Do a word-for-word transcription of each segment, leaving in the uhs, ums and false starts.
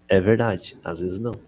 É verdade, às vezes não.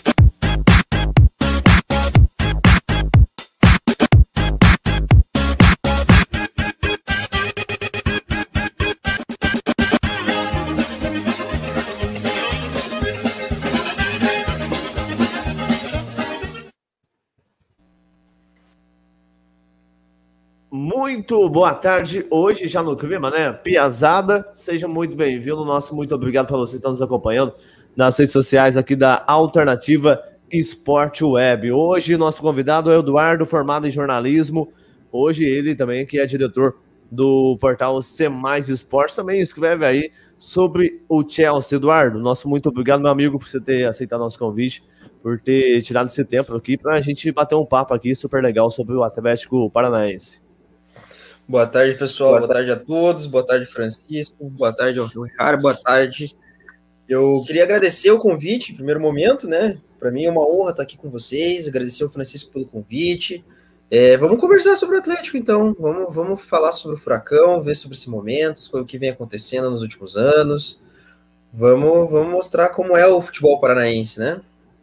Muito boa tarde, hoje já no clima, né? Piazada, seja muito bem-vindo, nosso muito obrigado para você estar nos acompanhando nas redes sociais aqui da Alternativa Esporte Web. Hoje nosso convidado é o Eduardo, formado em jornalismo, hoje ele também que é diretor do portal C Mais Esportes, também escreve aí sobre o Chelsea. Eduardo, nosso muito obrigado, meu amigo, por você ter aceitado nosso convite, por ter tirado esse tempo aqui para a gente bater um papo aqui super legal sobre o Atlético Paranaense. Boa tarde, pessoal. Boa, boa tarde a todos. Boa tarde, Francisco. Boa tarde ao Ricardo. Boa tarde. Eu queria agradecer o convite, em primeiro momento, né? Para mim é uma honra estar aqui com vocês. Agradecer ao Francisco pelo convite. É, vamos conversar sobre o Atlético, então. Vamos, vamos falar sobre o Furacão, ver sobre esse momento, o que vem acontecendo nos últimos anos. Vamos, vamos mostrar como é o futebol paranaense, né?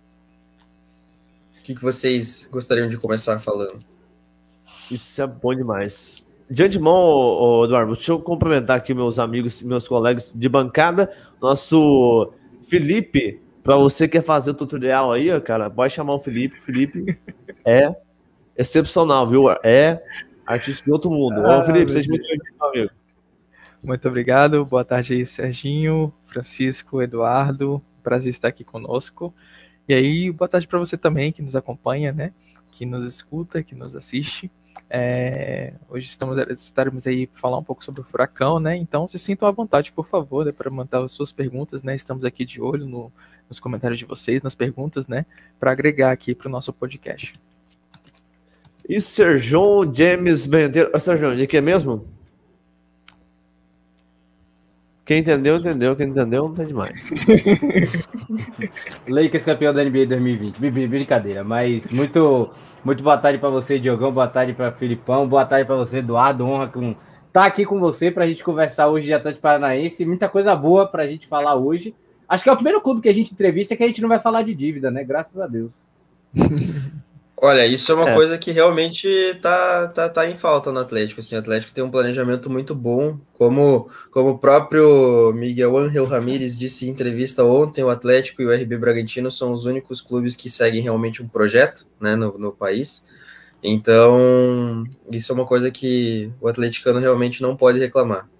O que, que vocês gostariam de começar falando? Isso é bom demais. De antemão, Eduardo, deixa eu cumprimentar aqui meus amigos, meus colegas de bancada. Nosso Felipe, para você que quer fazer o tutorial aí, cara, pode chamar o Felipe. O Felipe é excepcional, viu? É artista de outro mundo. Ah, Ô, Felipe, seja muito bem-vindo, meu amigo. Muito obrigado. Boa tarde aí, Serginho, Francisco, Eduardo. Prazer estar aqui conosco. E aí, boa tarde para você também que nos acompanha, né? Que nos escuta, que nos assiste. É, hoje estamos, estaremos aí para falar um pouco sobre o Furacão, né? Então se sintam à vontade, por favor, né, para mandar as suas perguntas, né? Estamos aqui de olho no, nos comentários de vocês, nas perguntas, né? Para agregar aqui para o nosso podcast. E Serjão James Benteiro. Ô, Serjão, de que é mesmo? Quem entendeu, entendeu. Quem entendeu, não tem demais. Lakers campeão da N B A dois mil e vinte. Brincadeira, mas muito... Muito boa tarde para você, Diogão. Boa tarde para Filipão. Boa tarde para você, Eduardo. Honra com estar aqui com você para a gente conversar hoje de Atlético Paranaense. Muita coisa boa para a gente falar hoje. Acho que é o primeiro clube que a gente entrevista que a gente não vai falar de dívida, né? Graças a Deus. Olha, isso é uma é. coisa que realmente tá, tá, tá em falta no Atlético. Assim, o Atlético tem um planejamento muito bom. Como, como o próprio Miguel Ángel Ramírez disse em entrevista ontem, o Atlético e o R B Bragantino são os únicos clubes que seguem realmente um projeto, né, no, no país. Então, isso é uma coisa que o atleticano realmente não pode reclamar.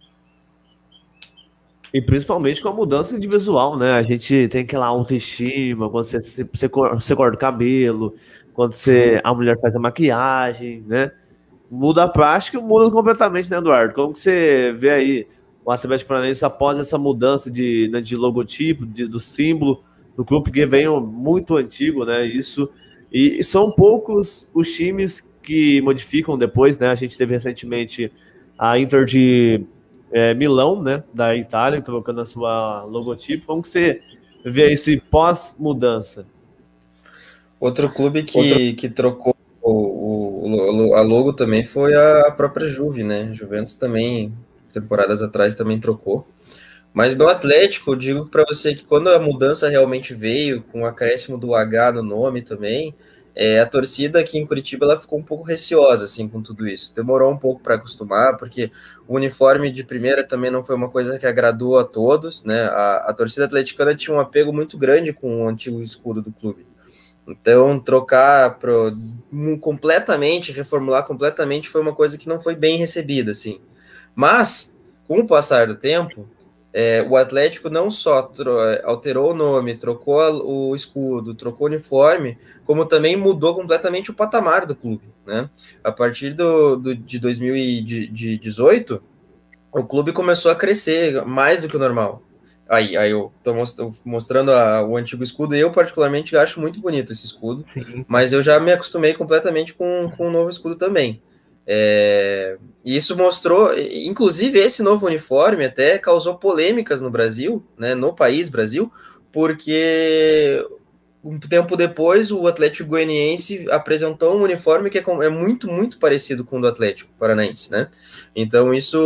E principalmente com a mudança de visual, né? A gente tem aquela autoestima, quando você, você, você corta o cabelo, quando você, a mulher faz a maquiagem, né? Muda a prática e muda completamente, né, Eduardo? Como que você vê aí o Atlético Paranaense após essa mudança de, né, de logotipo, de, do símbolo do clube, que vem muito antigo, né? Isso, e, e são poucos os times que modificam depois, né? A gente teve recentemente a Inter de é, Milão, né, da Itália, colocando a sua logotipo. Como que você vê esse pós-mudança? Outro clube que, Outro... que trocou o, o, a logo também foi a própria Juve, né? Juventus também, temporadas atrás, também trocou. Mas no Atlético, eu digo para você que quando a mudança realmente veio, com o acréscimo do H no nome também, é, a torcida aqui em Curitiba ela ficou um pouco receosa assim, com tudo isso. Demorou um pouco para acostumar, porque o uniforme de primeira também não foi uma coisa que agradou a todos, né? A, a torcida atleticana tinha um apego muito grande com o antigo escudo do clube. Então, trocar pro, completamente, reformular completamente, foi uma coisa que não foi bem recebida, assim. Mas, com o passar do tempo, é, o Atlético não só tro, alterou o nome, trocou o escudo, trocou o uniforme, como também mudou completamente o patamar do clube, né? A partir do, do, de dois mil e dezoito, o clube começou a crescer mais do que o normal. Aí, aí eu tô mostrando a, o antigo escudo e eu particularmente acho muito bonito esse escudo. Sim. Mas eu já me acostumei completamente com, com o novo escudo também. É, e isso mostrou, inclusive esse novo uniforme até causou polêmicas no Brasil, né, no país Brasil, porque um tempo depois o Atlético Goianiense apresentou um uniforme que é, é muito, muito parecido com o do Atlético Paranaense, né? Então isso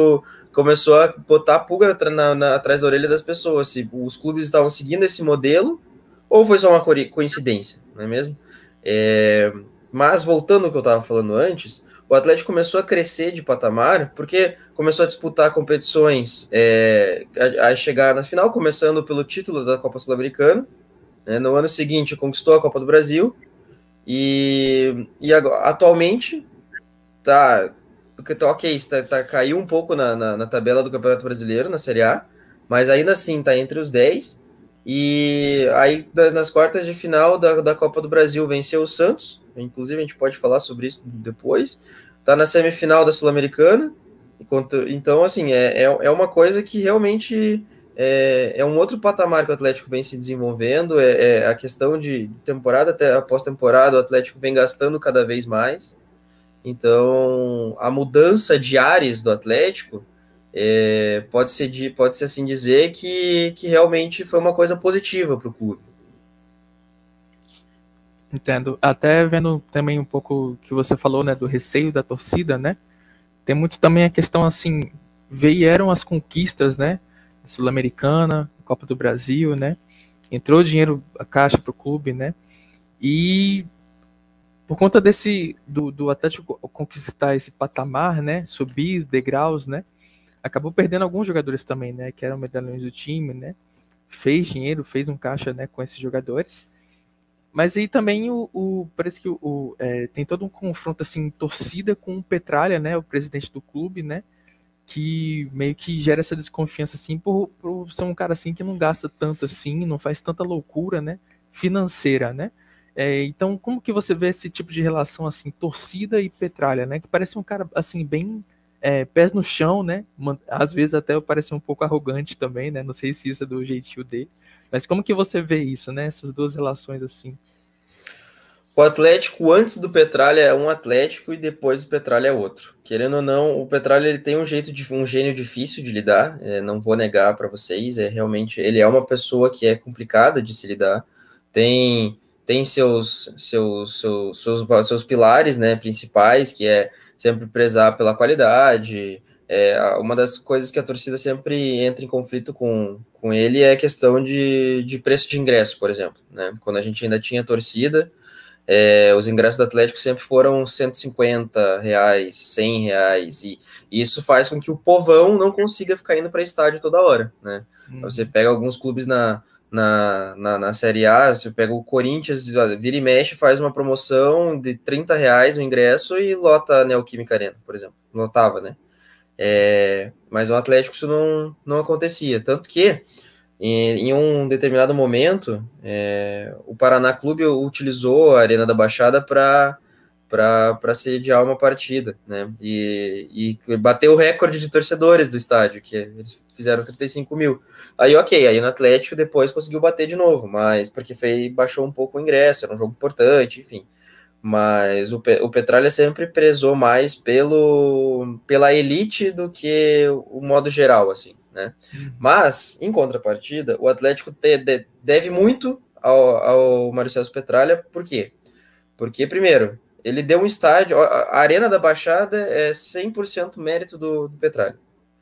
começou a botar a pulga na, na, atrás da orelha das pessoas, se os clubes estavam seguindo esse modelo, ou foi só uma coincidência, não é mesmo? É, mas, voltando ao que eu estava falando antes, o Atlético começou a crescer de patamar, porque começou a disputar competições, é, a, a chegar na final, começando pelo título da Copa Sul-Americana, né, no ano seguinte conquistou a Copa do Brasil, e, e agora, atualmente, tá... Porque tá ok, tá, tá, caiu um pouco na, na, na tabela do Campeonato Brasileiro, na Série A, mas ainda assim tá entre os dez, e aí da, nas quartas de final da, da Copa do Brasil venceu o Santos, inclusive a gente pode falar sobre isso depois, tá na semifinal da Sul-Americana, então assim, é, é, é uma coisa que realmente é, é um outro patamar que o Atlético vem se desenvolvendo, é, é a questão de temporada até após temporada, o Atlético vem gastando cada vez mais. Então, a mudança de ares do Atlético é, pode ser de, pode ser assim dizer que, que realmente foi uma coisa positiva para o clube. Entendo. Até vendo também um pouco que você falou, né, do receio da torcida, né? Tem muito também a questão assim, vieram as conquistas, né? Sul-Americana, Copa do Brasil, né? Entrou dinheiro a caixa para o clube, né? E por conta desse do, do Atlético conquistar esse patamar, né, subir os degraus, né, acabou perdendo alguns jogadores também, né, que eram medalhões do time, né, fez dinheiro, fez um caixa, né, com esses jogadores, mas aí também o, o parece que o, o é, tem todo um confronto assim, torcida com o Petralha, né, o presidente do clube, né, que meio que gera essa desconfiança assim por, por ser um cara assim que não gasta tanto assim, não faz tanta loucura, né, financeira, né. É, então, como que você vê esse tipo de relação, assim, torcida e Petralha, né? Que parece um cara, assim, bem é, pés no chão, né? Às vezes até parece um pouco arrogante também, né? Não sei se isso é do jeitinho dele. Mas como que você vê isso, né? Essas duas relações, assim. O Atlético, antes do Petralha, é um Atlético e depois do Petralha é outro. Querendo ou não, o Petralha ele tem um jeito de um gênio difícil de lidar, é, não vou negar para vocês, é realmente, ele é uma pessoa que é complicada de se lidar, tem... tem seus, seus, seus, seus, seus pilares, né, principais, que é sempre prezar pela qualidade. É, uma das coisas que a torcida sempre entra em conflito com, com ele é a questão de, de preço de ingresso, por exemplo. Né? Quando a gente ainda tinha torcida, é, os ingressos do Atlético sempre foram cento e cinquenta reais, cem reais, e, e isso faz com que o povão não consiga ficar indo para estádio toda hora. Né? Hum. Você pega alguns clubes na... Na, na, na Série A, você pega o Corinthians, vira e mexe, faz uma promoção de trinta reais no ingresso e lota a Neoquímica Arena, por exemplo. Lotava, né? É, mas no Atlético isso não, não acontecia. Tanto que, em, em um determinado momento, é, o Paraná Clube utilizou a Arena da Baixada para para sediar uma partida, né? E, e bateu o recorde de torcedores do estádio, que eles fizeram trinta e cinco mil. Aí, ok, aí no Atlético depois conseguiu bater de novo, mas porque foi, baixou um pouco o ingresso, era um jogo importante, enfim. Mas o, o Petralha sempre prezou mais pelo, pela elite do que o modo geral, assim, né? Mas, em contrapartida, o Atlético te, de, deve muito ao, ao Mário Celso Petralha, por quê? Porque, primeiro, ele deu um estádio, a Arena da Baixada é cem por cento mérito do, do Petralha.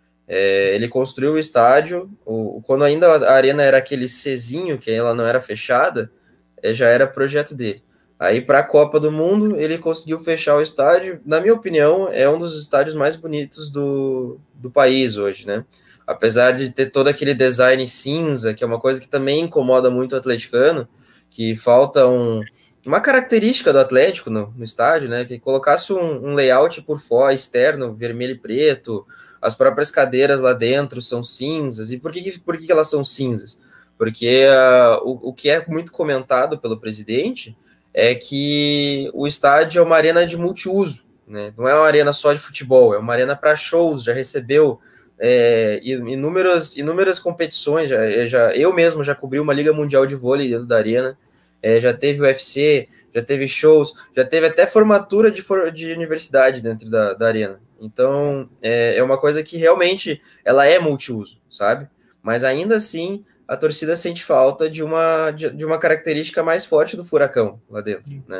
É, ele construiu o estádio, o, quando ainda a arena era aquele Czinho, que ela não era fechada, é, já era projeto dele. Aí para a Copa do Mundo, ele conseguiu fechar o estádio, na minha opinião, é um dos estádios mais bonitos do, do país hoje, né? Apesar de ter todo aquele design cinza, que é uma coisa que também incomoda muito o atleticano, que falta um... uma característica do Atlético no, no estádio, né, que colocasse um, um layout por fora, externo, vermelho e preto, as próprias cadeiras lá dentro são cinzas. E por que, por que elas são cinzas? Porque uh, o, o que é muito comentado pelo presidente é que o estádio é uma arena de multiuso, né, não é uma arena só de futebol, é uma arena para shows, já recebeu é, inúmeras, inúmeras competições, já, já, eu mesmo já cobri uma Liga Mundial de Vôlei dentro da arena. É, já teve U F C, já teve shows, já teve até formatura de, for, de universidade dentro da, da arena. Então, é, é uma coisa que realmente ela é multiuso, sabe? Mas ainda assim, a torcida sente falta de uma, de, de uma característica mais forte do Furacão lá dentro, né?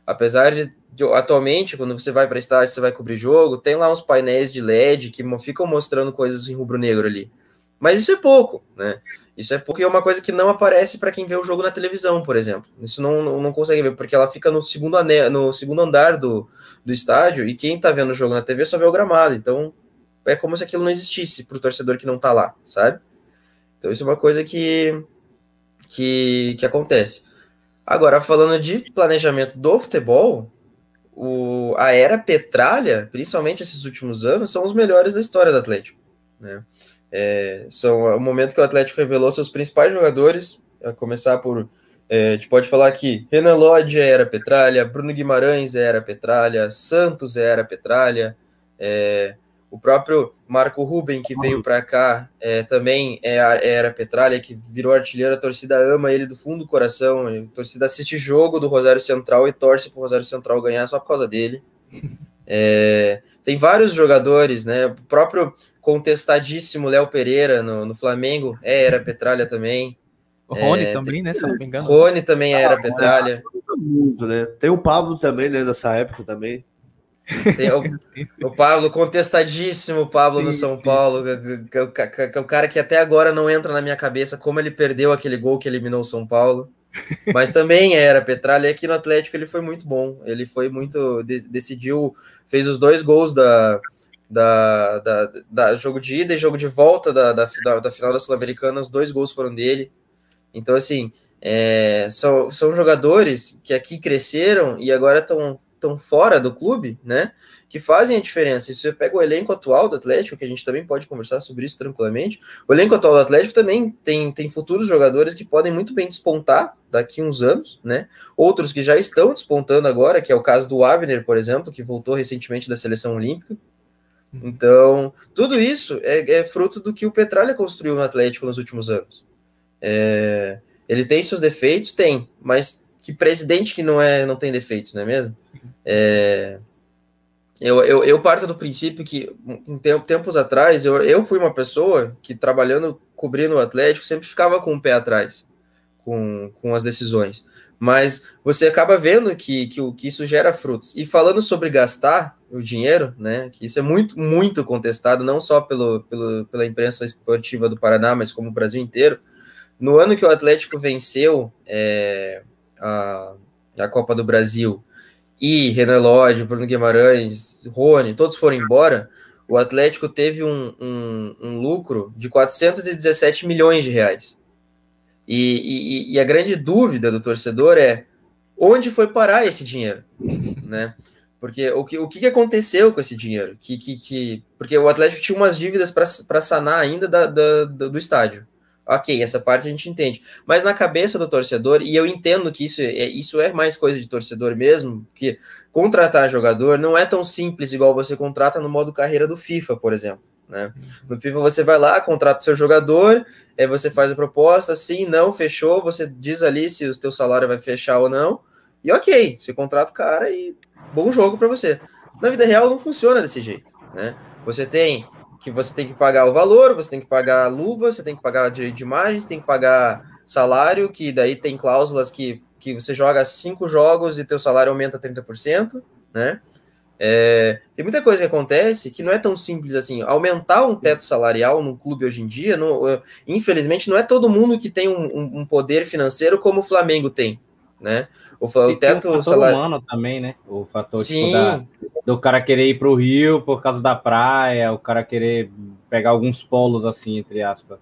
Apesar de, de atualmente, quando você vai para estádio, você vai cobrir jogo, tem lá uns painéis de L E D que ficam mostrando coisas em rubro-negro ali. Mas isso é pouco, né? Isso é pouco e é uma coisa que não aparece para quem vê o jogo na televisão, por exemplo. Isso não, não, não consegue ver, porque ela fica no segundo, ane- no segundo andar do, do estádio e quem tá vendo o jogo na T V só vê o gramado. Então é como se aquilo não existisse para o torcedor que não tá lá, sabe? Então isso é uma coisa que, que, que acontece. Agora, falando de planejamento do futebol, o, a era Petralha, principalmente esses últimos anos, são os melhores da história do Atlético, né? É, são o momento que o Atlético revelou seus principais jogadores, a começar por, é, a gente pode falar aqui, Renan Lodge era Petralha, Bruno Guimarães era Petralha, Santos era Petralha, é, o próprio Marco Ruben, que veio para cá, é, também é, era Petralha, que virou artilheiro, a torcida ama ele do fundo do coração, a torcida assiste jogo do Rosário Central e torce para o Rosário Central ganhar só por causa dele. É, tem vários jogadores, né? O próprio contestadíssimo Léo Pereira no, no Flamengo é, era Petralha também. O Rony é, também, tem, né? Se eu não me engano. Rony também era Petralha. Muito, né? Tem o Pablo também, né? Nessa época também. Tem o, o Pablo, contestadíssimo o Pablo sim, no São sim, Paulo, sim. Que, que, que, que é o cara que até agora não entra na minha cabeça como ele perdeu aquele gol que eliminou o São Paulo. Mas também era Petralha, aqui no Atlético ele foi muito bom, ele foi muito, de, decidiu, fez os dois gols da, da, da, da jogo de ida e jogo de volta da, da, da, da final da Sul-Americana, os dois gols foram dele. Então assim, é, são, são jogadores que aqui cresceram e agora estão tão fora do clube, né, que fazem a diferença. Se você pega o elenco atual do Atlético, que a gente também pode conversar sobre isso tranquilamente, o elenco atual do Atlético também tem, tem futuros jogadores que podem muito bem despontar daqui uns anos, né? Outros que já estão despontando agora, que é o caso do Abner, por exemplo, que voltou recentemente da seleção olímpica. Então, tudo isso é, é fruto do que o Petralha construiu no Atlético nos últimos anos. É, ele tem seus defeitos? Tem, mas que presidente que não, é, não tem defeitos, não é mesmo? É... Eu, eu, eu parto do princípio que, em tempos atrás, eu, eu fui uma pessoa que, trabalhando, cobrindo o Atlético, sempre ficava com o pé atrás, com, com as decisões. Mas você acaba vendo que, que, que isso gera frutos. E falando sobre gastar o dinheiro, né, que isso é muito, muito contestado, não só pelo, pelo, pela imprensa esportiva do Paraná, mas como o Brasil inteiro. No ano que o Atlético venceu é, a, a Copa do Brasil, e Renan Lodge, Bruno Guimarães, Rony, todos foram embora, o Atlético teve um, um, um lucro de quatrocentos e dezessete milhões de reais. E, e, e a grande dúvida do torcedor é onde foi parar esse dinheiro, né? Porque o que, o que aconteceu com esse dinheiro? Que, que, que, porque o Atlético tinha umas dívidas para sanar ainda da, da, da, do estádio. Ok, essa parte a gente entende. Mas na cabeça do torcedor, e eu entendo que isso é, isso é mais coisa de torcedor mesmo, porque contratar jogador não é tão simples igual você contrata no modo carreira do FIFA, por exemplo. Né? No FIFA você vai lá, contrata o seu jogador, aí você faz a proposta, sim, não, fechou, você diz ali se o teu salário vai fechar ou não, e ok, você contrata o cara e bom jogo para você. Na vida real não funciona desse jeito. Né? Você tem... que você tem que pagar o valor, você tem que pagar a luva, você tem que pagar direito de imagem, você tem que pagar salário, que daí tem cláusulas que, que você joga cinco jogos e teu salário aumenta trinta por cento, né? É, tem muita coisa que acontece que não é tão simples assim. Aumentar um teto salarial num clube hoje em dia, não, infelizmente, não é todo mundo que tem um, um poder financeiro como o Flamengo tem, né? O, o teto o salarial humano também, né? O fator tipo, da, do cara querer ir para o Rio por causa da praia, o cara querer pegar alguns polos assim, entre aspas.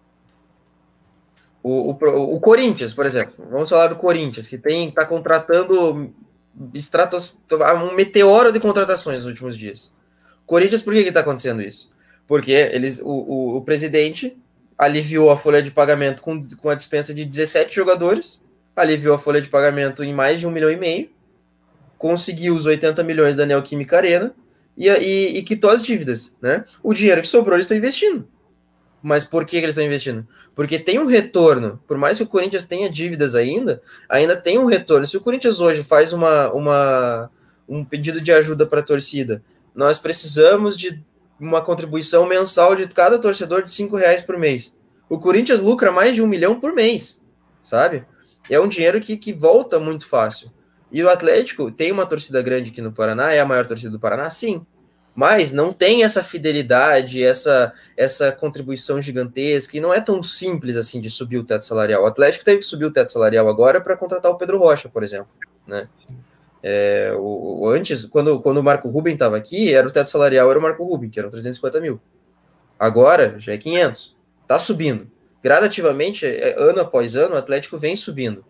O, o, o Corinthians, por exemplo, vamos falar do Corinthians, que tem está contratando estratos, um meteoro de contratações nos últimos dias. Corinthians, por que está acontecendo isso? Porque eles, o, o, o presidente aliviou a folha de pagamento com, com a dispensa de dezessete jogadores, aliviou a folha de pagamento em mais de um milhão e meio, conseguiu os oitenta milhões da Neoquímica Arena e, e, e quitou as dívidas, né? O dinheiro que sobrou eles estão investindo. Mas por que eles estão investindo? Porque tem um retorno. Por mais que o Corinthians tenha dívidas ainda, ainda tem um retorno. Se o Corinthians hoje faz uma, uma, um pedido de ajuda para a torcida, nós precisamos de uma contribuição mensal de cada torcedor de cinco reais por mês. O Corinthians lucra mais de um milhão por mês, sabe? É um dinheiro que, que volta muito fácil. E o Atlético tem uma torcida grande aqui no Paraná, é a maior torcida do Paraná, sim. Mas não tem essa fidelidade, essa, essa contribuição gigantesca, e não é tão simples assim de subir o teto salarial. O Atlético teve que subir o teto salarial agora para contratar o Pedro Rocha, por exemplo, né? É, o, o, antes, quando, quando o Marco Ruben estava aqui, era o teto salarial, era o Marco Ruben, que eram trezentos e cinquenta mil. Agora, já é quinhentos. Tá subindo. Gradativamente, ano após ano, o Atlético vem subindo.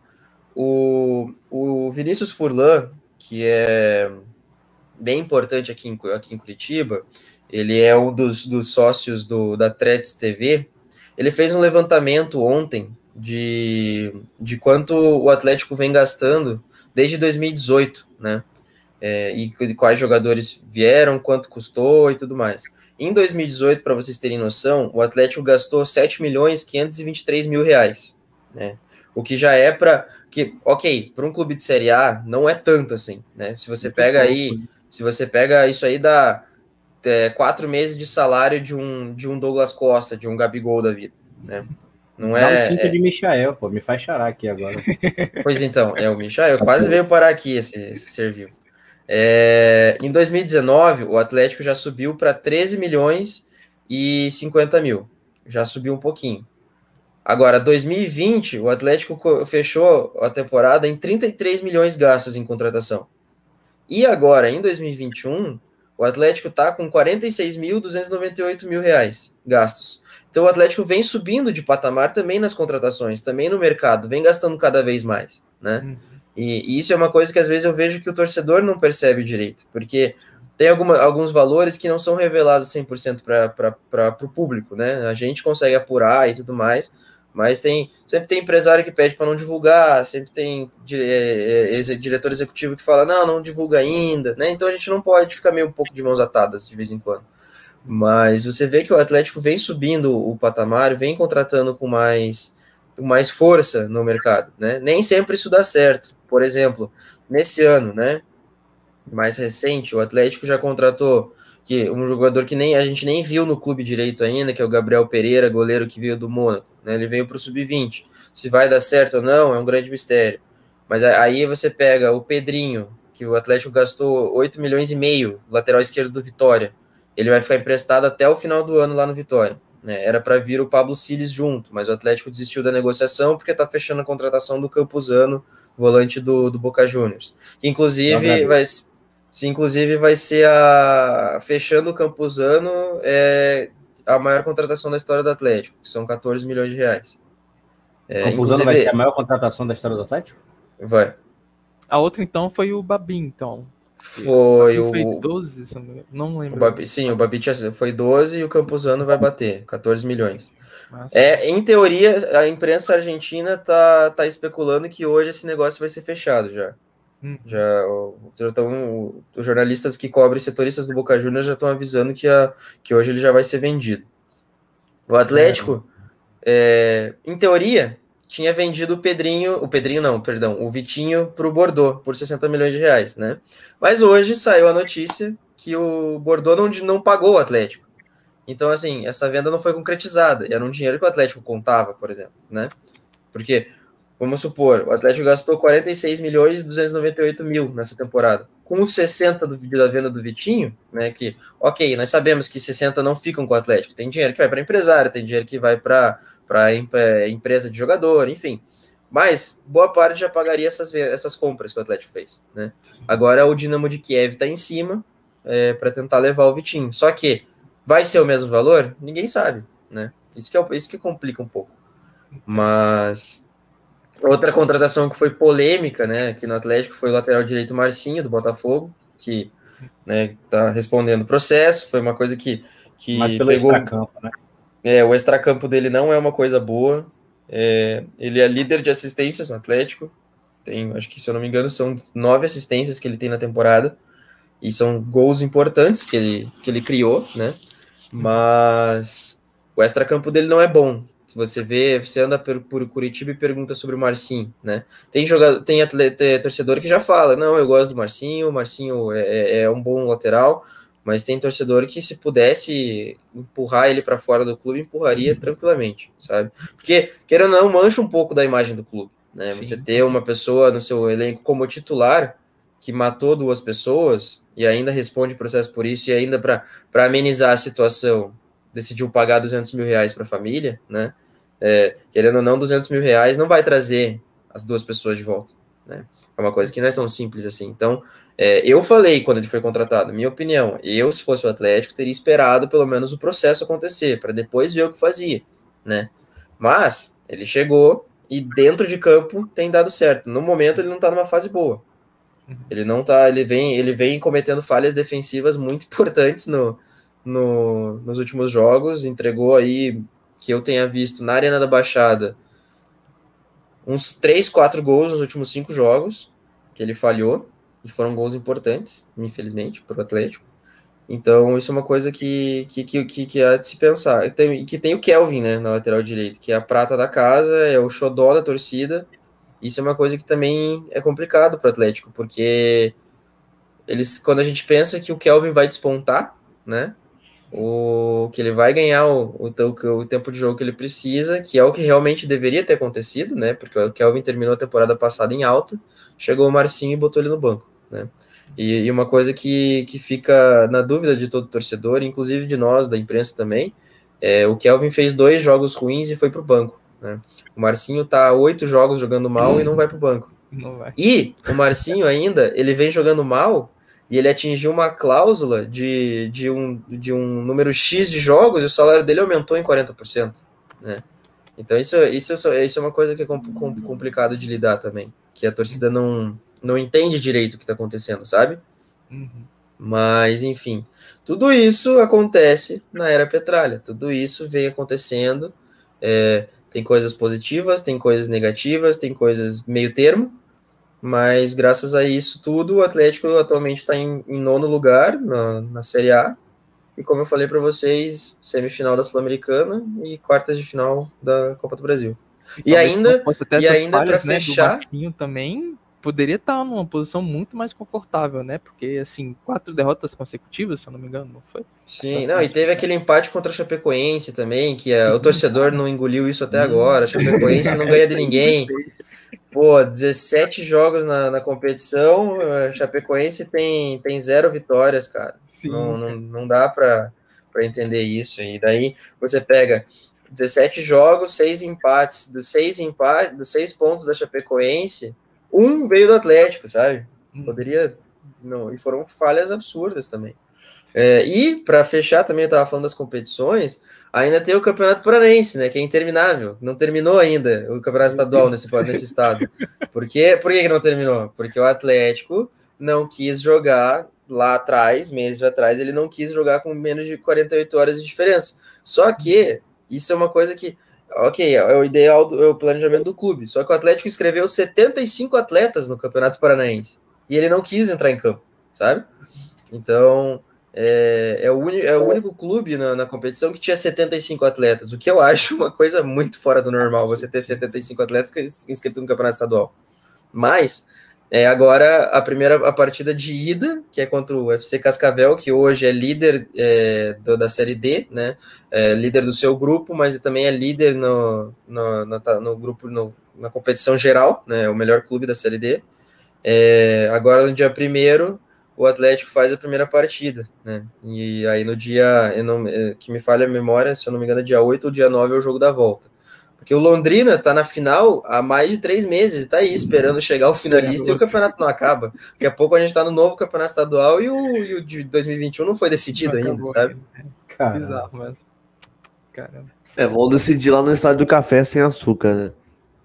O, o Vinícius Furlan, que é bem importante aqui em, aqui em Curitiba, ele é um dos, dos sócios do, da Tretes T V, ele fez um levantamento ontem de, de quanto o Atlético vem gastando desde dois mil e dezoito, né? É, e quais jogadores vieram, quanto custou e tudo mais. Em dois mil e dezoito, para vocês terem noção, o Atlético gastou sete milhões quinhentos e vinte e três mil reais, né? O que já é para que, ok, para um clube de Série A não é tanto assim, né? Se você pega aí, se você pega isso aí dá é, quatro meses de salário de um de um Douglas Costa, de um Gabigol da vida, né? Não é. Dá um é... de Michael, pô, me faz chorar aqui agora. Pois então, é o Michael, quase veio parar aqui esse, esse ser vivo. É, em dois mil e dezenove, o Atlético já subiu para treze milhões e cinquenta mil, já subiu um pouquinho. Agora, dois mil e vinte, o Atlético fechou a temporada em trinta e três milhões gastos em contratação. E agora, em dois mil e vinte e um, o Atlético está com quarenta e seis mil duzentos e noventa e oito mil reais gastos. Então o Atlético vem subindo de patamar também nas contratações, também no mercado, vem gastando cada vez mais, né? Uhum. E, e isso é uma coisa que às vezes eu vejo que o torcedor não percebe direito, porque tem alguma, alguns valores que não são revelados cem por cento para o público, né? A gente consegue apurar e tudo mais, mas tem, sempre tem empresário que pede para não divulgar, sempre tem dire, diretor executivo que fala, não, não divulga ainda, né? Então a gente não pode ficar meio um pouco de mãos atadas de vez em quando. Mas você vê que o Atlético vem subindo o patamar, vem contratando com mais, com mais força no mercado, né? Nem sempre isso dá certo. Por exemplo, nesse ano, né, mais recente, o Atlético já contratou que um jogador que nem a gente nem viu no clube direito ainda, que é o Gabriel Pereira, goleiro que veio do Mônaco, né? Ele veio para o sub vinte. Se vai dar certo ou não, é um grande mistério. Mas aí você pega o Pedrinho, que o Atlético gastou oito milhões e meio, lateral esquerdo do Vitória. Ele vai ficar emprestado até o final do ano lá no Vitória, né? Era para vir o Pablo Siles junto, mas o Atlético desistiu da negociação porque está fechando a contratação do Campuzano, volante do, do Boca Juniors. Que inclusive vai, se inclusive vai ser a fechando o Campuzano é a maior contratação da história do Atlético, que são catorze milhões de reais. É, Campuzano vai ser a maior contratação da história do Atlético? Vai. A outra então foi o Babi, então. Foi o. Foi doze, não lembro. O Babi, sim, o Babi foi doze e o Campuzano vai bater catorze milhões. Nossa. É, em teoria, a imprensa argentina tá, tá especulando que hoje esse negócio vai ser fechado já. Hum. Já então, os jornalistas que cobrem setoristas do Boca Juniors já estão avisando que, a, que hoje ele já vai ser vendido. O Atlético, é. É, em teoria, tinha vendido o Pedrinho, o Pedrinho não, perdão, o Vitinho para o Bordeaux por sessenta milhões de reais, né? Mas hoje saiu a notícia que o Bordeaux não, não pagou o Atlético. Então, assim, essa venda não foi concretizada. Era um dinheiro que o Atlético contava, por exemplo, né? Porque, vamos supor, o Atlético gastou quarenta e seis milhões e duzentos e noventa e oito mil nessa temporada. Com os sessenta do, da venda do Vitinho, né? Que, ok, nós sabemos que sessenta não ficam com o Atlético. Tem dinheiro que vai para empresário, tem dinheiro que vai para para empresa de jogador, enfim. Mas boa parte já pagaria essas, essas compras que o Atlético fez, né? Agora o Dinamo de Kiev está em cima é, para tentar levar o Vitinho. Só que vai ser o mesmo valor? Ninguém sabe, né? Isso que, é, isso que complica um pouco. Mas outra contratação que foi polêmica, né, aqui no Atlético foi o lateral direito Marcinho, do Botafogo, que, né, tá respondendo o processo. Foi uma coisa que, que Mas pelo pegou... extracampo, né? É, o extracampo dele não é uma coisa boa. É, ele é líder de assistências no Atlético. Tem, acho que, se eu não me engano, são nove assistências que ele tem na temporada. E são gols importantes que ele, que ele criou, né? Mas o extracampo dele não é bom. Se você vê, você anda por, por Curitiba e pergunta sobre o Marcinho, né? Tem, jogador, tem atleta, torcedor que já fala, não, eu gosto do Marcinho, o Marcinho é, é um bom lateral. Mas tem torcedor que, se pudesse empurrar ele para fora do clube, empurraria tranquilamente, sabe? Porque, querendo ou não, mancha um pouco da imagem do clube, né? Você ter uma pessoa no seu elenco como titular que matou duas pessoas e ainda responde processo por isso, e ainda para amenizar a situação decidiu pagar duzentos mil reais para a família, né? É, querendo ou não, duzentos mil reais não vai trazer as duas pessoas de volta, né? É uma coisa que não é tão simples assim. Então, é, eu falei quando ele foi contratado, minha opinião, eu, se fosse o Atlético, teria esperado pelo menos o processo acontecer, para depois ver o que fazia, né? Mas ele chegou e dentro de campo tem dado certo. No momento ele não está numa fase boa. Ele não tá, ele vem, ele vem cometendo falhas defensivas muito importantes no, no, nos últimos jogos. Entregou aí, que eu tenha visto na Arena da Baixada, uns três, quatro gols nos últimos cinco jogos que ele falhou, e foram gols importantes, infelizmente, para o Atlético. Então, isso é uma coisa que, que, que, que, que há de se pensar. Tem, que tem o Kelvin, né, na lateral direita, que é a prata da casa, é o xodó da torcida. Isso é uma coisa que também é complicado para o Atlético, porque eles, quando a gente pensa que o Kelvin vai despontar, né, o, que ele vai ganhar o, o, o tempo de jogo que ele precisa, que é o que realmente deveria ter acontecido, né, porque o Kelvin terminou a temporada passada em alta, chegou o Marcinho e botou ele no banco, né. E, e uma coisa que, que fica na dúvida de todo torcedor, inclusive de nós, da imprensa também, é, o Kelvin fez dois jogos ruins e foi para o banco, né? O Marcinho tá oito jogos jogando mal e não vai para o banco. Não vai. E o Marcinho ainda, ele vem jogando mal e ele atingiu uma cláusula de, de, um, de um número X de jogos e o salário dele aumentou em quarenta por cento, né? Então isso, isso, isso é uma coisa que é complicado de lidar também, que a torcida não... não entende direito o que está acontecendo, sabe? Uhum. Mas, enfim, tudo isso acontece na era Petralha, tudo isso vem acontecendo, é, tem coisas positivas, tem coisas negativas, tem coisas meio termo, mas graças a isso tudo, o Atlético atualmente está em, em nono lugar na, na Série A, e como eu falei para vocês, semifinal da Sul-Americana e quartas de final da Copa do Brasil. E, e ainda, e ainda para fechar... Né, do Marcinho também... poderia estar numa posição muito mais confortável, né? Porque, assim, quatro derrotas consecutivas, se eu não me engano, não foi? Sim, não, e teve aquele empate contra a Chapecoense também, que a, o torcedor não engoliu isso até agora. A Chapecoense não ganha de ninguém. Pô, dezessete jogos na, na competição, a Chapecoense tem, tem zero vitórias, cara. Sim, não, não, não dá pra, pra entender isso. E daí você pega dezessete jogos, seis empates, dos seis empates, dos seis pontos da Chapecoense, um veio do Atlético, sabe? Poderia... Não, e foram falhas absurdas também. É, e, para fechar, também eu estava falando das competições, ainda tem o Campeonato Paranaense, né? Que é interminável. Não terminou ainda o Campeonato Estadual nesse, nesse estado. Por quê? Por que não terminou? Porque o Atlético não quis jogar lá atrás, meses atrás, ele não quis jogar com menos de quarenta e oito horas de diferença. Só que isso é uma coisa que... Ok, é o ideal, do, é o planejamento do clube. Só que o Atlético escreveu setenta e cinco atletas no Campeonato Paranaense. E ele não quis entrar em campo, sabe? Então, é, é, o, uni, é o único clube na, na competição que tinha setenta e cinco atletas. O que eu acho uma coisa muito fora do normal, você ter setenta e cinco atletas inscritos no Campeonato Estadual. Mas, é, agora, a primeira a partida de ida, que é contra o U F C Cascavel, que hoje é líder é, do, da Série D, né? É líder do seu grupo, mas também é líder no, no, no, no grupo, no, na competição geral, né? O melhor clube da Série D. É, agora, no dia primeiro, o Atlético faz a primeira partida, né? E aí, no dia, eu não, que me falha a memória, se eu não me engano, dia oito ou dia nove é o jogo da volta. Porque o Londrina tá na final há mais de três meses e tá aí esperando chegar o finalista e o campeonato não acaba. Daqui a pouco a gente tá no novo campeonato estadual e o, e o de dois mil e vinte e um não foi decidido não ainda, sabe? Caramba. Bizarro, mas... Caramba. É, vão decidir lá no Estádio do Café sem açúcar, né?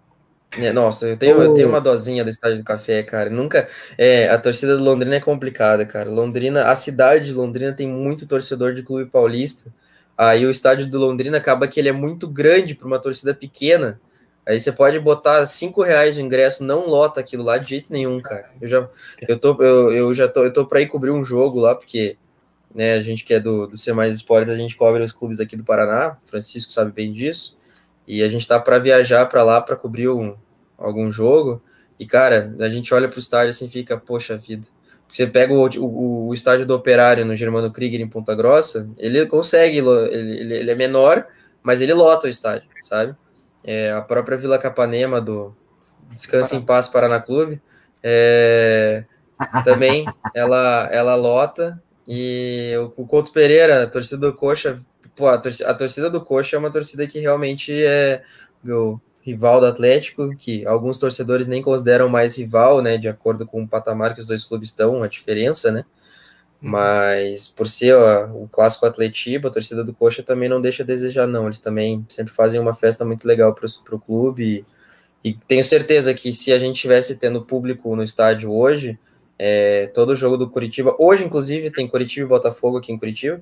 É, nossa, eu tenho, oh. eu tenho uma dosinha do Estádio do Café, cara. Nunca. É, a torcida do Londrina é complicada, cara. Londrina, a cidade de Londrina tem muito torcedor de clube paulista. Aí o estádio do Londrina acaba que ele é muito grande para uma torcida pequena. Aí você pode botar cinco reais o ingresso, não lota aquilo lá de jeito nenhum, cara. Eu já, eu tô, eu, eu já tô, eu tô para ir cobrir um jogo lá, porque, né, a gente que é do, do Ser Mais Esportes, a gente cobre os clubes aqui do Paraná. O Francisco sabe bem disso. E a gente tá para viajar para lá para cobrir um, algum jogo. E, cara, a gente olha pro estádio assim e fica, poxa vida. Você pega o, o, o estádio do Operário no Germano Krieger em Ponta Grossa, ele consegue, ele, ele é menor, mas ele lota o estádio, sabe? É, a própria Vila Capanema do, Descanse em paz, Paraná Clube. É, também ela, ela lota. E o Couto Pereira, a torcida do Coxa, pô, a, torcida, a torcida do Coxa é uma torcida que realmente é o rival do Atlético, que alguns torcedores nem consideram mais rival, né, de acordo com o patamar que os dois clubes estão, a diferença, né, mas por ser ó, o clássico Atletiba, a torcida do Coxa também não deixa a desejar, não, eles também sempre fazem uma festa muito legal para o clube, e, e tenho certeza que se a gente estivesse tendo público no estádio hoje, é, todo o jogo do Curitiba, hoje inclusive tem Curitiba e Botafogo aqui em Curitiba,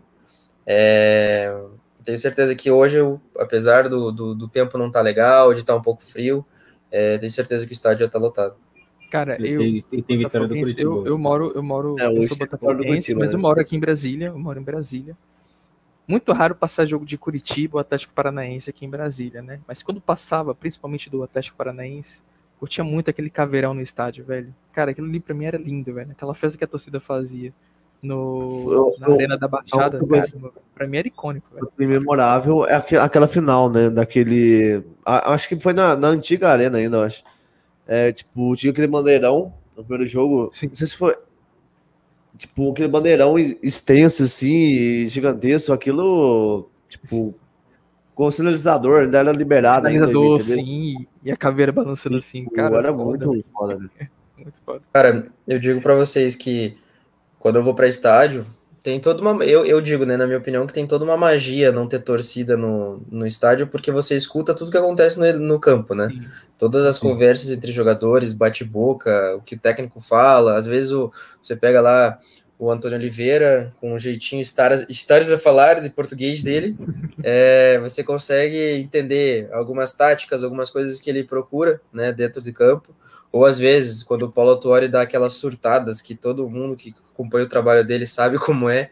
é, tenho certeza que hoje, eu, apesar do, do, do tempo não estar tá legal, de estar tá um pouco frio, é, tenho certeza que o estádio já está lotado. Cara, eu, tem, tem vitória do Curitiba. Eu, eu moro, eu moro, é, eu sou botafoguense, mas né? eu moro aqui em Brasília, eu moro em Brasília. Muito raro passar jogo de Curitiba ou Atlético Paranaense aqui em Brasília, né? Mas quando passava, principalmente do Atlético Paranaense, curtia muito aquele caveirão no estádio, velho. Cara, aquilo ali pra mim era lindo, velho. Aquela festa que a torcida fazia no, eu, na eu, Arena da Baixada, eu, cara, eu, pra mim era icônico, velho. O memorável é aquela final, né? Daquele. Acho que foi na, na antiga Arena ainda, eu acho. É, tipo, tinha aquele bandeirão no primeiro jogo. Sim. Não sei se foi. Tipo, aquele bandeirão extenso, assim, gigantesco, aquilo, tipo, com o sinalizador, ainda era liberado. Sinalizador, sim, e a caveira balançando assim, tipo, cara. Era foda. muito foda, né? Muito foda. Cara, eu digo pra vocês que quando eu vou pra estádio, tem toda uma. Eu, eu digo, né, na minha opinião, que tem toda uma magia não ter torcida no, no estádio, porque você escuta tudo que acontece no, no campo, né? Sim. Todas as Sim. conversas entre jogadores, bate-boca, o que o técnico fala. Às vezes o, você pega lá o Antônio Oliveira, com um jeitinho stars, stars a falar de português dele, é, você consegue entender algumas táticas, algumas coisas que ele procura, né, dentro de campo. Ou às vezes, quando o Paulo Autuori dá aquelas surtadas que todo mundo que acompanha o trabalho dele sabe como é,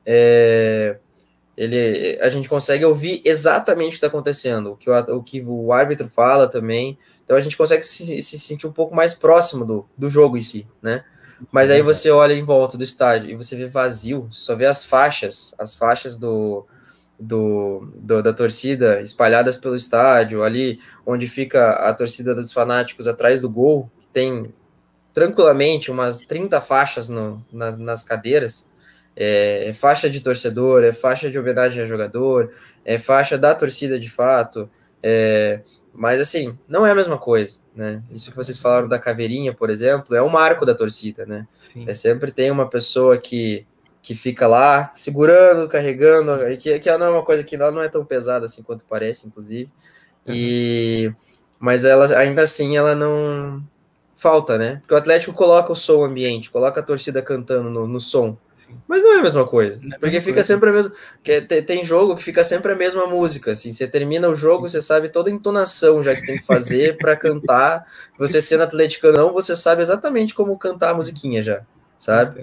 é ele, a gente consegue ouvir exatamente o que está acontecendo, o que o, o que o árbitro fala também, então a gente consegue se, se sentir um pouco mais próximo do, do jogo em si, né? Mas aí você olha em volta do estádio e você vê vazio, você só vê as faixas, as faixas do, do, do, da torcida espalhadas pelo estádio, ali onde fica a torcida dos fanáticos atrás do gol, que tem tranquilamente umas trinta faixas no, nas, nas cadeiras, é, é faixa de torcedor, é faixa de homenagem a jogador, é faixa da torcida de fato, é, mas assim, não é a mesma coisa, né? Isso que vocês falaram da caveirinha, por exemplo, é um marco da torcida, né? Sim. É, sempre tem uma pessoa que, que fica lá segurando, carregando, que, que não é uma coisa que não é tão pesada assim quanto parece, inclusive, uhum. e, mas ela, ainda assim ela não falta, né? Porque o Atlético coloca o som ambiente, coloca a torcida cantando no, no som. Sim. Mas não é a mesma coisa, não porque fica coisa. sempre a mesma. Que tem jogo que fica sempre a mesma música. Assim, você termina o jogo, você sabe toda a entonação já que você tem que fazer para cantar. Você sendo atleticano, não, você sabe exatamente como cantar a musiquinha já, sabe?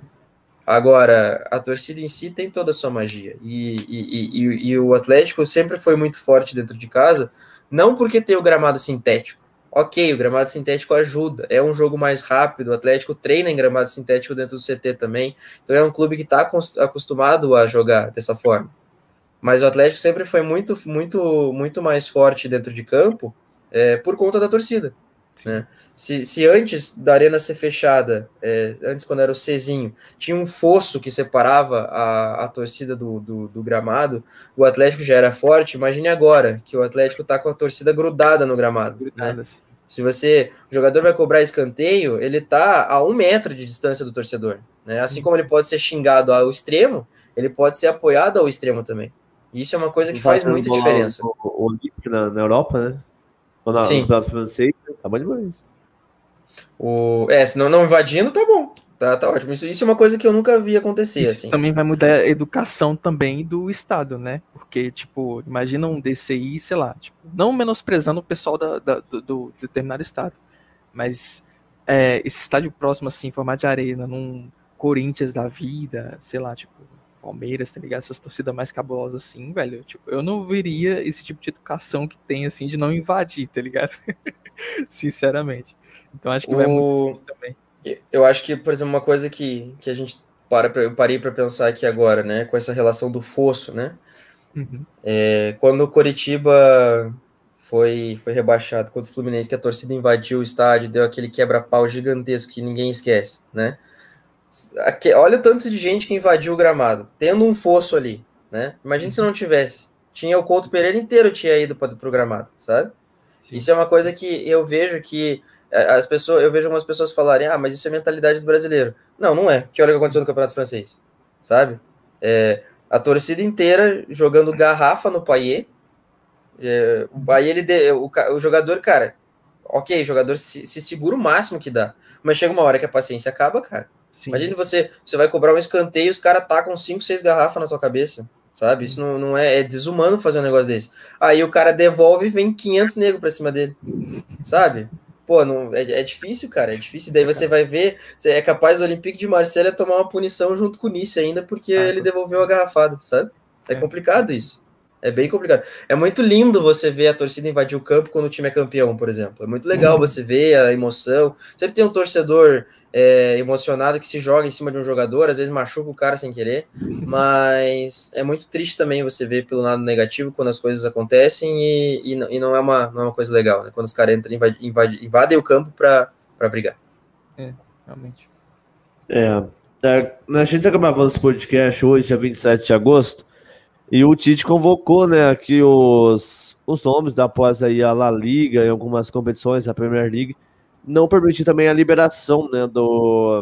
Agora, a torcida em si tem toda a sua magia. E, e, e, e o Atlético sempre foi muito forte dentro de casa, não porque tem o gramado sintético. Ok, o gramado sintético ajuda, é um jogo mais rápido, o Atlético treina em gramado sintético dentro do C T também, então é um clube que está acostumado a jogar dessa forma. Mas o Atlético sempre foi muito, muito, muito mais forte dentro de campo é, por conta da torcida. Né? Se, se antes da arena ser fechada, é, antes quando era o Cezinho, tinha um fosso que separava a, a torcida do, do, do gramado, o Atlético já era forte, imagine agora, que o Atlético está com a torcida grudada no gramado. Grudada, né? Se você, o jogador vai cobrar escanteio, ele está a um metro de distância do torcedor. Né? Assim como ele pode ser xingado ao extremo, ele pode ser apoiado ao extremo também. E isso é uma coisa que faz muita diferença. O Olímpico na, na Europa, né? Quando Sim. No francês, tá bom demais. O... É, se não, não invadindo, tá bom. Tá, tá ótimo. Isso, isso é uma coisa que eu nunca vi acontecer, isso assim. Também vai mudar a educação também do Estado, né? Porque, tipo, imagina um D C I, sei lá, tipo, não menosprezando o pessoal da, da, do, do determinado estado, mas é, esse estádio próximo, assim, em formato de arena, num Corinthians da vida, sei lá, tipo, Palmeiras, tá ligado? Essas torcidas mais cabulosas assim, velho. Tipo, eu não veria esse tipo de educação que tem, assim, de não invadir, tá ligado? Sinceramente. Então acho que o... vai muito isso também. Eu acho que, por exemplo, uma coisa que, que a gente para, eu parei para pensar aqui agora, né, com essa relação do fosso, né? Uhum. É, quando o Coritiba foi, foi rebaixado contra o Fluminense, que a torcida invadiu o estádio, deu aquele quebra-pau gigantesco que ninguém esquece, né? Aqui, olha o tanto de gente que invadiu o gramado, tendo um fosso ali, né? Imagina se não tivesse. Tinha o Couto Pereira inteiro tinha ido para o gramado, sabe? Sim. Isso é uma coisa que eu vejo que as pessoas, eu vejo algumas pessoas falarem, ah, mas isso é mentalidade do brasileiro. Não, não é. Que olha o que aconteceu no Campeonato Francês, sabe? É, a torcida inteira jogando garrafa no Payet. É, aí ele de, o, o jogador, cara, ok, o jogador se, se segura o máximo que dá, mas chega uma hora que a paciência acaba, cara. Sim. Imagina você, você vai cobrar um escanteio e os caras tacam cinco, seis garrafas na tua cabeça, sabe? Isso não, não é, é desumano fazer um negócio desse. Aí o cara devolve e vem quinhentos negros pra cima dele, sabe? Pô, não, é, é difícil, cara, é difícil. Daí você vai ver, você é capaz do Olympique de Marselha tomar uma punição junto com o Nice ainda, porque ah, ele devolveu a garrafada, sabe? É, é complicado isso. É bem complicado. É muito lindo você ver a torcida invadir o campo quando o time é campeão, por exemplo. É muito legal você ver a emoção. Sempre tem um torcedor é, emocionado que se joga em cima de um jogador, às vezes machuca o cara sem querer, mas é muito triste também você ver pelo lado negativo quando as coisas acontecem e, e, e não, é uma, não é uma coisa legal, né? Quando os caras entram e invadem, invadem o campo para brigar. É, realmente. É, é, a gente tá gravando esse podcast hoje, dia vinte e sete de agosto, e o Tite convocou, né, aqui os, os nomes da após aí a La Liga em algumas competições, a Premier League, não permitir também a liberação, né, do,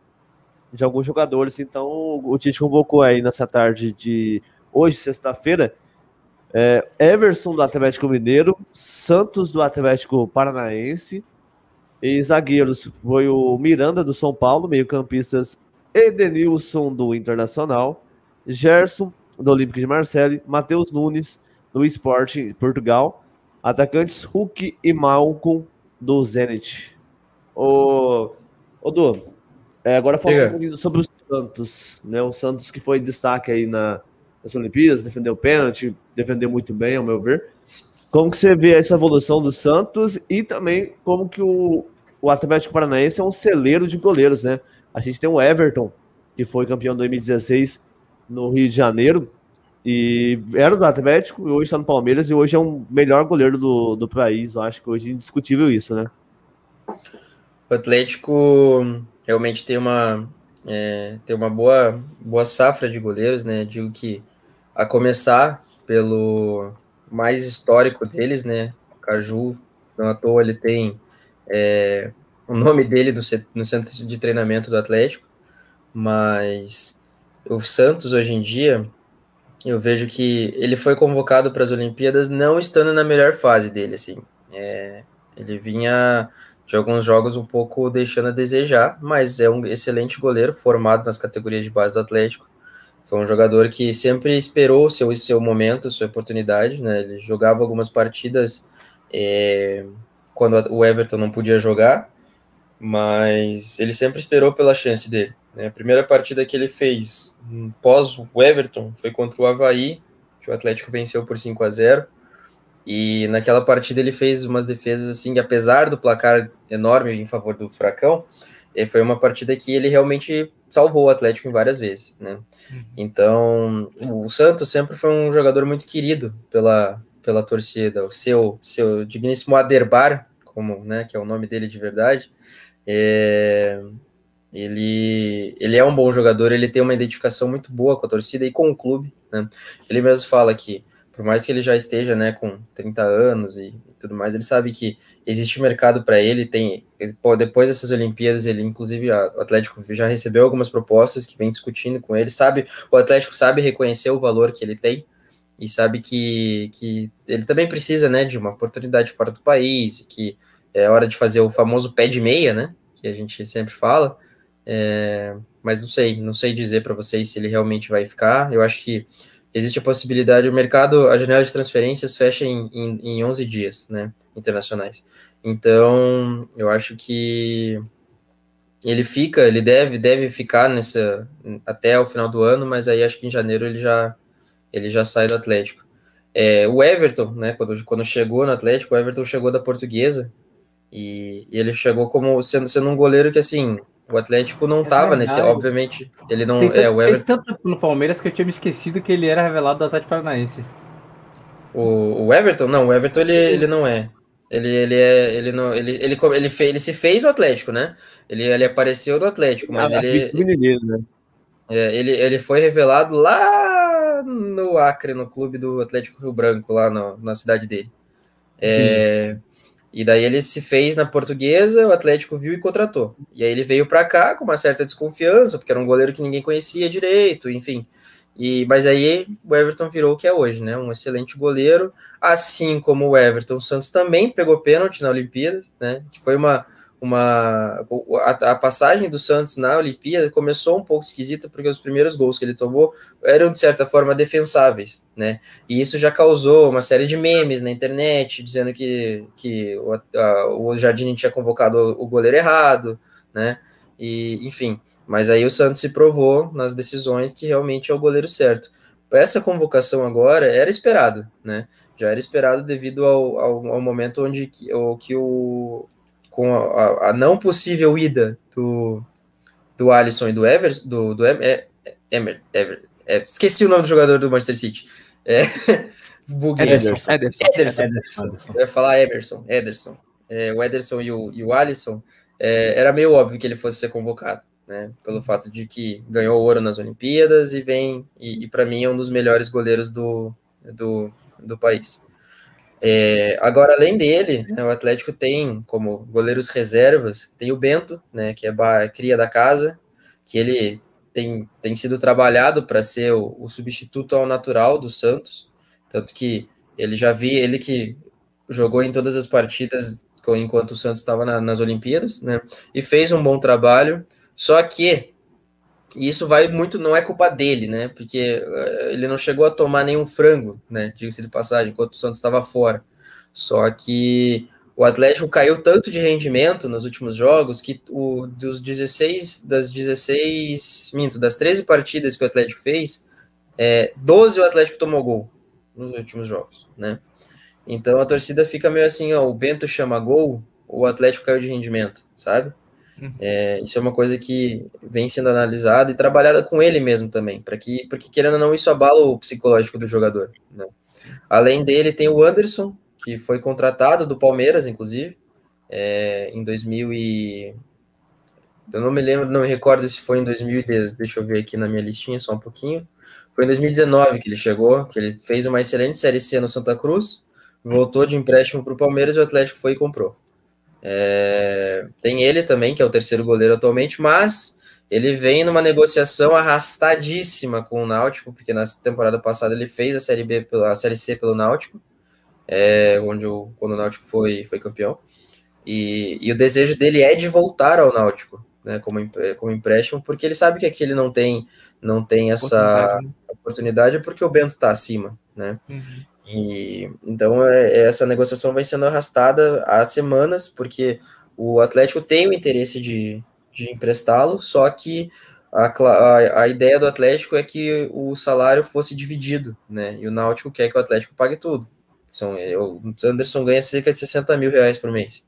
de alguns jogadores. Então o Tite convocou aí nessa tarde de hoje, sexta-feira, é, Everson do Atlético Mineiro, Santos do Atlético Paranaense, e zagueiros foi o Miranda do São Paulo, meio-campistas Edenilson do Internacional, Gerson do Olympique de Marseille, Matheus Nunes do Sport Portugal, atacantes Hulk e Malcom do Zenit. O, o Du, é, agora falando um pouquinho sobre os Santos, né? O Santos que foi destaque aí na, nas Olimpíadas, defendeu o pênalti, defendeu muito bem, ao meu ver. Como que você vê essa evolução do Santos e também como que o, o Atlético Paranaense é um celeiro de goleiros, né? A gente tem o Everton, que foi campeão em dois mil e dezesseis no Rio de Janeiro, e era do Atlético, e hoje está no Palmeiras, e hoje é o melhor goleiro do, do país. Eu acho que hoje é indiscutível isso, né? O Atlético realmente tem uma, é, tem uma boa, boa safra de goleiros, né? Digo que, a começar pelo mais histórico deles, né? O Caju, não à toa ele tem é, o nome dele do, no centro de treinamento do Atlético, mas o Santos hoje em dia, eu vejo que ele foi convocado para as Olimpíadas não estando na melhor fase dele, assim. É, ele vinha de alguns jogos um pouco deixando a desejar, mas é um excelente goleiro, formado nas categorias de base do Atlético. Foi um jogador que sempre esperou o seu, seu momento, sua oportunidade, né? Ele jogava algumas partidas é, quando o Everton não podia jogar, mas ele sempre esperou pela chance dele. A primeira partida que ele fez pós o Everton foi contra o Avaí, que o Atlético venceu por cinco a zero, e naquela partida ele fez umas defesas assim, apesar do placar enorme em favor do Furacão, foi uma partida que ele realmente salvou o Atlético em várias vezes, né? Então, o Santos sempre foi um jogador muito querido pela, pela torcida, o seu, seu digníssimo Aderbar, como, né, que é o nome dele de verdade, é... Ele, ele é um bom jogador, ele tem uma identificação muito boa com a torcida e com o clube, né? Ele mesmo fala que, por mais que ele já esteja, né, com trinta anos e, e tudo mais, ele sabe que existe mercado para ele, tem, ele, pô, depois dessas Olimpíadas, ele, inclusive, a, o Atlético já recebeu algumas propostas que vem discutindo com ele, sabe, o Atlético sabe reconhecer o valor que ele tem e sabe que, que ele também precisa, né, de uma oportunidade fora do país, que é hora de fazer o famoso pé de meia, né, que a gente sempre fala. É, mas não sei, não sei dizer para vocês se ele realmente vai ficar. Eu acho que existe a possibilidade, o mercado, a janela de transferências fecha em, em, em onze dias, né, internacionais. Então, eu acho que ele fica, ele deve, deve ficar nessa, até o final do ano, mas aí acho que em janeiro ele já, ele já sai do Atlético. É, o Everton, né, quando, quando chegou no Atlético, o Everton chegou da Portuguesa, e, e ele chegou como sendo, sendo um goleiro que, assim, o Atlético não estava é nesse, obviamente, ele não... Tem é, o Everton... tanto no Palmeiras que eu tinha me esquecido que ele era revelado do Atlético Paranaense. O, o Everton? Não, o Everton ele, ele não é. Ele, ele é. Ele, não, ele, ele, ele, fe, ele se fez o Atlético, né? Ele, ele apareceu no Atlético, mas ah, ele. Né? É, ele, ele foi revelado lá no Acre, no clube do Atlético Rio Branco, lá no, na cidade dele. É, e daí ele se fez na Portuguesa, o Atlético viu e contratou. E aí ele veio para cá com uma certa desconfiança, porque era um goleiro que ninguém conhecia direito, enfim. E, mas aí o Everton virou o que é hoje, né? Um excelente goleiro, assim como o Everton. O Santos também pegou pênalti na Olimpíada, né? Que foi uma, uma a, a passagem do Santos na Olimpíada começou um pouco esquisita, porque os primeiros gols que ele tomou eram de certa forma defensáveis, né? E isso já causou uma série de memes na internet dizendo que, que o, a, o Jardim tinha convocado o goleiro errado, né? E enfim. Mas aí o Santos se provou nas decisões que realmente é o goleiro certo. Essa convocação agora era esperada, né? Já era esperado devido ao, ao, ao momento onde que o, que o com a, a não possível ida do, do Alisson e do Everson, do, do Emer, Emer, Ever, é, esqueci o nome do jogador do Manchester City. É, Ederson, Ederson, Ederson, Ederson. Eu ia falar Emerson, Ederson. É, o Ederson e o, e o Alisson, é, era meio óbvio que ele fosse ser convocado. Né, pelo fato de que ganhou ouro nas Olimpíadas e vem, e, e para mim é um dos melhores goleiros do, do, do país. É, agora, além dele, né, o Atlético tem como goleiros reservas, tem o Bento, né, que é cria da casa, que ele tem, tem sido trabalhado para ser o, o substituto ao natural do Santos, tanto que ele já vi, ele que jogou em todas as partidas enquanto o Santos estava na, nas Olimpíadas, né, e fez um bom trabalho. Só que isso vai muito, não é culpa dele, né? Porque uh, ele não chegou a tomar nenhum frango, né? Diga-se de passagem, enquanto o Santos estava fora. Só que o Atlético caiu tanto de rendimento nos últimos jogos que o, dos dezesseis, das dezesseis, minto, das treze partidas que o Atlético fez, é, doze o Atlético tomou gol nos últimos jogos, né? Então a torcida fica meio assim, ó, o Bento chama gol, o Atlético caiu de rendimento, sabe? É, isso é uma coisa que vem sendo analisada e trabalhada com ele mesmo também, para que, porque querendo ou não, isso abala o psicológico do jogador, né? Além dele tem o Anderson, que foi contratado do Palmeiras, inclusive, é, em dois mil e... Eu não me lembro, não me recordo se foi em dois mil e dez, deixa eu ver aqui na minha listinha só um pouquinho. Foi em dois mil e dezenove que ele chegou, que ele fez uma excelente Série C no Santa Cruz, voltou de empréstimo para o Palmeiras e o Atlético foi e comprou. É, tem ele também, que é o terceiro goleiro atualmente, mas ele vem numa negociação arrastadíssima com o Náutico, porque na temporada passada ele fez a Série B, a Série C pelo Náutico, é, onde o, quando o Náutico foi, foi campeão, e, e o desejo dele é de voltar ao Náutico, né, como, como empréstimo, porque ele sabe que aqui ele não tem, não tem essa oportunidade, oportunidade porque o Bento está acima, né? Uhum. E, então é, essa negociação vai sendo arrastada há semanas, porque o Atlético tem o interesse de, de emprestá-lo, só que a, a, a ideia do Atlético é que o salário fosse dividido, né? E o Náutico quer que o Atlético pague tudo. São, o Anderson ganha cerca de sessenta mil reais por mês.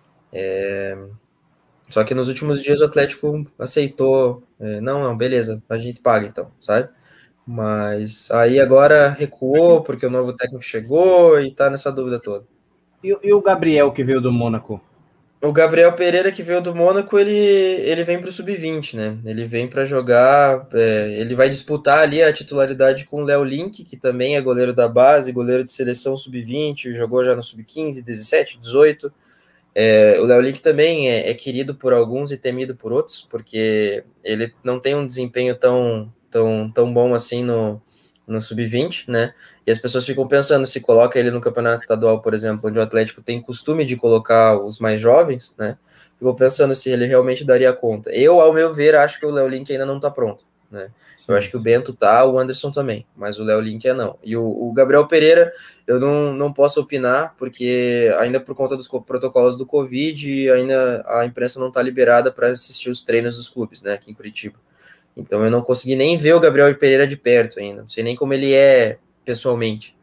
É, só que nos últimos dias o Atlético aceitou, é, não, não, beleza, a gente paga então, sabe? Mas aí agora recuou porque o novo técnico chegou e tá nessa dúvida toda. E, e o Gabriel que veio do Mônaco? O Gabriel Pereira que veio do Mônaco, ele, ele vem para o sub vinte, né? Ele vem para jogar, é, ele vai disputar ali a titularidade com o Léo Link, que também é goleiro da base, goleiro de seleção sub vinte, jogou já no sub quinze, dezessete, dezoito. É, o Léo Link também é, é querido por alguns e temido por outros, porque ele não tem um desempenho tão... tão, tão bom assim no, no sub vinte, né? E as pessoas ficam pensando se coloca ele no campeonato estadual, por exemplo, onde o Atlético tem costume de colocar os mais jovens, né? Ficam pensando se ele realmente daria conta. Eu, ao meu ver, acho que o Léo Link ainda não tá pronto, né? Eu acho que o Bento tá, o Anderson também, mas o Léo Link é não. E o, o Gabriel Pereira, eu não, não posso opinar, porque ainda por conta dos protocolos do Covid, ainda a imprensa não tá liberada para assistir os treinos dos clubes, né, aqui em Curitiba. Então eu não consegui nem ver o Gabriel Pereira de perto ainda, não sei nem como ele é pessoalmente,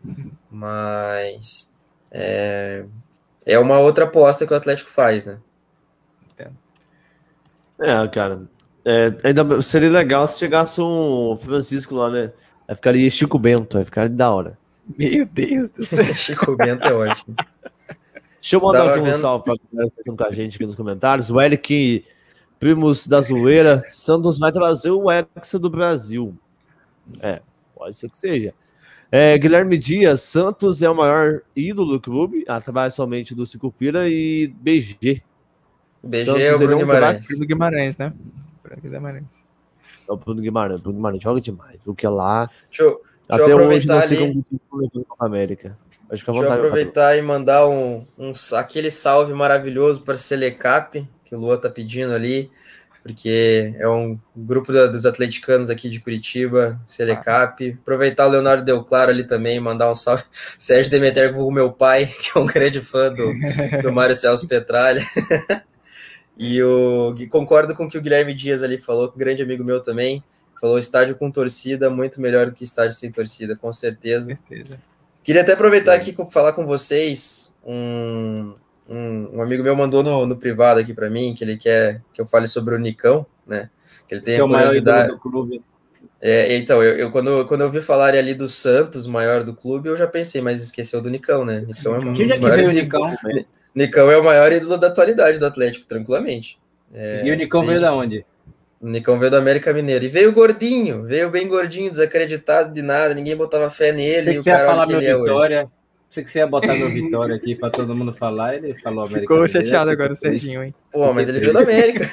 mas é, é uma outra aposta que o Atlético faz, né? É, cara, é, ainda seria legal se chegasse um Francisco lá, né? Aí ficaria Chico Bento, aí ficaria da hora. Meu Deus do céu. Chico Bento é ótimo. Deixa eu mandar Tava aqui um vendo- salve pra galera que tá com a gente aqui nos comentários. O Eric, Primos da Zoeira, Santos vai trazer o Hexa do Brasil. É, pode ser que seja. É, Guilherme Dias, Santos é o maior ídolo do clube, através somente do Sicupira e B G. B G Santos, é o ele Bruno é um Guimarães. Bruno Guimarães, né? Bruno Guimarães. É o Bruno Guimarães. Bruno Guimarães joga demais. O que é lá. Deixa eu, deixa eu Até hoje aproveitar não sei ali. como que levou a Copa América. Acho que a Deixa eu vontade aproveitar e mandar um, um aquele salve maravilhoso para Selecap, que o Lua tá pedindo ali, porque é um grupo da, dos atleticanos aqui de Curitiba, Selecap. Aproveitar o Leonardo Del Claro ali também, mandar um salve. Sérgio Demeter, o meu pai, que é um grande fã do, do Mário Celso Petralha. E o, concordo com o que o Guilherme Dias ali falou, que um grande amigo meu também, falou estádio com torcida muito melhor do que estádio sem torcida, com certeza. Com certeza. Queria até aproveitar Sim. aqui para falar com vocês. Um, um, um amigo meu mandou no, no privado aqui para mim que ele quer que eu fale sobre o Nicão, né? Que ele tem que a curiosidade. É o maior ídolo do clube. É, então, eu, eu quando, quando eu ouvi falar ali do Santos, maior do clube, eu já pensei, mas esqueceu do Nicão, né? Nicão é um dos maiores ídolos. Nicão? Nicão é o maior ídolo da atualidade do Atlético, tranquilamente. É, e o Nicão desde... veio da onde? O Nicão veio do América Mineiro. E veio gordinho, veio bem gordinho, desacreditado de nada, ninguém botava fé nele. Sei que e o você ia cara falar que meu ele é Vitória. hoje. Sei que você ia botar meu Vitória aqui pra todo mundo falar, ele falou América Ficou Mineiro. chateado agora o Serginho, hein? Pô, mas ele veio da América.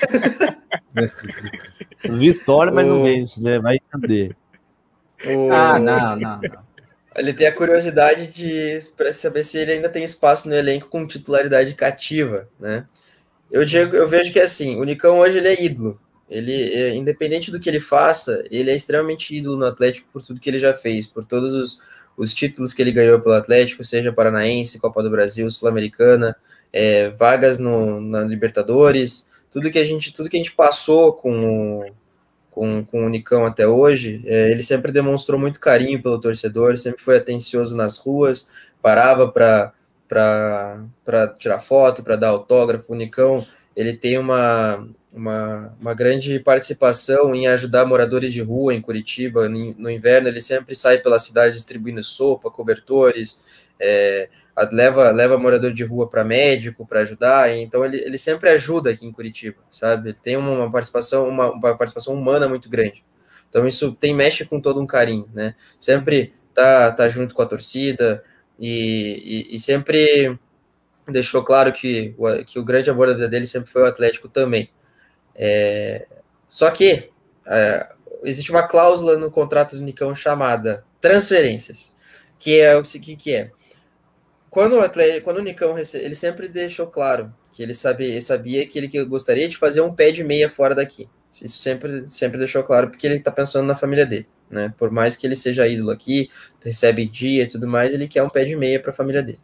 Vitória, mas o... não vence, né? Vai entender. O... Ah, não, não, não. Ele tem a curiosidade de para saber se ele ainda tem espaço no elenco com titularidade cativa, né? Eu, digo, eu vejo que assim, o Nicão hoje ele é ídolo. Ele, independente do que ele faça, ele é extremamente ídolo no Atlético por tudo que ele já fez, por todos os, os títulos que ele ganhou pelo Atlético, seja Paranaense, Copa do Brasil, Sul-Americana, é, vagas no, na Libertadores, tudo que a gente, tudo que a gente passou com o, com, com o Nicão até hoje, é, ele sempre demonstrou muito carinho pelo torcedor, sempre foi atencioso nas ruas, parava para para tirar foto, para dar autógrafo. O Nicão, ele tem uma, uma, uma grande participação em ajudar moradores de rua em Curitiba. No inverno, ele sempre sai pela cidade distribuindo sopa, cobertores, é, leva, leva morador de rua para médico, para ajudar. Então, ele, ele sempre ajuda aqui em Curitiba, sabe? Ele tem uma participação, uma, uma participação humana muito grande. Então, isso tem, mexe com todo um carinho, né? Sempre tá, tá junto com a torcida, E, e, e sempre deixou claro que o, que o grande amor da vida dele sempre foi o Atlético também. É, só que é, existe uma cláusula no contrato do Nicão chamada transferências, que é o que, que é. Quando o, Atlético, quando o Nicão recebe, ele sempre deixou claro que ele sabia, ele sabia que ele que gostaria de fazer um pé de meia fora daqui. Isso sempre, sempre deixou claro, porque ele está pensando na família dele, né? Por mais que ele seja ídolo aqui, recebe dia e tudo mais, ele quer um pé de meia para a família dele.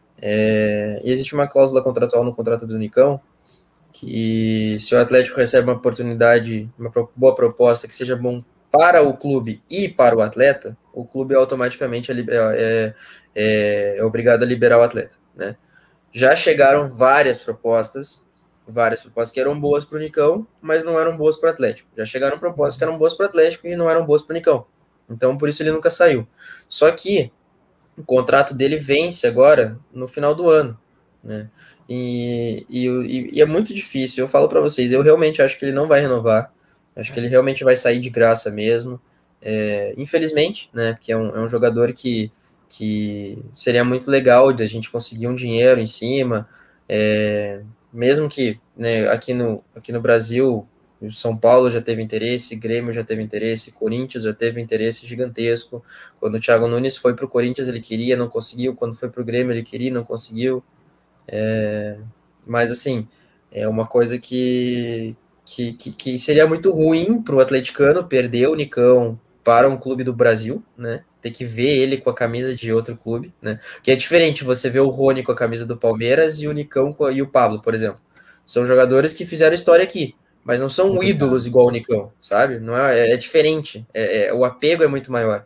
É, e existe uma cláusula contratual no contrato do Nicão, que se o Atlético recebe uma oportunidade, uma boa proposta que seja bom para o clube e para o atleta, o clube automaticamente é, é, é, é obrigado a liberar o atleta, né? Já chegaram várias propostas, várias propostas que eram boas para o Nicão, mas não eram boas para o Atlético. Já chegaram propostas que eram boas para o Atlético e não eram boas para o Nicão. Então, por isso ele nunca saiu. Só que o contrato dele vence agora no final do ano, né? E, e, e é muito difícil. Eu falo para vocês, eu realmente acho que ele não vai renovar. Acho que ele realmente vai sair de graça mesmo. É, infelizmente, né? Porque é um, é um jogador que, que seria muito legal de a gente conseguir um dinheiro em cima. É, mesmo que, né, aqui, no, aqui no Brasil, o São Paulo já teve interesse, Grêmio já teve interesse, Corinthians já teve interesse gigantesco. Quando o Thiago Nunes foi para o Corinthians, ele queria, não conseguiu. Quando foi para o Grêmio, ele queria, não conseguiu. É, mas, assim, é uma coisa que, que, que, que seria muito ruim para o atleticano perder o Nicão para um clube do Brasil, né? Ter que ver ele com a camisa de outro clube, né? Que é diferente você ver o Rony com a camisa do Palmeiras e o Nicão e o Pablo, por exemplo. São jogadores que fizeram história aqui, mas não são ídolos igual o Nicão, sabe? Não é, é diferente. É, é, o apego é muito maior.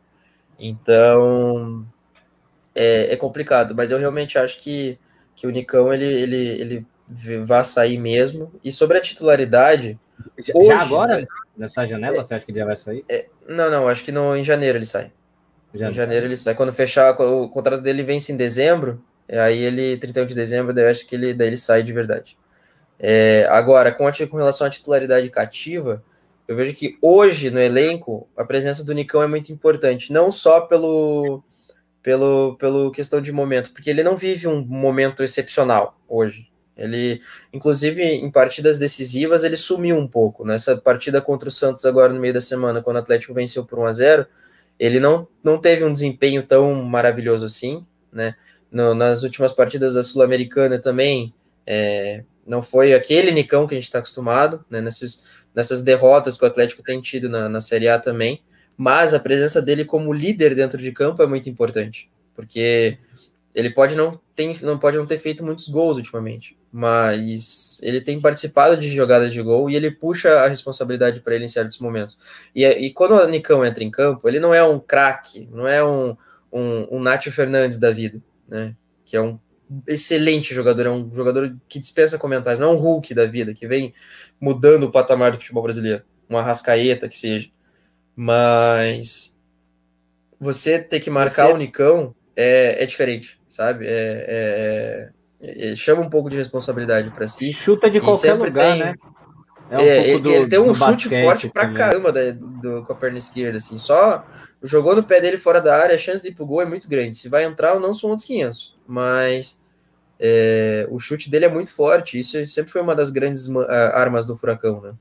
Então, é, é complicado. Mas eu realmente acho que, que o Nicão, ele, ele, ele vai sair mesmo. E sobre a titularidade... Já, hoje, já agora? Nessa janela, é, você acha que ele já vai sair? É, não, não. Acho que no, em janeiro ele sai. Janeiro. Em janeiro ele sai. Quando fechar, o contrato dele vence em dezembro, aí ele, trinta e um de dezembro, daí eu acho que ele, daí ele sai de verdade. É, agora, com, a, com relação à titularidade cativa, eu vejo que hoje no elenco a presença do Nicão é muito importante, não só pelo, pelo, pelo questão de momento, porque ele não vive um momento excepcional hoje. Ele, inclusive, em partidas decisivas, ele sumiu um pouco. Nessa partida contra o Santos agora no meio da semana, quando o Atlético venceu por um a zero, ele não, não teve um desempenho tão maravilhoso assim, né? No, nas últimas partidas da Sul-Americana também, é, não foi aquele Nicão que a gente está acostumado, né? Nessas, nessas derrotas que o Atlético tem tido na, na Série A também, mas a presença dele como líder dentro de campo é muito importante, porque ele pode não, tem, não pode não ter feito muitos gols ultimamente, mas ele tem participado de jogadas de gol e ele puxa a responsabilidade para ele em certos momentos. E, e quando o Nicão entra em campo, ele não é um craque, não é um, um, um Nacho Fernandes da vida, né? Que é um excelente jogador, é um jogador que dispensa comentários, não é um Hulk da vida, que vem mudando o patamar do futebol brasileiro, uma Arrascaeta que seja. Mas você ter que marcar você... o Nicão é, é diferente, sabe? É, é, é, chama um pouco de responsabilidade para si. Chuta de qualquer lugar, tem, né? É um é, ele, do, ele tem um chute forte pra também. Caramba da, do, com a perna esquerda, assim. Só jogou no pé dele fora da área, a chance de ir pro gol é muito grande. Se vai entrar ou não, são outros quinhentos. Mas é, o chute dele é muito forte. Isso sempre foi uma das grandes uh, armas do Furacão, né?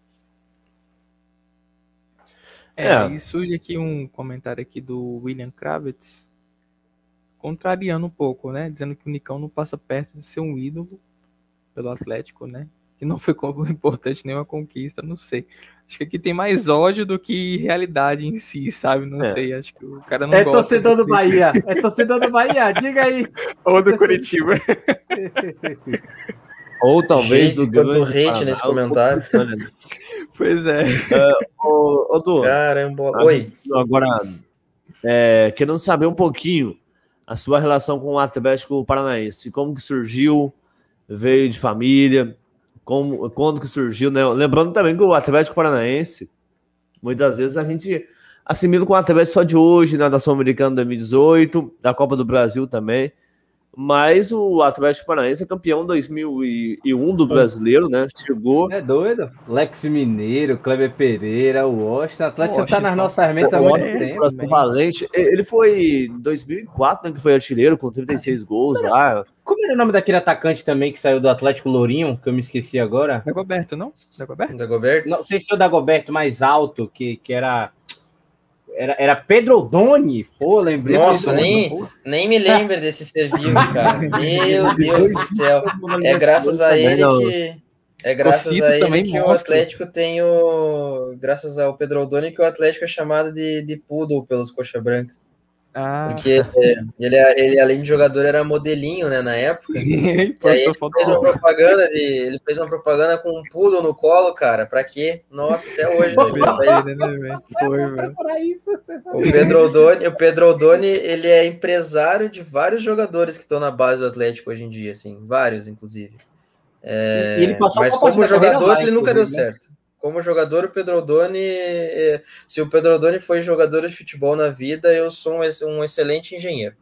É, é, e surge aqui um comentário aqui do William Kravitz, contrariando um pouco, né? Dizendo que o Nicão não passa perto de ser um ídolo pelo Atlético, né? Que não foi como importante nenhuma conquista, não sei. Acho que aqui tem mais ódio do que realidade em si, sabe? Não é. sei, acho que o cara não é gosta. É torcedor do Bahia, é torcedor do Bahia, diga aí. Ou do Curitiba. Ou talvez do quanto hate nesse comentário. Pois é. Uh, ô, ô, Du, Caramba, oi. Agora, é, querendo saber um pouquinho a sua relação com o Atlético Paranaense. Como que surgiu? Veio de família? Como, quando que surgiu, né? Lembrando também que o Atlético Paranaense, muitas vezes a gente assimila com o Atlético só de hoje, né, da Sul-Americana dois mil e dezoito, da Copa do Brasil também, mas o Atlético Paranaense é campeão dois mil e um do Brasileiro, né? Chegou... É doido? Lex Mineiro, Kleber Pereira, o Washington, o Atlético Washington, tá nas nossas mentes há muito tempo. Valente. Ele foi em dois mil e quatro, né, que foi artilheiro, com trinta e seis gols lá. Como era o nome daquele atacante também que saiu do Atlético Lourinho, que eu me esqueci agora? Dagoberto, não? Dagoberto? Dagoberto? Não sei se é o Dagoberto mais alto, que, que era... Era, era Pedro Odoni, pô, lembrei. Nossa, nem, nem me lembro desse ser vivo, cara. Meu Deus do céu. É graças a ele que... É graças a ele que o Atlético tem o... Graças ao Pedro Odoni que o Atlético é chamado de, de Poodle pelos Coxa Branca. Ah. Porque é, ele, ele, além de jogador, era modelinho, né, na época. E aí ele fez uma propaganda de, ele fez uma propaganda com um poodle no colo, cara. Pra quê? Nossa, até hoje. Né, o Pedro Odoni, o Pedro Odoni, ele é empresário de vários jogadores que estão na base do Atlético hoje em dia, assim, vários, inclusive. É, ele mas como jogador, ele nunca deu certo. Como jogador, o Pedro Odoni, se o Pedro Odoni foi jogador de futebol na vida, eu sou um, um excelente engenheiro.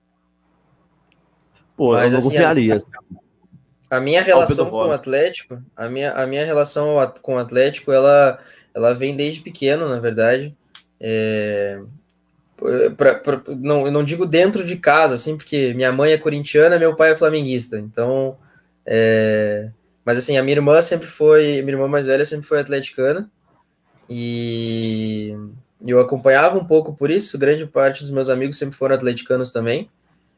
Pô, mas, eu não assim, confiaria. A, a minha relação com o Atlético, a minha, a minha relação com o Atlético, ela, ela vem desde pequeno, na verdade. É, pra, pra, não, eu não digo dentro de casa, assim, porque minha mãe é corintiana, meu pai é flamenguista, então... É, mas assim, a minha irmã sempre foi, minha irmã mais velha sempre foi atleticana, e eu acompanhava um pouco por isso, grande parte dos meus amigos sempre foram atleticanos também,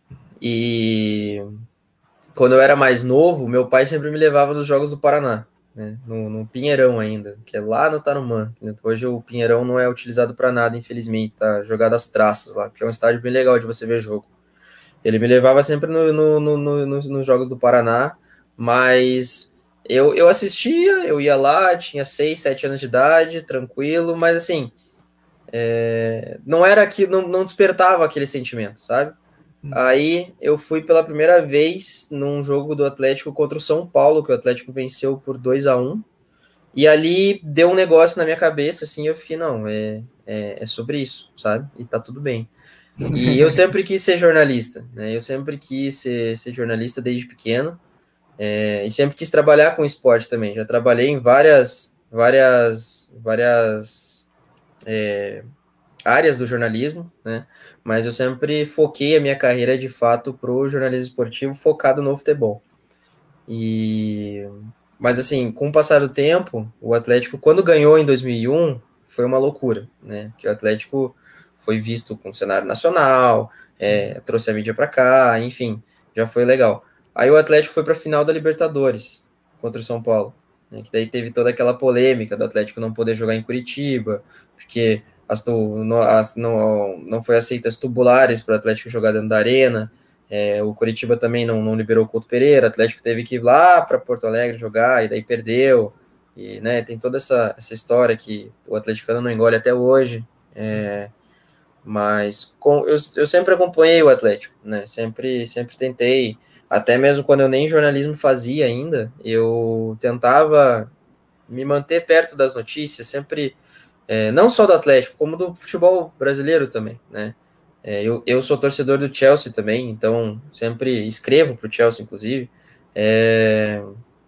e quando eu era mais novo, meu pai sempre me levava nos Jogos do Paraná, né, no, no Pinheirão ainda, que é lá no Tarumã. Hoje o Pinheirão não é utilizado para nada, infelizmente, tá jogado às traças lá, que é um estádio bem legal de você ver jogo. Ele me levava sempre no, no, no, no, nos Jogos do Paraná, mas eu, eu assistia, eu ia lá, tinha seis, sete anos de idade, tranquilo, mas assim, é, não era que não, não despertava aquele sentimento, sabe? Hum. Aí eu fui pela primeira vez num jogo do Atlético contra o São Paulo, que o Atlético venceu por dois a um, E ali deu um negócio na minha cabeça, assim, eu fiquei, não, é, é, é sobre isso, sabe? E tá tudo bem. E eu sempre quis ser jornalista, né? Eu sempre quis ser, ser jornalista desde pequeno, é, e sempre quis trabalhar com esporte também. Já trabalhei em várias, várias, várias é, áreas do jornalismo, né? Mas eu sempre foquei a minha carreira, de fato, pro jornalismo esportivo, focado no futebol. E... Mas, assim, com o passar do tempo, o Atlético, quando ganhou em dois mil e um, foi uma loucura, né? Porque o Atlético foi visto com o cenário nacional, é, trouxe a mídia para cá, enfim, já foi legal. Aí o Atlético foi para a final da Libertadores contra o São Paulo, né? Que daí teve toda aquela polêmica do Atlético não poder jogar em Curitiba, porque as, tu, no, as não, não foi aceitas tubulares para o Atlético jogar dentro da arena. É, o Curitiba também não, não liberou o Couto Pereira, o Atlético teve que ir lá para Porto Alegre jogar, e daí perdeu, e né, tem toda essa, essa história que o atleticano não engole até hoje, é, mas com, eu, eu sempre acompanhei o Atlético, né, sempre, sempre tentei, até mesmo quando eu nem jornalismo fazia ainda, eu tentava me manter perto das notícias, sempre, é, não só do Atlético, como do futebol brasileiro também, né. É, eu, eu sou torcedor do Chelsea também, então sempre escrevo para o Chelsea, inclusive. É,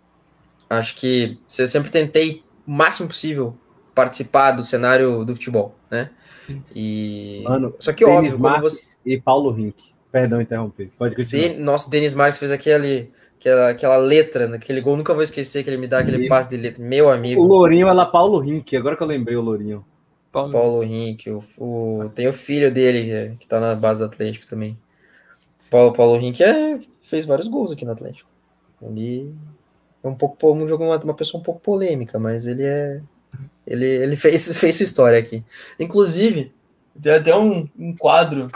acho que eu sempre tentei o máximo possível participar do cenário do futebol, né? E... Mano, Só que Denis óbvio, quando Marques você... e Paulo Rink. Perdão interromper, pode continuar. De... Nossa, Denis Marques fez aquele, aquela, aquela letra naquele gol, nunca vou esquecer que ele me dá aquele E... passe de letra, meu amigo. O Lourinho era Paulo Rink, agora que eu lembrei o Lourinho. Paulo, Paulo Rink, o, o, tem o filho dele que, que tá na base do Atlético também. Paulo, Paulo Rink é, fez vários gols aqui no Atlético. Ele é um pouco um jogo uma, uma pessoa um pouco polêmica, mas ele é ele, ele fez, fez sua história aqui. Inclusive, tem até um, um quadro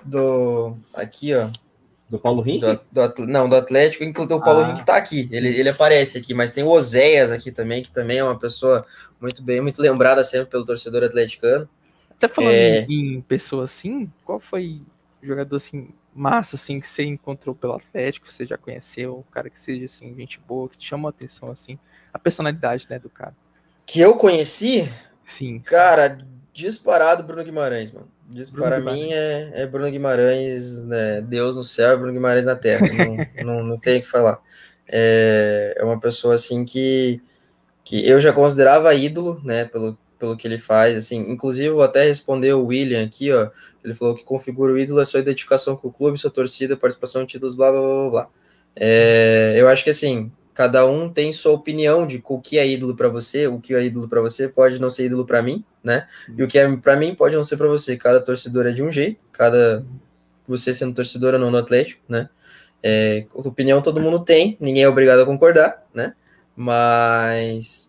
do aqui, ó. Do Paulo Rink? Do, do, não, do Atlético, inclusive o Paulo ah, Rink tá aqui. Ele, ele aparece aqui, mas tem o Oséias aqui também, que também é uma pessoa muito bem, muito lembrada sempre pelo torcedor atleticano. Até falando é... em, em pessoa assim, qual foi o jogador assim massa assim que você encontrou pelo Atlético, que você já conheceu, um cara que seja assim gente boa, que te chamou a atenção assim, a personalidade, né, do cara? Que eu conheci? Sim. Cara, sim. Disparado Bruno Guimarães, mano. Diz para mim é, é Bruno Guimarães, né? Deus no céu e Bruno Guimarães na terra. Não, não, não tem o que falar. É, é uma pessoa assim que, que eu já considerava ídolo, né? Pelo, pelo que ele faz. Assim, inclusive, vou até responder o William aqui, ó. Ele falou que configura o ídolo a sua identificação com o clube, sua torcida, participação em títulos, blá blá blá blá. É, eu acho que assim. Cada um tem sua opinião de o que é ídolo para você, o que é ídolo para você pode não ser ídolo para mim, né? E o que é para mim pode não ser para você. Cada torcedor é de um jeito, cada você sendo torcedor ou não no Atlético, né? É, opinião todo mundo tem, ninguém é obrigado a concordar, né? Mas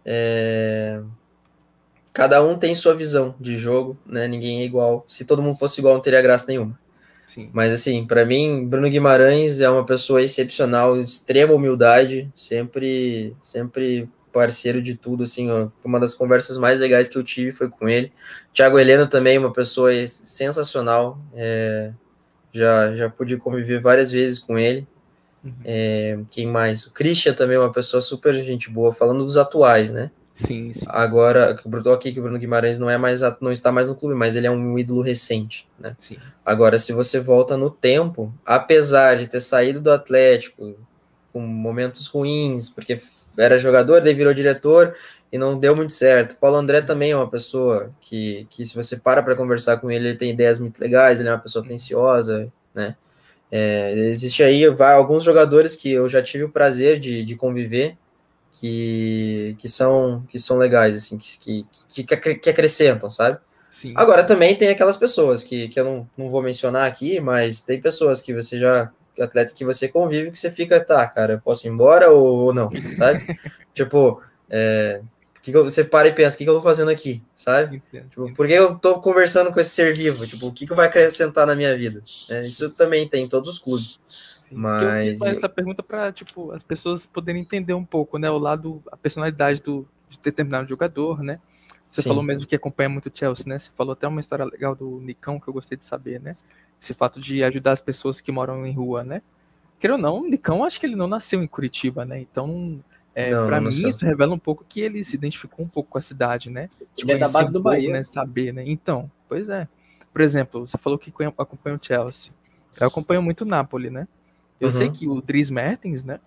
é, cada um tem sua visão de jogo, né? Ninguém é igual. Se todo mundo fosse igual, não teria graça nenhuma. Sim. Mas assim, para mim, Bruno Guimarães é uma pessoa excepcional, extrema humildade, sempre, sempre parceiro de tudo, assim, ó, uma das conversas mais legais que eu tive foi com ele. Thiago Heleno também, uma pessoa sensacional, é, já, já pude conviver várias vezes com ele. Uhum. É, quem mais? O Christian também é uma pessoa super gente boa, falando dos atuais, né? Sim, sim. Agora, estou aqui que o Bruno Guimarães não é mais, não está mais no clube, mas ele é um ídolo recente, né? Sim. Agora, se você volta no tempo, apesar de ter saído do Atlético com momentos ruins, porque era jogador, daí virou diretor e não deu muito certo. Paulo André também é uma pessoa que, que se você para para conversar com ele, ele tem ideias muito legais, ele é uma pessoa atenciosa, né? É, existe aí vai, alguns jogadores que eu já tive o prazer de, de conviver, que, que, são, que são legais, assim, que, que, que, que acrescentam, sabe? Sim, Agora, sim. também tem aquelas pessoas que, que eu não, não vou mencionar aqui, mas tem pessoas que você já, atleta que você convive, que você fica, tá, cara, eu posso ir embora ou, ou não, sabe? Tipo, é, que você para e pensa, o que, que eu tô fazendo aqui, sabe? Entendo, tipo, por que eu tô conversando com esse ser vivo? Tipo, o que, que vai acrescentar na minha vida? É, isso também tem em todos os clubes. Sim, mas eu fiz essa pergunta para tipo as pessoas poderem entender um pouco, né, o lado, a personalidade do de determinado jogador, né? Você Sim. falou mesmo que acompanha muito o Chelsea, né? Você falou até uma história legal do Nicão que eu gostei de saber, né? Esse fato de ajudar as pessoas que moram em rua, né? Queira ou não, o Nicão acho que ele não nasceu em Curitiba, né? Então É, Não, para não mim, nasceu. isso revela um pouco que ele se identificou um pouco com a cidade, né? De Ele é da conhecer base um do pouco, Bahia. né? Saber, né? Então, pois é. Por exemplo, você falou que conhe- acompanha o Chelsea. Eu acompanho muito o Napoli, né? Eu sei Uhum. que o Dries Mertens, né?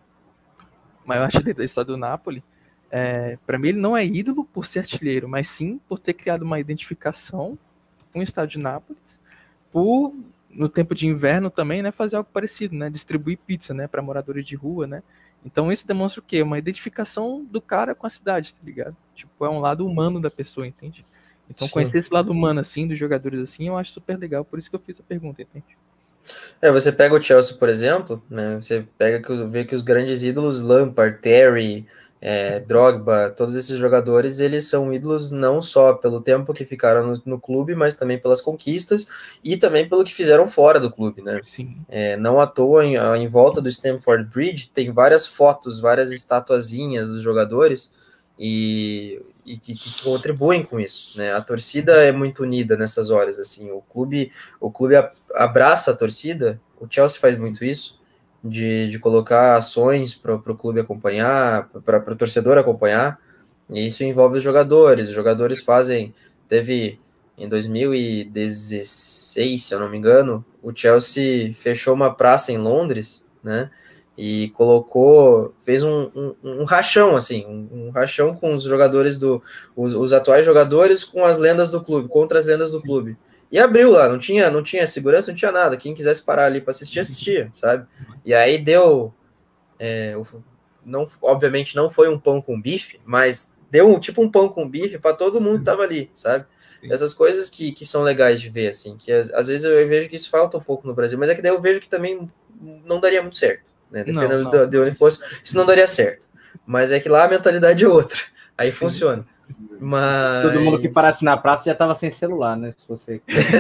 O maior artilheiro da história do Napoli, é, para mim ele não é ídolo por ser artilheiro, mas sim por ter criado uma identificação com o estádio de Nápoles, por no tempo de inverno também, né, fazer algo parecido, né, distribuir pizza, né, para moradores de rua, né. Então isso demonstra o quê? Uma identificação do cara com a cidade, tá ligado? Tipo, é um lado humano da pessoa, entende? Então Sim. conhecer esse lado humano assim dos jogadores assim, eu acho super legal, por isso que eu fiz a pergunta, entende? É, você pega o Chelsea, por exemplo, né? Você pega que os- vê que os grandes ídolos, Lampard, Terry, é, Drogba, todos esses jogadores, eles são ídolos não só pelo tempo que ficaram no, no clube, mas também pelas conquistas e também pelo que fizeram fora do clube, né? Sim. É, não à toa, em, em volta do Stamford Bridge, tem várias fotos, várias estatuazinhas dos jogadores e, e que, que contribuem com isso, né? A torcida é muito unida nessas horas, assim, o clube, o clube a- abraça a torcida, o Chelsea faz muito isso, de, de colocar ações para o clube acompanhar, para o torcedor acompanhar, e isso envolve os jogadores, os jogadores fazem, teve em dois mil e dezesseis, se eu não me engano, o Chelsea fechou uma praça em Londres, né, e colocou, fez um, um, um rachão, assim, um, um rachão com os jogadores do, os, os atuais jogadores com as lendas do clube, contra as lendas do clube. E abriu lá, não tinha, não tinha segurança, não tinha nada. Quem quisesse parar ali para assistir, assistia, sabe? E aí deu, é, não, obviamente não foi um pão com bife, mas deu um tipo um pão com bife para todo mundo que tava ali, sabe? Sim. Essas coisas que, que são legais de ver, assim, que às, às vezes eu vejo que isso falta um pouco no Brasil, mas é que daí eu vejo que também não daria muito certo, né? Dependendo Não, não. de, de onde fosse, isso não daria certo. Mas é que lá a mentalidade é outra, aí Sim. funciona. Mas... Todo mundo que parasse na praça já tava sem celular, né? Se você...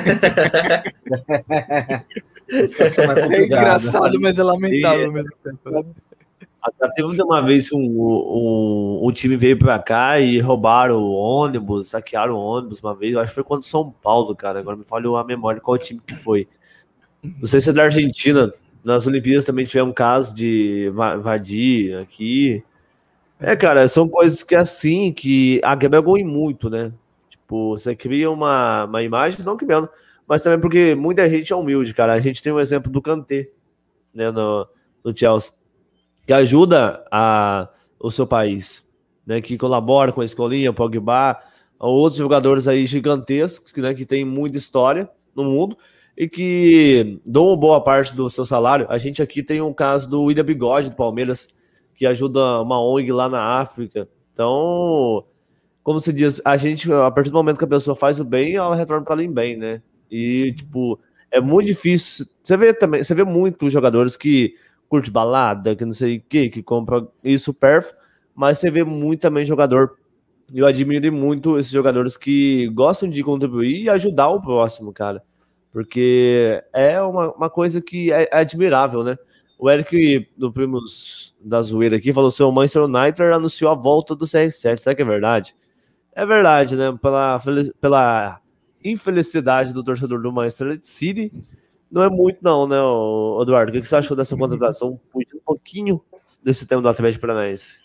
É engraçado, mas é lamentável E- ao mesmo tempo. Né? Até teve uma vez que um, um, um time veio pra cá e roubaram o ônibus, saquearam o ônibus uma vez. Eu acho que foi contra o São Paulo, cara. Agora me falhou a memória qual time que foi. Não sei se é da Argentina. Nas Olimpíadas também tivemos um caso de va- vadia aqui. É, cara, são coisas que é assim, que agregam em muito, né? Tipo, você cria uma, uma imagem, não criando, mas também porque muita gente é humilde, cara. A gente tem um exemplo do Kanté, né, no, no Chelsea, que ajuda a, o seu país, né, que colabora com a Escolinha, Pogba, outros jogadores aí gigantescos, né, que tem muita história no mundo e que dão boa parte do seu salário. A gente aqui tem um caso do William Bigode, do Palmeiras, que ajuda uma O N G lá na África. Então, como se diz, a gente, a partir do momento que a pessoa faz o bem, ela retorna para além bem, né? E, tipo, é muito difícil. Você vê também, você vê muitos jogadores que curte balada, que não sei o que, que compra isso perf, mas você vê muito também jogador. E eu admiro muito esses jogadores que gostam de contribuir e ajudar o próximo, cara. Porque é uma, uma coisa que é, é admirável, né? O Eric, do Primos da Zoeira aqui, falou que o Manchester United anunciou a volta do C R sete. Será que é verdade? É verdade, né? Pela, pela infelicidade do torcedor do Manchester City, não é muito não, né, Eduardo? O que você achou dessa contratação? Fugindo um pouquinho desse tema do Atlético Paranaense.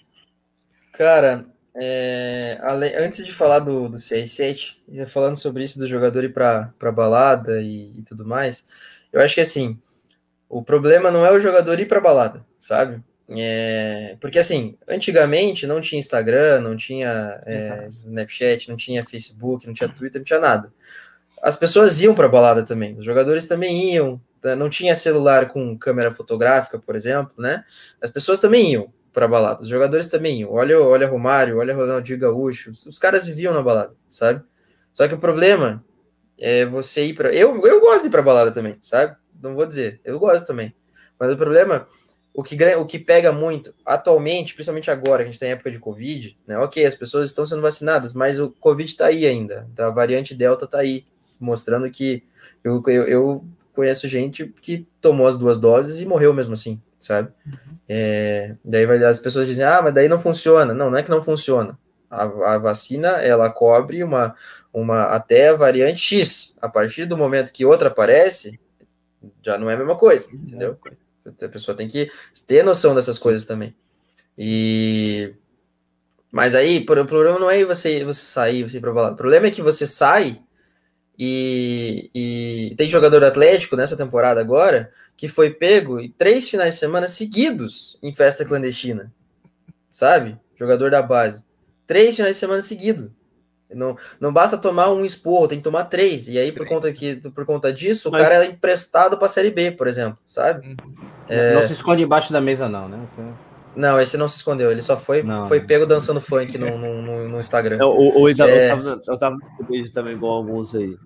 Cara, é, ale- antes de falar do, do C R sete, falando sobre isso do jogador ir para balada e, e tudo mais, eu acho que assim, o problema não é o jogador ir para balada, sabe? É, porque assim, antigamente não tinha Instagram, não tinha é, Snapchat, não tinha Facebook, não tinha Twitter, não tinha nada. As pessoas iam para balada também, os jogadores também iam, não tinha celular com câmera fotográfica, por exemplo, né? As pessoas também iam para balada, os jogadores também iam. Olha, olha Romário, olha Ronaldinho Gaúcho, os caras viviam na balada, sabe? Só que o problema é você ir para. Eu, eu gosto de ir para balada também, sabe? Não vou dizer, eu gosto também. Mas o problema, o que, o que pega muito, atualmente, principalmente agora, que a gente tem época de Covid, né? Ok, as pessoas estão sendo vacinadas, mas o Covid tá aí ainda. A variante Delta tá aí, mostrando que eu, eu, eu conheço gente que tomou as duas doses e morreu mesmo assim, sabe? É, daí vai, as pessoas dizem, ah, mas daí não funciona. Não, não é que não funciona. A, a vacina, ela cobre uma, uma até a variante X. A partir do momento que outra aparece, já não é a mesma coisa, entendeu? A pessoa tem que ter noção dessas coisas também. E... Mas aí, o problema não é você, você sair, você ir pra balada. O problema é que você sai e, e tem jogador atlético nessa temporada agora que foi pego em três finais de semana seguidos em festa clandestina. Sabe? Jogador da base. Três finais de semana seguidos. Não, não basta tomar um esporro, tem que tomar três. E aí, por conta, que, por conta disso, Mas... o cara é emprestado pra Série B, por exemplo, sabe? Não, é... não se esconde embaixo da mesa, não, né? Não, esse não se escondeu, ele só foi, não, foi não. pego dançando funk no, no, no, no Instagram. Eu, eu, eu, é... eu, tava, eu tava no beijo também, igual alguns aí.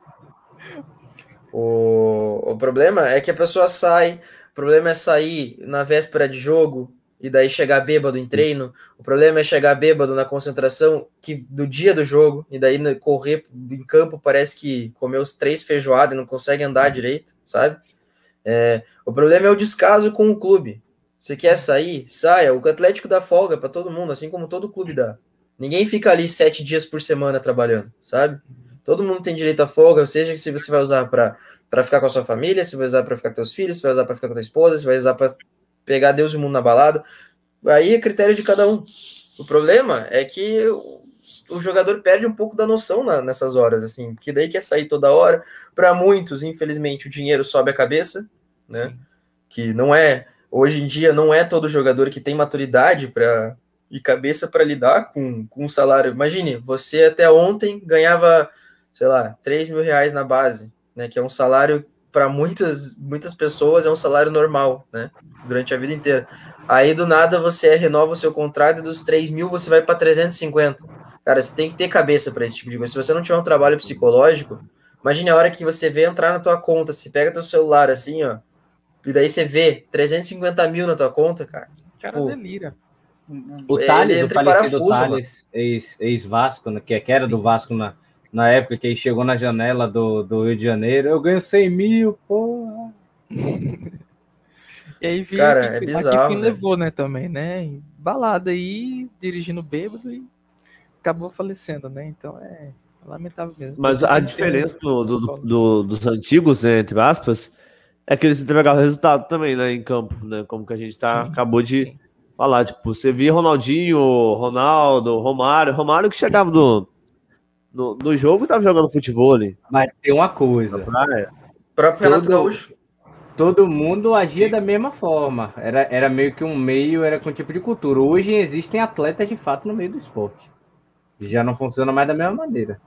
O, o problema é que a pessoa sai, o problema é sair na véspera de jogo e daí chegar bêbado em treino, o problema é chegar bêbado na concentração que, do dia do jogo, e daí correr em campo parece que comeu os três feijoadas e não consegue andar direito, sabe? É, o problema é o descaso com o clube. Você quer sair? Saia. O Atlético dá folga para todo mundo, assim como todo clube dá. Ninguém fica ali sete dias por semana trabalhando, sabe? Todo mundo tem direito à folga, seja se você vai usar para ficar com a sua família, se vai usar para ficar com seus filhos, se vai usar para ficar com a tua esposa, se vai usar para pegar Deus e o mundo na balada. Aí é critério de cada um. O problema é que o, o jogador perde um pouco da noção na, nessas horas, assim, porque daí quer sair toda hora. Para muitos, infelizmente, o dinheiro sobe a cabeça, né? Sim. Que não é... Hoje em dia, não é todo jogador que tem maturidade pra, e cabeça para lidar com, com um salário. Imagine, você até ontem ganhava, sei lá, três mil reais na base, né? Que é um salário, para muitas, muitas pessoas, é um salário normal, né? Durante a vida inteira. Aí, do nada, você renova o seu contrato e dos três mil você vai para trezentos e cinquenta. Cara, você tem que ter cabeça para esse tipo de coisa. Se você não tiver um trabalho psicológico, imagine a hora que você vê entrar na tua conta, você pega teu celular assim, ó, e daí você vê trezentos e cinquenta mil na tua conta, cara. Cara, tipo, delira. O Thales, o falecido Thales, ex-Vasco, ex que, que era Sim. do Vasco na, na época, que ele chegou na janela do, do Rio de Janeiro, eu ganho cem mil, porra. E aí, viu cara, que, é bizarro, que fim levou, né, também, né? Balada aí, dirigindo bêbado e acabou falecendo, né? Então é lamentável mesmo. Mas a diferença do, do, do, dos antigos, né, entre aspas, é que eles entregavam resultado também, né, em campo, né, como que a gente tá, acabou de sim. falar, tipo, você via Ronaldinho, Ronaldo, Romário, Romário que chegava no, no, no jogo e tava jogando futebol ali. Mas tem uma coisa, o próprio Renato Gaúcho, todo mundo agia da mesma forma, era, era meio que um meio, era com um tipo de cultura. Hoje existem atletas de fato no meio do esporte, já não funciona mais da mesma maneira.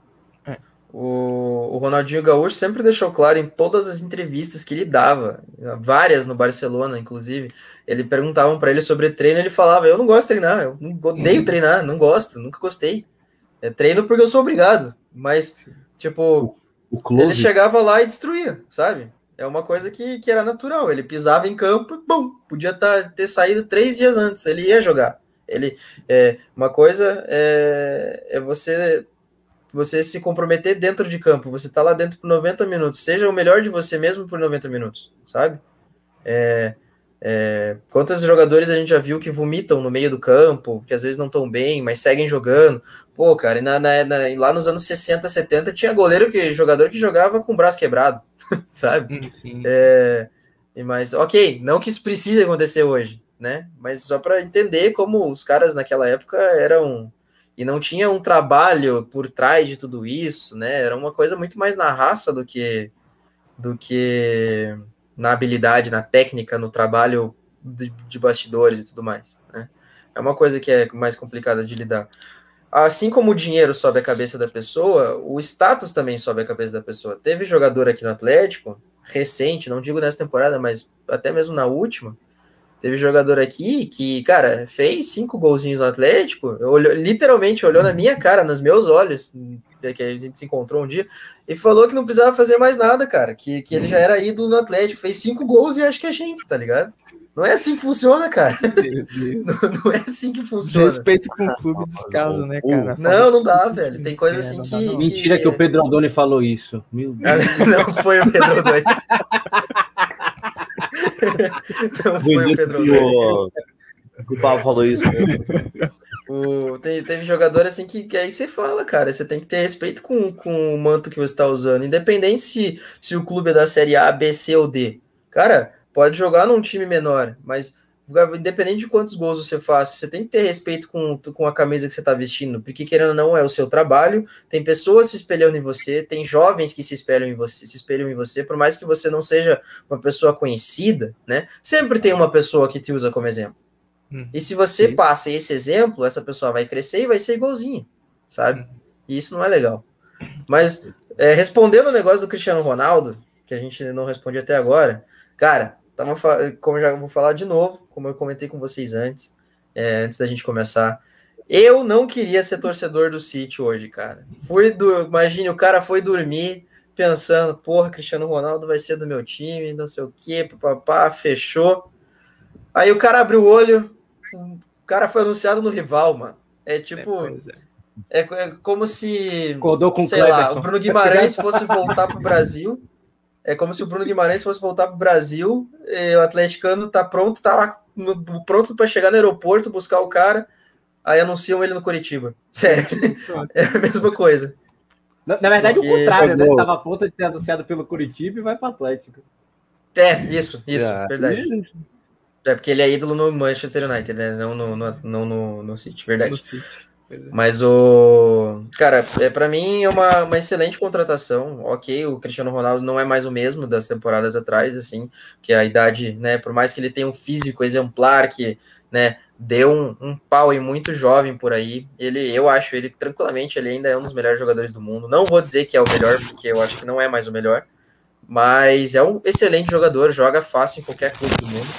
O, o Ronaldinho Gaúcho sempre deixou claro em todas as entrevistas que ele dava, várias no Barcelona, inclusive, ele perguntavam para ele sobre treino, ele falava, eu não gosto de treinar, eu não, odeio treinar, não gosto, nunca gostei. É treino porque eu sou obrigado, mas, tipo, o, o ele chegava lá e destruía, sabe? É uma coisa que, que era natural, ele pisava em campo, bom, podia tá, ter saído três dias antes, ele ia jogar. Ele, é, uma coisa é, é você... você se comprometer dentro de campo, você tá lá dentro por noventa minutos, seja o melhor de você mesmo por noventa minutos, sabe? É, é, quantos jogadores a gente já viu que vomitam no meio do campo, que às vezes não estão bem, mas seguem jogando. Pô, cara, e na, na, na, lá nos anos sessenta, setenta, tinha goleiro, que jogador que jogava com o braço quebrado, sabe? Sim. É, mas, ok, não que isso precise acontecer hoje, né? Mas só para entender como os caras naquela época eram... E não tinha um trabalho por trás de tudo isso, né? Era uma coisa muito mais na raça do que, do que na habilidade, na técnica, no trabalho de, de bastidores e tudo mais, né? É uma coisa que é mais complicada de lidar. Assim como o dinheiro sobe a cabeça da pessoa, o status também sobe a cabeça da pessoa. Teve jogador aqui no Atlético, recente, não digo nessa temporada, mas até mesmo na última, teve jogador aqui que, cara, fez cinco golzinhos no Atlético, olhou, literalmente olhou na minha cara, nos meus olhos, que a gente se encontrou um dia, e falou que não precisava fazer mais nada, cara, que, que ele já era ídolo no Atlético, fez cinco gols e acho que é gente, tá ligado? Não é assim que funciona, cara. Não, não é assim que funciona. Respeito com o clube descaso, né, cara? Não, não dá, velho. Tem coisa assim que... que... Mentira que o Pedro Aldoni falou isso. Meu Deus. Não foi o Pedro Aldoni. Não foi o Pedro Aldoni. O Paulo falou isso. O, teve, teve jogador assim que, que aí você fala, cara, você tem que ter respeito com, com o manto que você está usando, independente se, se o clube é da série A, B, C ou D. Cara, pode jogar num time menor, mas independente de quantos gols você faz, você tem que ter respeito com, com a camisa que você está vestindo, porque querendo ou não é o seu trabalho, tem pessoas se espelhando em você, tem jovens que se espelham em você, se espelham em você, por mais que você não seja uma pessoa conhecida, né? Sempre tem uma pessoa que te usa como exemplo. Hum, e se você isso. passa esse exemplo, essa pessoa vai crescer e vai ser igualzinha, sabe? Hum. E isso não é legal. Mas, é, respondendo o negócio do Cristiano Ronaldo, que a gente não responde até agora, cara... Tava, como eu já vou falar de novo, como eu comentei com vocês antes, é, antes da gente começar, eu não queria ser torcedor do City hoje, cara. Fui do, imagine, o cara foi dormir pensando, porra, Cristiano Ronaldo vai ser do meu time, não sei o quê, papapá, fechou. Aí o cara abriu o olho, o cara foi anunciado no rival, mano. É tipo, é, é, é como se, com sei lá, o Bruno Guimarães fosse voltar pro Brasil. É como se o Bruno Guimarães fosse voltar para o Brasil, e o atleticano tá pronto, tá lá no, pronto para chegar no aeroporto, buscar o cara, aí anunciam ele no Curitiba. Sério, é a mesma coisa. Na, na verdade, porque... o contrário, né? Tava a ponto de ser anunciado pelo Curitiba e vai para o Atlético. É, isso, isso, yeah. verdade. É porque ele é ídolo no Manchester United, né? Não no, no, não no, no City, verdade. No City. Mas o... Cara, é, pra mim é uma, uma excelente contratação. Ok, o Cristiano Ronaldo não é mais o mesmo das temporadas atrás, assim, que a idade, né, por mais que ele tenha um físico exemplar, que, né, deu um, um pau em muito jovem por aí, ele, eu acho ele, tranquilamente, ele ainda é um dos melhores jogadores do mundo. Não vou dizer que é o melhor, porque eu acho que não é mais o melhor, mas é um excelente jogador, joga fácil em qualquer clube do mundo.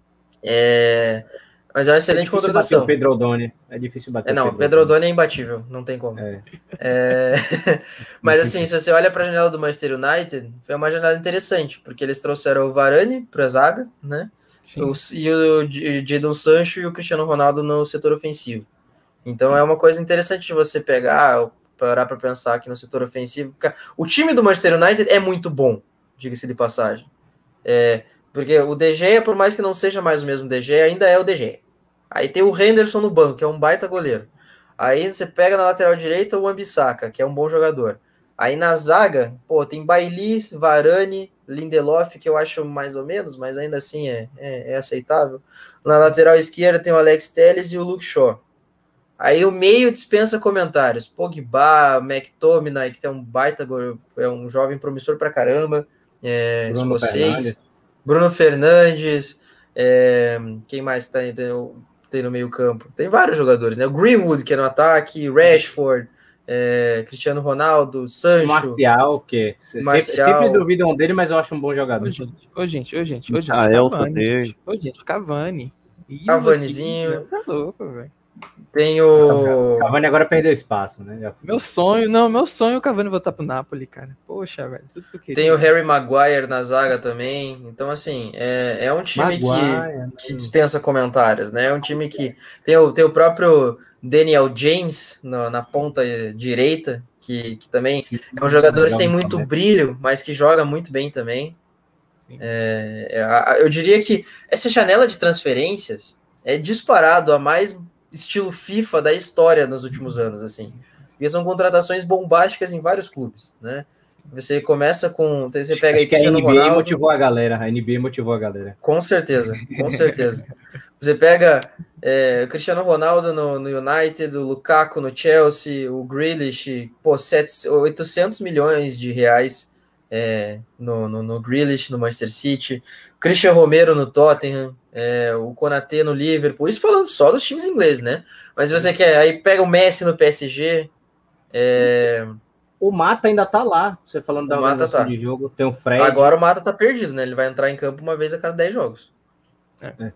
É... Mas é uma excelente é contratação. O Pedro Odone. É difícil bater. É, não, o Pedro Odone é imbatível, não tem como. É. É... Mas assim, se você olha para a janela do Manchester United, foi uma janela interessante, porque eles trouxeram o Varane para a zaga, né? O, e o Jadon Sancho e o Cristiano Ronaldo no setor ofensivo. Então é uma coisa interessante de você pegar, parar para pensar aqui no setor ofensivo. O time do Manchester United é muito bom, diga-se de passagem. É... Porque o De Gea, por mais que não seja mais o mesmo De Gea, ainda é o De Gea. Aí tem o Henderson no banco, que é um baita goleiro. Aí você pega na lateral direita o Wan-Bissaka, que é um bom jogador. Aí na zaga, pô, tem Bailly, Varane, Lindelof, que eu acho mais ou menos, mas ainda assim é, é, é aceitável. Na lateral esquerda tem o Alex Telles e o Luke Shaw. Aí o meio dispensa comentários. Pogba, McTominay, que é um baita, é um jovem promissor pra caramba, é, escocês. Bruno Fernandes, é, quem mais tá, tem, tem no meio campo? Tem vários jogadores, né? O Greenwood, que é no ataque, Rashford, é, Cristiano Ronaldo, Sancho. Marcial, que Marcial. Sempre, sempre duvidam dele, mas eu acho um bom jogador. Ô, gente, ô, gente, ô, gente, ô, gente. Ah, é o Cavani. Ô, gente, Cavani. Cavanizinho. Você é louco, velho. Tem o... Cavani agora perdeu espaço, né? Meu sonho, não, meu sonho é o Cavani voltar pro Napoli, cara. Poxa, velho, tudo que eu queria. Tem o Harry Maguire na zaga também. Então, assim, é, é um time Maguire, que, que dispensa comentários, né? É um time que tem o, tem o próprio Daniel James no, na ponta direita, que, que também é um jogador sem muito brilho, mas que joga muito bem também. É, é, eu diria que essa janela de transferências é disparado a mais estilo FIFA da história nos últimos anos, assim. Porque são contratações bombásticas em vários clubes, né? Você começa com... Você pega aí Cristiano Ronaldo... A N B A motivou a galera, a N B A motivou a galera. Com certeza, com certeza. Você pega é, o Cristiano Ronaldo no, no United, o Lukaku no Chelsea, o Grealish, pô, oitocentos milhões de reais é, no, no, no Grealish, no Manchester City, o Christian Romero no Tottenham, é, o Konaté no Liverpool, isso falando só dos times ingleses, né? Mas você quer, aí pega o Messi no P S G. É... O Mata ainda tá lá, você falando da organização tá. de jogo, tem o Fred. Agora o Mata tá perdido, né? Ele vai entrar em campo uma vez a cada dez jogos. É. É.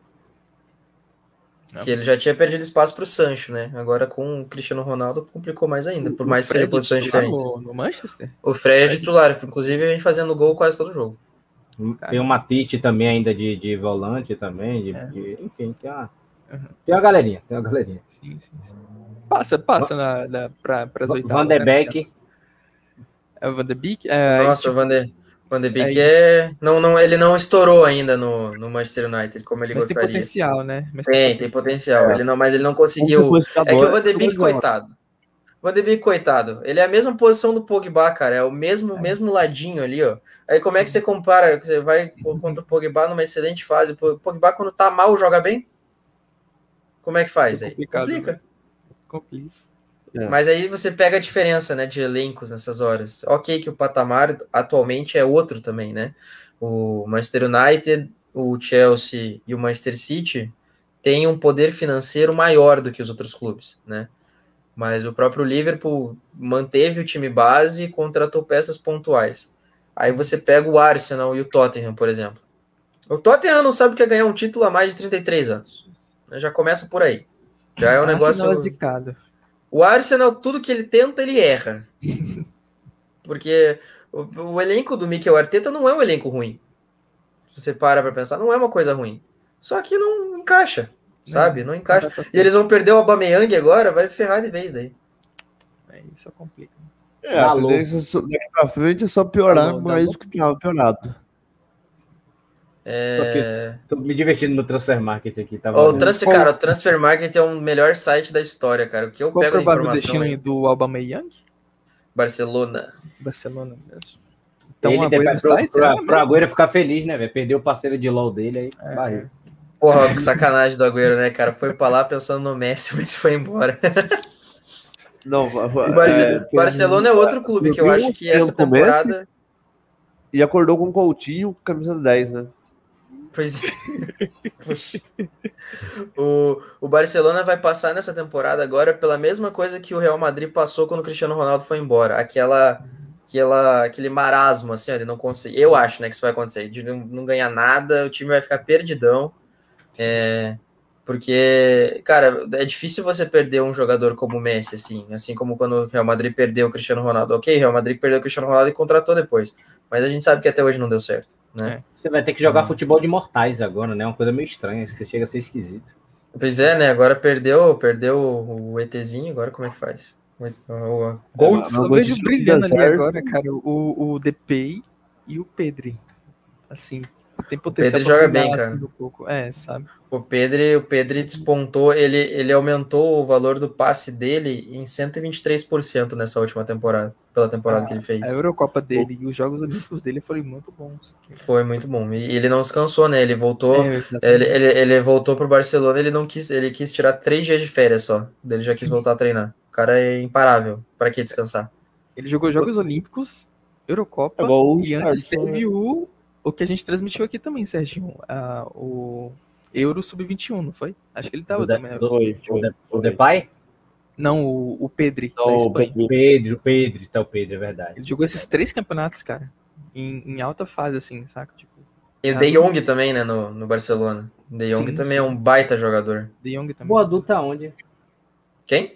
Que ele já tinha perdido espaço pro Sancho, né? Agora com o Cristiano Ronaldo complicou mais ainda, por mais que serem posições diferentes. No, no Manchester? O Fred é titular, inclusive vem fazendo gol quase todo jogo. Tem o Matite também ainda de, de volante também, de, é. de, enfim, tem uma, uhum. tem uma galerinha, tem uma galerinha. Sim, sim, sim. Passa, passa na, na, para as oitavas. Van de Beek. Né? É o Van de Beek? É, Nossa, o Van de, Van de Beek é, é não, não, ele não estourou ainda no, no Manchester United como ele mas gostaria. Tem potencial, né? Mas tem, tem potencial, tem potencial. É. Ele não, mas ele não conseguiu. É que o Van de Beek, coitado. Van de Beek, coitado, ele é a mesma posição do Pogba, cara, é o mesmo, é. mesmo ladinho ali, ó. Aí como é que você compara? Você vai contra o Pogba numa excelente fase, o Pogba quando tá mal joga bem? Como é que faz é aí? Complica. Né? Complica. É. Mas aí você pega a diferença, né, de elencos nessas horas. Ok que o patamar atualmente é outro também, né? O Manchester United, o Chelsea e o Manchester City têm um poder financeiro maior do que os outros clubes, né? Mas o próprio Liverpool manteve o time base e contratou peças pontuais. Aí você pega o Arsenal e o Tottenham, por exemplo. O Tottenham não sabe o que é ganhar um título há mais de trinta e três anos. Já começa por aí. Já é um negócio... É zicado. O Arsenal, tudo que ele tenta, ele erra. Porque o, o elenco do Mikel Arteta não é um elenco ruim. Se você para pra pensar, não é uma coisa ruim. Só que não encaixa. Sabe? Não, não encaixa. Não e eles vão perder o Aubameyang agora, vai ferrar de vez daí. É, isso complica. É, a tendência daqui pra frente é só piorar Alô, mais do que tava piorado. É... Tô, tô me divertindo no Transfer Market aqui. Tá o transfer, cara, o Transfer Market é o melhor site da história, cara. O que eu Qual pego a informação aí? Do Aubameyang? Barcelona. Barcelona mesmo. Então, ele Agüero pro, sai, pro, pro, pro Agüero ficar feliz, né, velho? Perdeu o parceiro de LOL dele aí, é. barril. Porra, que sacanagem do Agüero, né, cara? Foi pra lá pensando no Messi, mas foi embora. Não, o Barce é, Barcelona é outro clube que eu acho que essa temporada... E acordou com o Coutinho, camisa dez, né? Pois é. o, o Barcelona vai passar nessa temporada agora pela mesma coisa que o Real Madrid passou quando o Cristiano Ronaldo foi embora. Aquela... Aquela, aquele marasmo, assim, de não conseguir. Eu acho, né, que isso vai acontecer. De não, não ganhar nada, o time vai ficar perdidão. É, porque, cara, é difícil você perder um jogador como o Messi, assim. Assim como quando o Real Madrid perdeu o Cristiano Ronaldo. Ok, o Real Madrid perdeu o Cristiano Ronaldo e contratou depois. Mas a gente sabe que até hoje não deu certo, né? É, você vai ter que jogar hum. futebol de mortais agora, né? Uma coisa meio estranha, isso chega a ser esquisito. Pois é, né? Agora perdeu, perdeu o ETzinho, agora como é que faz? O, o, Gold, eu vejo brilhando ali agora, cara, o, o Depay e o Pedri. Assim, tem potencial. O Pedri joga bem, cara. Assim um pouco. É, sabe? O Pedri, o Pedri despontou, ele, ele aumentou o valor do passe dele em cento e vinte e três por cento nessa última temporada, pela temporada a, que ele fez. A Eurocopa dele o... e os Jogos Olímpicos dele foram muito bons. Foi muito bom. E ele não se cansou, né? Ele voltou, é, ele, ele, ele voltou pro Barcelona, ele não quis, ele quis tirar três dias de férias só. Ele já quis Sim. voltar a treinar. O cara é imparável. Para que descansar? Ele jogou Jogos Olímpicos, Eurocopa, é e antes teve o, o que a gente transmitiu aqui também, Serginho. A, o Euro sub vinte e um, não foi? Acho que ele tava o também. De, foi, foi, o Depay? Não, o, o Pedri, não, da Espanha. O Pedro, o Pedro, tá o Pedro, é verdade. Ele jogou esses três campeonatos, cara, em, em alta fase, assim, saca? Tipo, e o De Jong também, né, no, no Barcelona. De Jong sim, também sim. é um baita jogador. De Jong também. Boa Duta onde? Quem?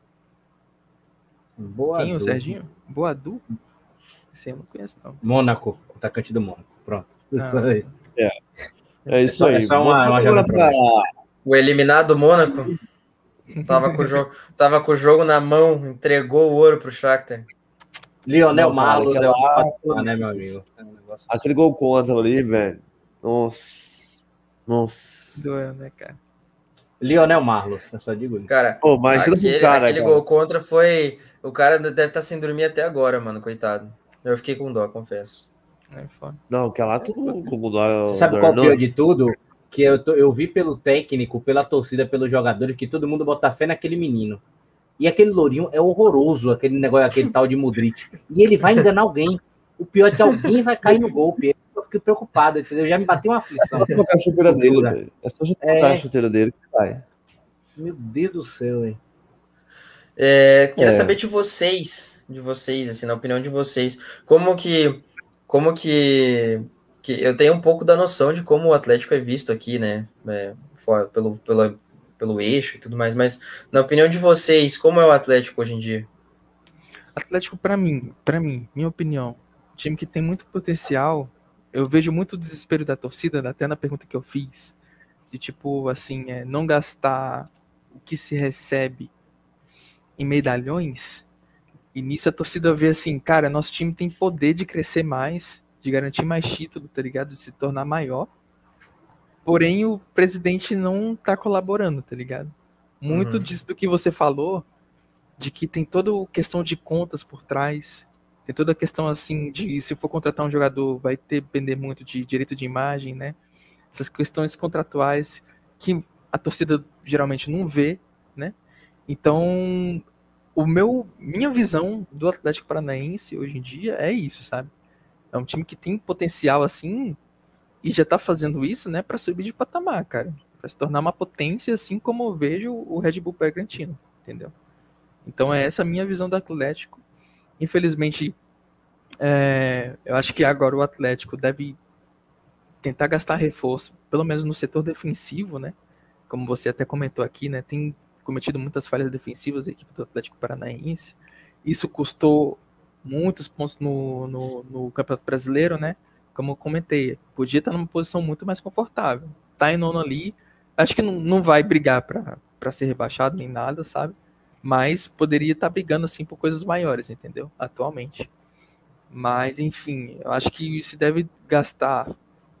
Boa Quem, o Serginho? Boadu? Esse eu não conheço, não. Mônaco, atacante do Mônaco. Pronto. Isso aí. É. É isso aí. É só uma, uma jogada pra... O eliminado Mônaco tava com o jogo, tava com o jogo na mão, entregou o ouro pro Shakhtar. Lionel Marlos é o ah, né, meu amigo? Aquele gol contra ali, velho. Nossa. Nossa. Doeu, né, cara? Lionel Marlos, eu só digo isso. Cara, oh, mas aquele, cara, aquele cara. gol contra foi... O cara deve estar sem dormir até agora, mano, coitado. Eu fiquei com dó, confesso. É foda. Não, que lá tudo com dó. Você sabe qual é o pior de tudo? Que eu, tô, eu vi pelo técnico, pela torcida, pelos jogadores, que todo mundo bota fé naquele menino. E aquele lourinho é horroroso, aquele negócio, aquele tal de Modric. E ele vai enganar alguém. O pior é que alguém vai cair no golpe. Eu fiquei preocupado, entendeu? Já me bateu uma aflição. É só trocar a chuteira dele, velho. É só trocar é... a chuteira dele que vai. Meu Deus do céu, hein? É, queria é. saber de vocês, de vocês, assim, na opinião de vocês, como que, como que, que eu tenho um pouco da noção de como o Atlético é visto aqui, né, é, pelo, pelo, pelo eixo e tudo mais, mas na opinião de vocês, como é o Atlético hoje em dia? Atlético, para mim, para mim, minha opinião, time que tem muito potencial. Eu vejo muito desespero da torcida, até na pergunta que eu fiz, de tipo, assim, é, não gastar o que se recebe em medalhões, e nisso a torcida vê assim, cara, nosso time tem poder de crescer mais, de garantir mais título, tá ligado? De se tornar maior, porém o presidente não tá colaborando, tá ligado? Muito uhum. disso do que você falou de que tem toda a questão de contas por trás, tem toda a questão assim de se for contratar um jogador vai ter depender muito de direito de imagem, né? Essas questões contratuais que a torcida geralmente não vê, né? Então, o meu, minha visão do Atlético Paranaense hoje em dia é isso, sabe? É um time que tem potencial assim e já tá fazendo isso, né, para subir de patamar, cara, para se tornar uma potência, assim como eu vejo o Red Bull Bragantino, entendeu? Então é essa a minha visão do Atlético. Infelizmente, é, eu acho que agora o Atlético deve tentar gastar reforço, pelo menos no setor defensivo, né? Como você até comentou aqui, né? Tem cometido muitas falhas defensivas da equipe do Atlético Paranaense. Isso custou muitos pontos no, no, no Campeonato Brasileiro, né? Como eu comentei, podia estar numa posição muito mais confortável. Tá em nono ali, acho que não, não vai brigar para ser rebaixado nem nada, sabe? Mas poderia estar brigando assim por coisas maiores, entendeu? Atualmente. Mas, enfim, eu acho que se deve gastar,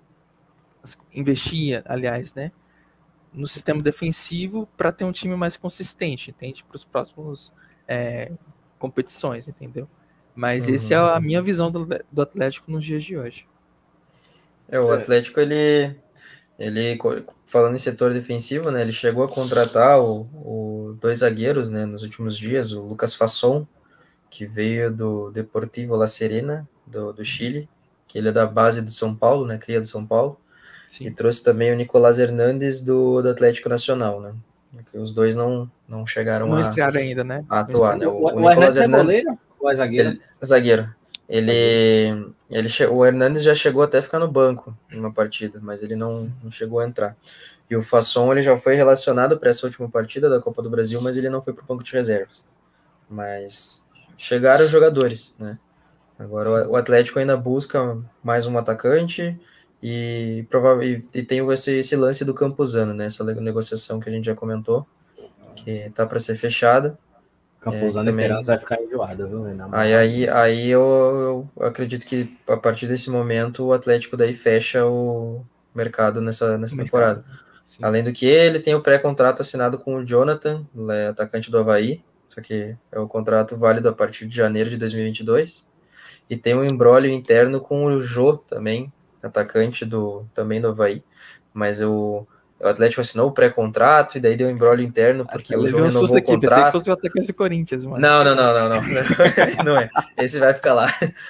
investir, aliás, né? No sistema defensivo para ter um time mais consistente, entende? Para os próximos é, competições, entendeu? Mas uhum. Essa é a minha visão do, do Atlético nos dias de hoje. É, o Atlético, ele, ele, falando em setor defensivo, né, ele chegou a contratar o, o dois zagueiros, né, nos últimos dias, o Lucas Fasson, que veio do Deportivo La Serena, do, do Chile, que ele é da base do São Paulo, né, cria do São Paulo. Sim. E trouxe também o Nicolás Hernandes do, do Atlético Nacional, né? Os dois não, não chegaram não a, estrearam ainda, né? a atuar, né? O, o, o Nicolás Hernandes é goleiro ou é zagueiro? Ele, zagueiro. Ele, ele che, o Hernandes já chegou até a ficar no banco em uma partida, mas ele não, não chegou a entrar. E o Fasson, ele já foi relacionado para essa última partida da Copa do Brasil, mas ele não foi para o banco de reservas. Mas chegaram os jogadores, né? Agora Sim. o Atlético ainda busca mais um atacante. E, e, e tem esse, esse lance do Campuzano, né? Essa negociação que a gente já comentou, que tá para ser fechada. Campuzano é, também vai ficar enjoado, viu? Aí, aí, aí eu, eu acredito que a partir desse momento o Atlético daí fecha o mercado nessa, nessa mercado. temporada. Sim. Além do que ele tem o pré-contrato assinado com o Jonathan, atacante do Avaí, só que é o contrato válido a partir de janeiro de dois mil e vinte e dois. E tem um imbróglio interno com o Jô também, atacante do, também do Avaí, mas o, o Atlético assinou o pré-contrato e daí deu um imbróglio interno porque o João renovou o contrato. Pensei que fosse o atacante do Corinthians, mano. Não, não, não, não, não, não é. Esse vai ficar lá.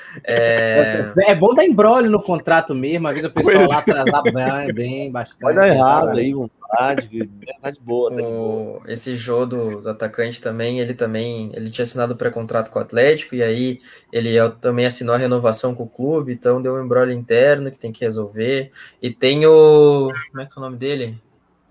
É, é bom dar imbróglio no contrato mesmo, avisa o pessoal lá atrasar bem, bem, bastante. Vai dar errado aí, vontade, verdade boa, tá de boa. Esse jogo do, do atacante também, ele também, ele tinha assinado o pré-contrato com o Atlético e aí ele também assinou a renovação com o clube, então deu um imbróglio interno que tem que resolver. E tem o... como é que é o nome dele?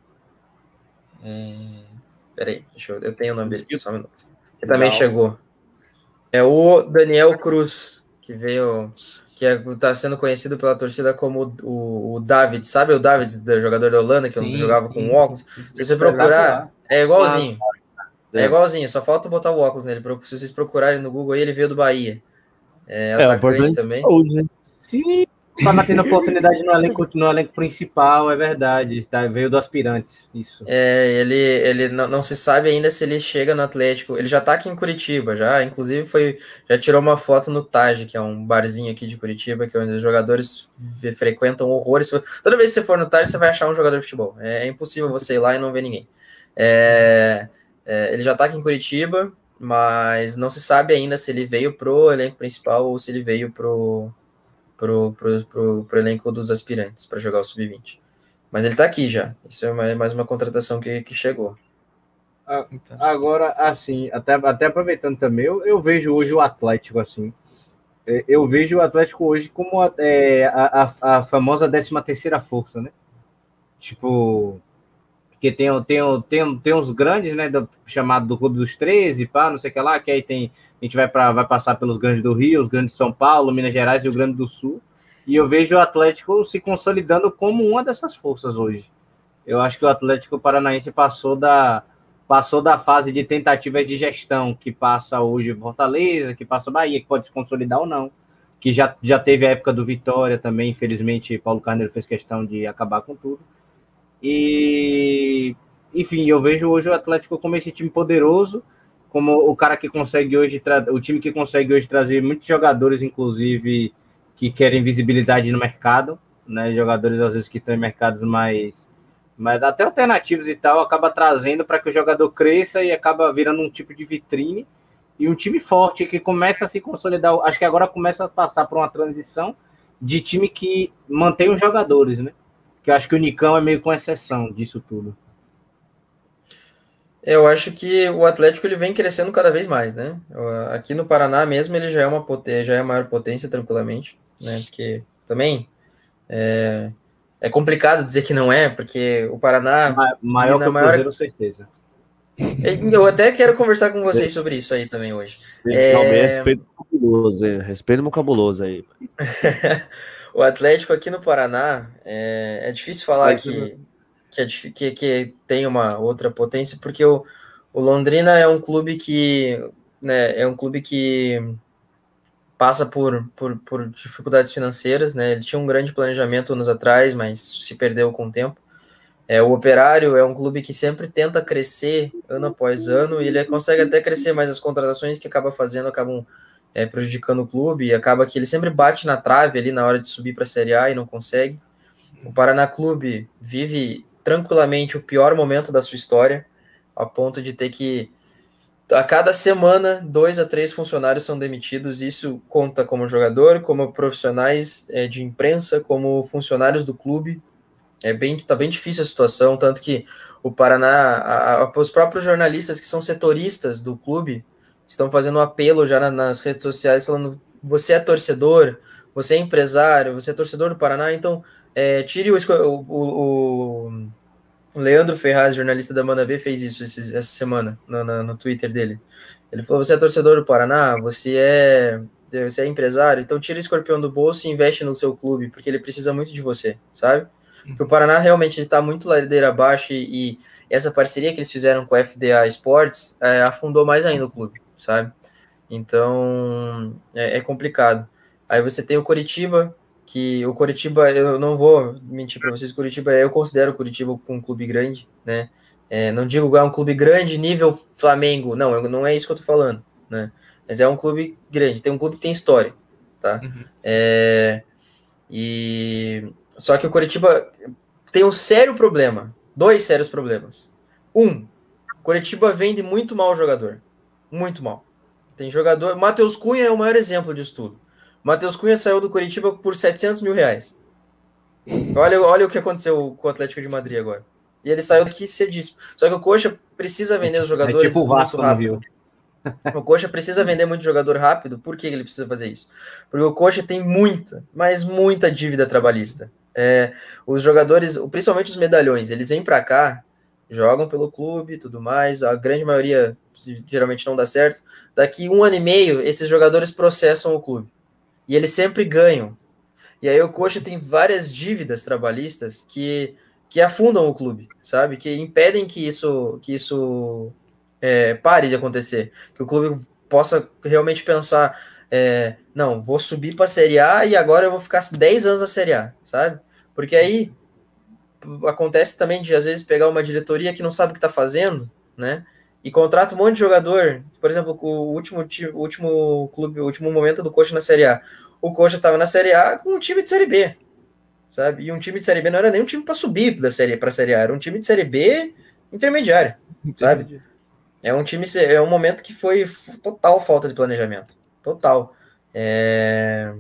É... Peraí, deixa eu... eu tenho o nome dele aqui, só um minuto. Que também chegou. É o Daniel Cruz, que veio... que está sendo conhecido pela torcida como o, o David, sabe o David, do jogador da Holanda, que sim, jogava sim, com óculos? Sim, sim. Se você procurar, é igualzinho. Ah, é igualzinho, só falta botar o óculos nele. Se vocês procurarem no Google, ele veio do Bahia. É, é atacante também. Saúde, né? Sim, tá tendo oportunidade no elenco, no elenco principal, é verdade. Tá, veio do Aspirantes, isso. É, ele, ele não, não se sabe ainda se ele chega no Atlético. Ele já tá aqui em Curitiba, já. Inclusive, foi, já tirou uma foto no Taj, que é um barzinho aqui de Curitiba, que é onde os jogadores frequentam horrores. Toda vez que você for no Taj, você vai achar um jogador de futebol. É, é impossível você ir lá e não ver ninguém. É, é, ele já tá aqui em Curitiba, mas não se sabe ainda se ele veio pro elenco principal ou se ele veio pro, pro, pro, pro, pro elenco dos aspirantes para jogar o sub vinte. Mas ele tá aqui já. Isso é mais uma contratação que, que chegou. Agora, assim, até, até aproveitando também, eu, eu vejo hoje o Atlético assim. Eu vejo o Atlético hoje como a, é, a, a famosa décima terceira força, né? Tipo, porque tem, tem, tem, tem uns grandes, né? Do, chamado do Clube dos treze, pá, não sei o que lá, que aí tem, a gente vai, pra, vai passar pelos grandes do Rio, os grandes de São Paulo, Minas Gerais e o Grande do Sul. E eu vejo o Atlético se consolidando como uma dessas forças hoje. Eu acho que o Atlético Paranaense passou da, passou da fase de tentativa de gestão, que passa hoje Fortaleza, que passa Bahia, que pode se consolidar ou não, que já, já teve a época do Vitória também, infelizmente Paulo Carneiro fez questão de acabar com tudo. E, enfim, eu vejo hoje o Atlético como esse time poderoso como o cara que consegue hoje, o time que consegue hoje trazer muitos jogadores, inclusive, que querem visibilidade no mercado, né? Jogadores, às vezes, que estão em mercados mais, mais até alternativos e tal, acaba trazendo para que o jogador cresça e acaba virando um tipo de vitrine e um time forte que começa a se consolidar. Acho que agora começa a passar por uma transição de time que mantém os jogadores, né? Que eu acho que o Nicão é meio com exceção disso tudo. Eu acho que o Atlético ele vem crescendo cada vez mais, né? Aqui no Paraná mesmo ele já é uma potência, já é a maior potência tranquilamente, né? Porque também é, é complicado dizer que não é, porque o Paraná Ma maior que o maior... Cruzeiro, certeza. Eu até quero conversar com vocês sobre isso aí também hoje. É... Respeito cabuloso, hein? Respeito no cabuloso aí. O Atlético aqui no Paraná é, é difícil falar que Que, é, que, que tem uma outra potência, porque o, o Londrina é um clube que, né, é um clube que passa por, por, por dificuldades financeiras, né? Ele tinha um grande planejamento anos atrás, mas se perdeu com o tempo. É, o Operário é um clube que sempre tenta crescer ano após ano, e ele consegue até crescer, mas as contratações que acaba fazendo acabam é, prejudicando o clube, e acaba que ele sempre bate na trave ali na hora de subir para a Série A e não consegue. O Paraná Clube vive tranquilamente o pior momento da sua história, a ponto de ter que, a cada semana, dois a três funcionários são demitidos. Isso conta como jogador, como profissionais é, de imprensa, como funcionários do clube. É bem, tá bem difícil a situação, tanto que o Paraná, a, a, os próprios jornalistas que são setoristas do clube estão fazendo um apelo já na, nas redes sociais, falando: você é torcedor, você é empresário, você é torcedor do Paraná, então é, tire o, o, o O Leandro Ferraz, jornalista da Banda B, fez isso esse, essa semana no, no, no Twitter dele. Ele falou: você é torcedor do Paraná, você é, você é empresário, então tira o escorpião do bolso e investe no seu clube, porque ele precisa muito de você, sabe? Porque o Paraná realmente está muito ladeira abaixo, e, e essa parceria que eles fizeram com a F D A Sports é, afundou mais ainda o clube, sabe? Então é, é complicado. Aí você tem o Coritiba, que o Coritiba, eu não vou mentir para vocês, Coritiba, eu considero o Coritiba um clube grande, né? É, não digo que é um clube grande nível Flamengo, não, não é isso que eu tô falando, né? Mas é um clube grande, tem um clube que tem história, tá? Uhum. É, e só que o Coritiba tem um sério problema, dois sérios problemas. Um, o Coritiba vende muito mal o jogador, muito mal. Tem jogador, Matheus Cunha é o maior exemplo disso tudo. Matheus Cunha saiu do Coritiba por setecentos mil reais. Olha, olha o que aconteceu com o Atlético de Madrid agora. E ele saiu daqui cedíssimo. Só que o Coxa precisa vender os jogadores é tipo muito rápido. O Coxa precisa vender muito jogador rápido. Por que ele precisa fazer isso? Porque o Coxa tem muita, mas muita dívida trabalhista. É, os jogadores, principalmente os medalhões, eles vêm para cá, jogam pelo clube e tudo mais. A grande maioria geralmente não dá certo. Daqui um ano e meio, esses jogadores processam o clube. E eles sempre ganham. E aí o Coxa tem várias dívidas trabalhistas que, que afundam o clube, sabe? Que impedem que isso, que isso é, pare de acontecer. Que o clube possa realmente pensar, é, não, vou subir para a Série A e agora eu vou ficar dez anos na Série A, sabe? Porque aí acontece também de, às vezes, pegar uma diretoria que não sabe o que está fazendo, né? E contrata um monte de jogador. Por exemplo, o último, o último clube, o último momento do Coxa na Série A. O Coxa estava na Série A com um time de Série B, sabe? E um time de Série B não era nem um time para subir da série para a Série A, era um time de Série B intermediário, sabe? É um time, é um momento que foi total falta de planejamento, total. É...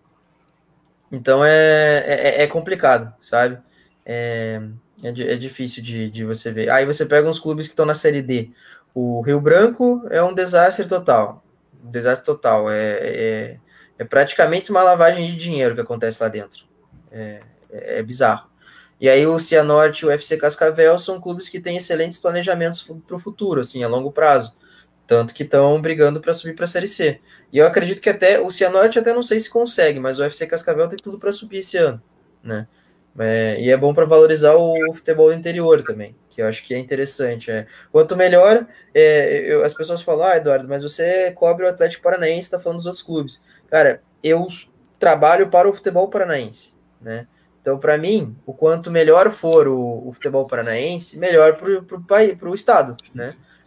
Então é, é, é complicado, sabe? É, é, é difícil de, de você ver. Aí você pega uns clubes que estão na Série D. O Rio Branco é um desastre total. Um desastre total. É, é, é praticamente uma lavagem de dinheiro que acontece lá dentro. É, é, é bizarro. E aí o Cianorte e o U F C Cascavel são clubes que têm excelentes planejamentos para o futuro, assim, a longo prazo. Tanto que estão brigando para subir para a Série C. E eu acredito que até o Cianorte até não sei se consegue, mas o U F C Cascavel tem tudo para subir esse ano, né? É, e é bom para valorizar o futebol do interior também, que eu acho que é interessante. É. Quanto melhor, é, eu, as pessoas falam: ah, Eduardo, mas você cobre o Atlético Paranaense, está falando dos outros clubes. Cara, eu trabalho para o futebol paranaense, né? Então, para mim, o quanto melhor for o, o futebol paranaense, melhor para o estado, né?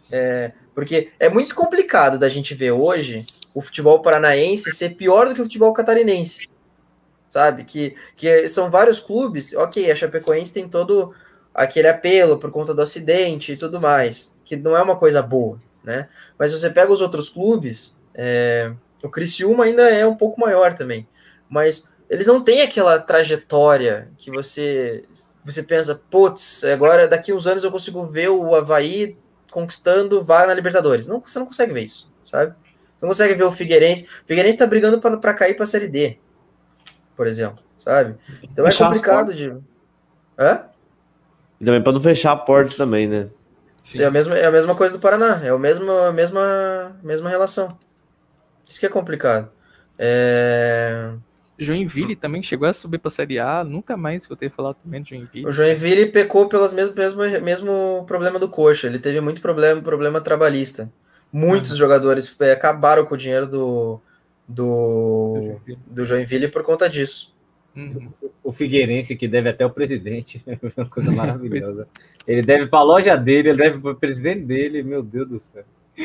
É, porque é muito complicado da gente ver hoje o futebol paranaense ser pior do que o futebol catarinense, sabe? Que, que são vários clubes, ok, a Chapecoense tem todo aquele apelo por conta do acidente e tudo mais, que não é uma coisa boa, né? Mas você pega os outros clubes, é, o Criciúma ainda é um pouco maior também, mas eles não têm aquela trajetória que você, você pensa, putz, agora daqui uns anos eu consigo ver o Avaí conquistando vaga na Libertadores. Não, você não consegue ver isso, sabe? Você não consegue ver o Figueirense. O Figueirense tá brigando para cair para a Série D, por exemplo, sabe? Então é complicado de... Hã? E também para não fechar a porta também, né? É a, mesma, é a mesma coisa do Paraná, é a mesma, a mesma, mesma relação. Isso que é complicado. É... Joinville também chegou a subir para a Série A, nunca mais que eu tenho falado também de Joinville. O Joinville pecou pelos mesmo, mesmo, mesmo problema do Coxa, ele teve muito problema, problema trabalhista. Muitos uhum. jogadores é, acabaram com o dinheiro do, do, do Joinville por conta disso. Uhum. O Figueirense, que deve até o presidente, é uma coisa maravilhosa. Ele deve para a loja dele, ele deve para o presidente dele, meu Deus do céu.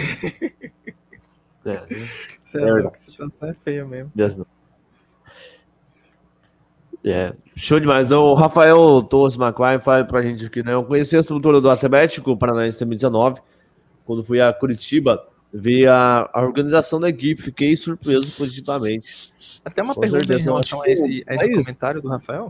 É, é, a situação é feia mesmo. Deus não. É, show demais. Então, o Rafael Torres Macquarie fala pra gente que, né, eu conheci a estrutura do Atlético Paranaense em dois mil e dezenove, quando fui a Curitiba, vi a, a organização da equipe, fiquei surpreso positivamente. Até uma Com pergunta certeza, em relação a esse, a esse comentário do Rafael.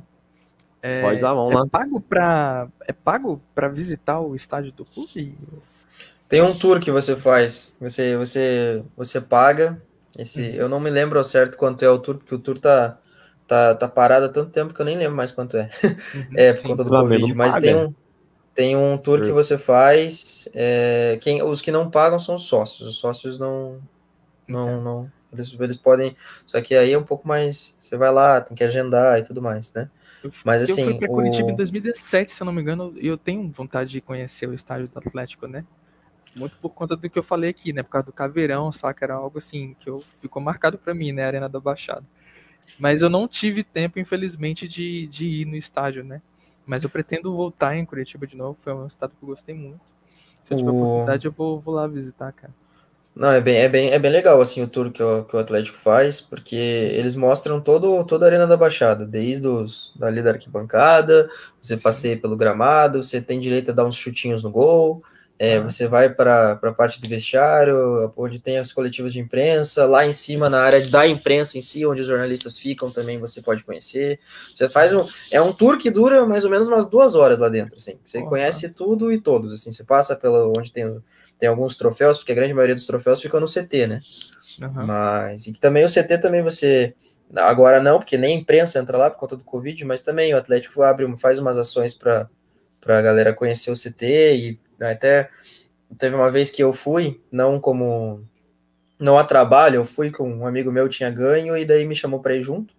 É, Pode dar a mão é lá. Pago pra, é pago para visitar o estádio do clube? Tem um tour que você faz, você, você, você paga, esse, uhum. eu não me lembro ao certo quanto é o tour, porque o tour tá... Tá, tá parado há tanto tempo que eu nem lembro mais quanto é. Uhum, é por sim, conta do Covid. Mas tem um, tem um tour que você faz. É, quem, os que não pagam são os sócios. Os sócios não. não, não eles, eles podem. Só que aí é um pouco mais. Você vai lá, tem que agendar e tudo mais, né? Mas assim. Eu fui para o... Curitiba em dois mil e dezessete, se eu não me engano, e eu tenho vontade de conhecer o estádio do Atlético, né? Muito por conta do que eu falei aqui, né? Por causa do Caveirão, saca? Era algo assim que eu, ficou marcado para mim, né? A Arena da Baixada. Mas eu não tive tempo, infelizmente, de, de ir no estádio, né? Mas eu pretendo voltar em Curitiba de novo. Foi um estado que eu gostei muito. Se eu tiver o... oportunidade, eu vou, vou lá visitar, cara. Não, é bem, é bem, é bem legal, assim, o tour que o, que o Atlético faz, porque eles mostram todo, toda a Arena da Baixada, desde os, dali da arquibancada, você passeia pelo gramado, você tem direito a dar uns chutinhos no gol, É, você vai para a parte do vestiário, onde tem as coletivas de imprensa, lá em cima, na área da imprensa em si, onde os jornalistas ficam, também você pode conhecer. Você faz um... É um tour que dura mais ou menos umas duas horas lá dentro, assim. Você oh, conhece nossa. tudo e todos, assim. Você passa pela onde tem, tem alguns troféus, porque a grande maioria dos troféus ficam no C T, né? Uhum. Mas... E também o C T também você... Agora não, porque nem a imprensa entra lá por conta do Covid, mas também o Atlético abre, faz umas ações para a galera conhecer o C T e até teve uma vez que eu fui, não como não a trabalho, eu fui com um amigo meu, tinha ganho, e daí me chamou para ir junto.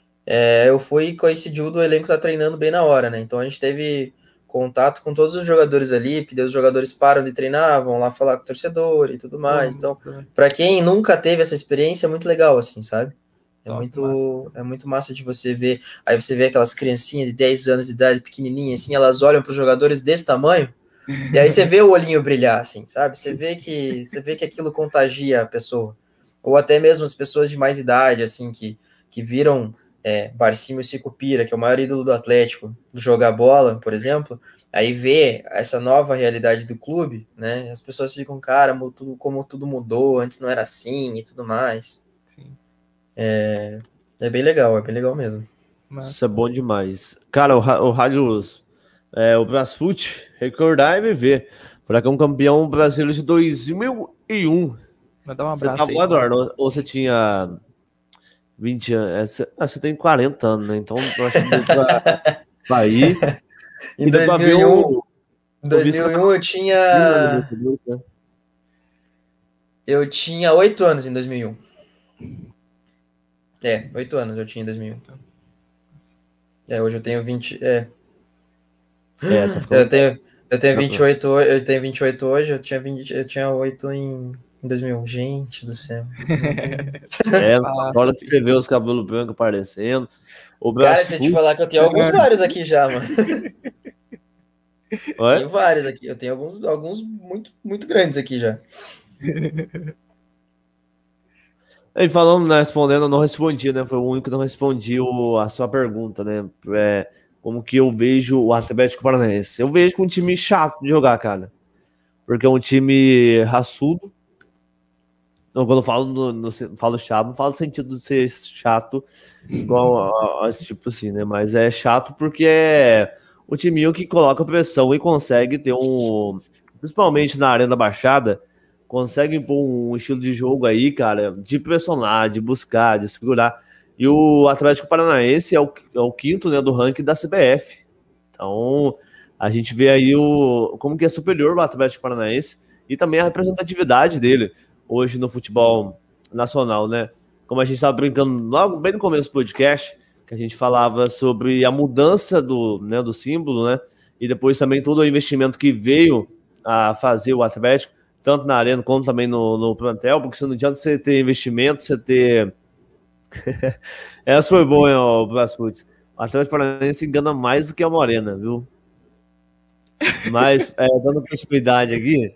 É, eu fui e coincidiu do elenco tá treinando bem na hora, né? Então a gente teve contato com todos os jogadores ali, porque daí os jogadores param de treinar, vão lá falar com o torcedor e tudo mais. Uhum. Então, para quem nunca teve essa experiência, é muito legal, assim, sabe? É Top, muito, massa. é muito massa de você ver. Aí você vê aquelas criancinhas de dez anos de idade, pequenininhas, assim, elas olham para os jogadores desse tamanho. E aí você vê o olhinho brilhar, assim, sabe? Você vê que você vê que aquilo contagia a pessoa. Ou até mesmo as pessoas de mais idade, assim, que, que viram é, Barcímio Sicupira, que é o maior ídolo do Atlético, jogar bola, por exemplo, aí vê essa nova realidade do clube, né? As pessoas ficam, cara, como tudo mudou, antes não era assim e tudo mais. É, é bem legal, é bem legal mesmo. Isso é bom demais. Cara, o, o Rádio... É, o Brasfoot, recordar e viver. Furacão campeão brasileiro de dois mil e um. Vai dar um abraço você tá aí. Eduardo, ou, ou você tinha vinte anos? Você, ah, você tem quarenta anos, né? Então eu acho que deu pra, pra ir. Em dois mil e um, o, dois mil e um eu tinha... Eu tinha oito anos em dois mil e um. É, oito anos eu tinha em dois mil e um. É, hoje eu tenho vinte... É... É, eu tenho eu tenho vinte e oito, eu tenho vinte e oito hoje, eu tinha vinte, eu tinha oito em, em dois mil e um. Gente do céu. É, ah, hora que você vê os cabelos brancos aparecendo. O Cara, se eu te falar que eu tenho alguns vários aqui já, mano. Oi? Tenho vários aqui, eu tenho alguns, alguns muito, muito grandes aqui já. E falando, né, respondendo, eu não respondi, né? Foi o único que não respondi o- a sua pergunta, né? É, como que eu vejo o Atlético Paranaense? Eu vejo que é um time chato de jogar, cara. Porque é um time raçudo. Não, quando eu falo, no, no- falo chato, não falo no sentido de ser chato igual a, a esse tipo assim, né? Mas é chato porque é o timinho que coloca pressão e consegue ter um. Principalmente na Arena da Baixada, consegue impor um estilo de jogo aí, cara, de pressionar, de buscar, de segurar. E o Atlético Paranaense é o, é o quinto, né, do ranking da C B F. Então, a gente vê aí o, como que é superior o Atlético Paranaense e também a representatividade dele hoje no futebol nacional, né? Como a gente estava brincando logo bem no começo do podcast, que a gente falava sobre a mudança do, né, do símbolo, né? E depois também todo o investimento que veio a fazer o Atlético, tanto na arena como também no, no plantel, porque se não adianta você ter investimento, você ter. Essa foi boa, hein, o Brasfuts. O Atlético Paranaense engana mais do que a Morena, viu? Mas, é, dando continuidade aqui,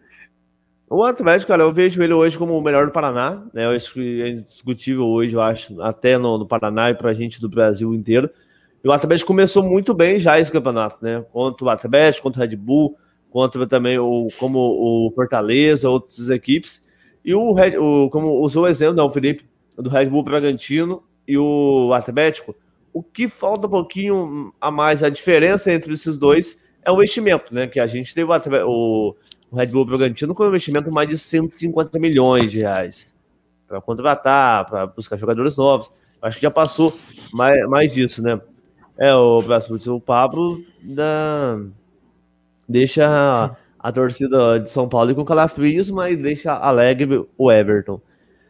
o Atlético, cara, eu vejo ele hoje como o melhor do Paraná, né? Eu acho que é indiscutível hoje, eu acho, até no, no Paraná e pra gente do Brasil inteiro. E o Atlético começou muito bem já esse campeonato, né? Contra o Atlético, contra o Red Bull, contra também o, como o Fortaleza, outras equipes. E o, Red, o como usou o exemplo, né, o Felipe, do Red Bull Bragantino e o Atlético, o que falta um pouquinho a mais, a diferença entre esses dois é o investimento, né? Que a gente teve o, Atlético, o o Red Bull Bragantino com um investimento de mais de cento e cinquenta milhões de reais para contratar, para buscar jogadores novos. Acho que já passou mais, mais disso, né? É, o o Pablo da, deixa a, a torcida de São Paulo com calafrios, mas deixa alegre o Everton.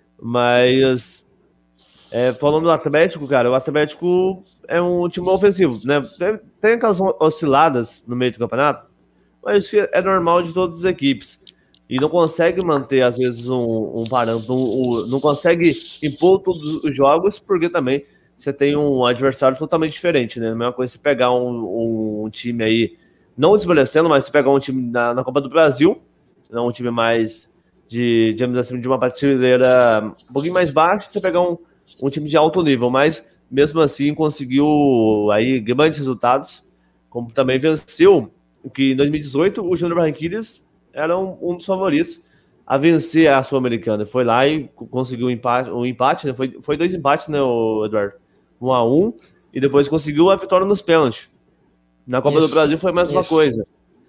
Mas, é, falando do Atlético, cara, o Atlético é um time ofensivo, né? Tem aquelas osciladas no meio do campeonato, mas isso é normal de todas as equipes. E não consegue manter, às vezes, um, um parâmetro, um, um, não consegue impor todos os jogos, porque também você tem um adversário totalmente diferente, né? A mesma coisa se pegar um, um time aí, não desmerecendo, mas se pegar um time na, na Copa do Brasil, né, um time mais de, digamos assim, de uma prateleira um pouquinho mais baixa, você pegar um, um time de alto nível, mas mesmo assim conseguiu aí grandes resultados, como também venceu que em dois mil e dezoito o Júnior Barranquillas era um, um dos favoritos a vencer a Sul-Americana. Foi lá e conseguiu um empate, um empate né? foi, foi dois empates, né, o Eduardo? Um a um, e depois conseguiu a vitória nos pênaltis. Na Copa Isso, do Brasil foi mais uma isso. coisa.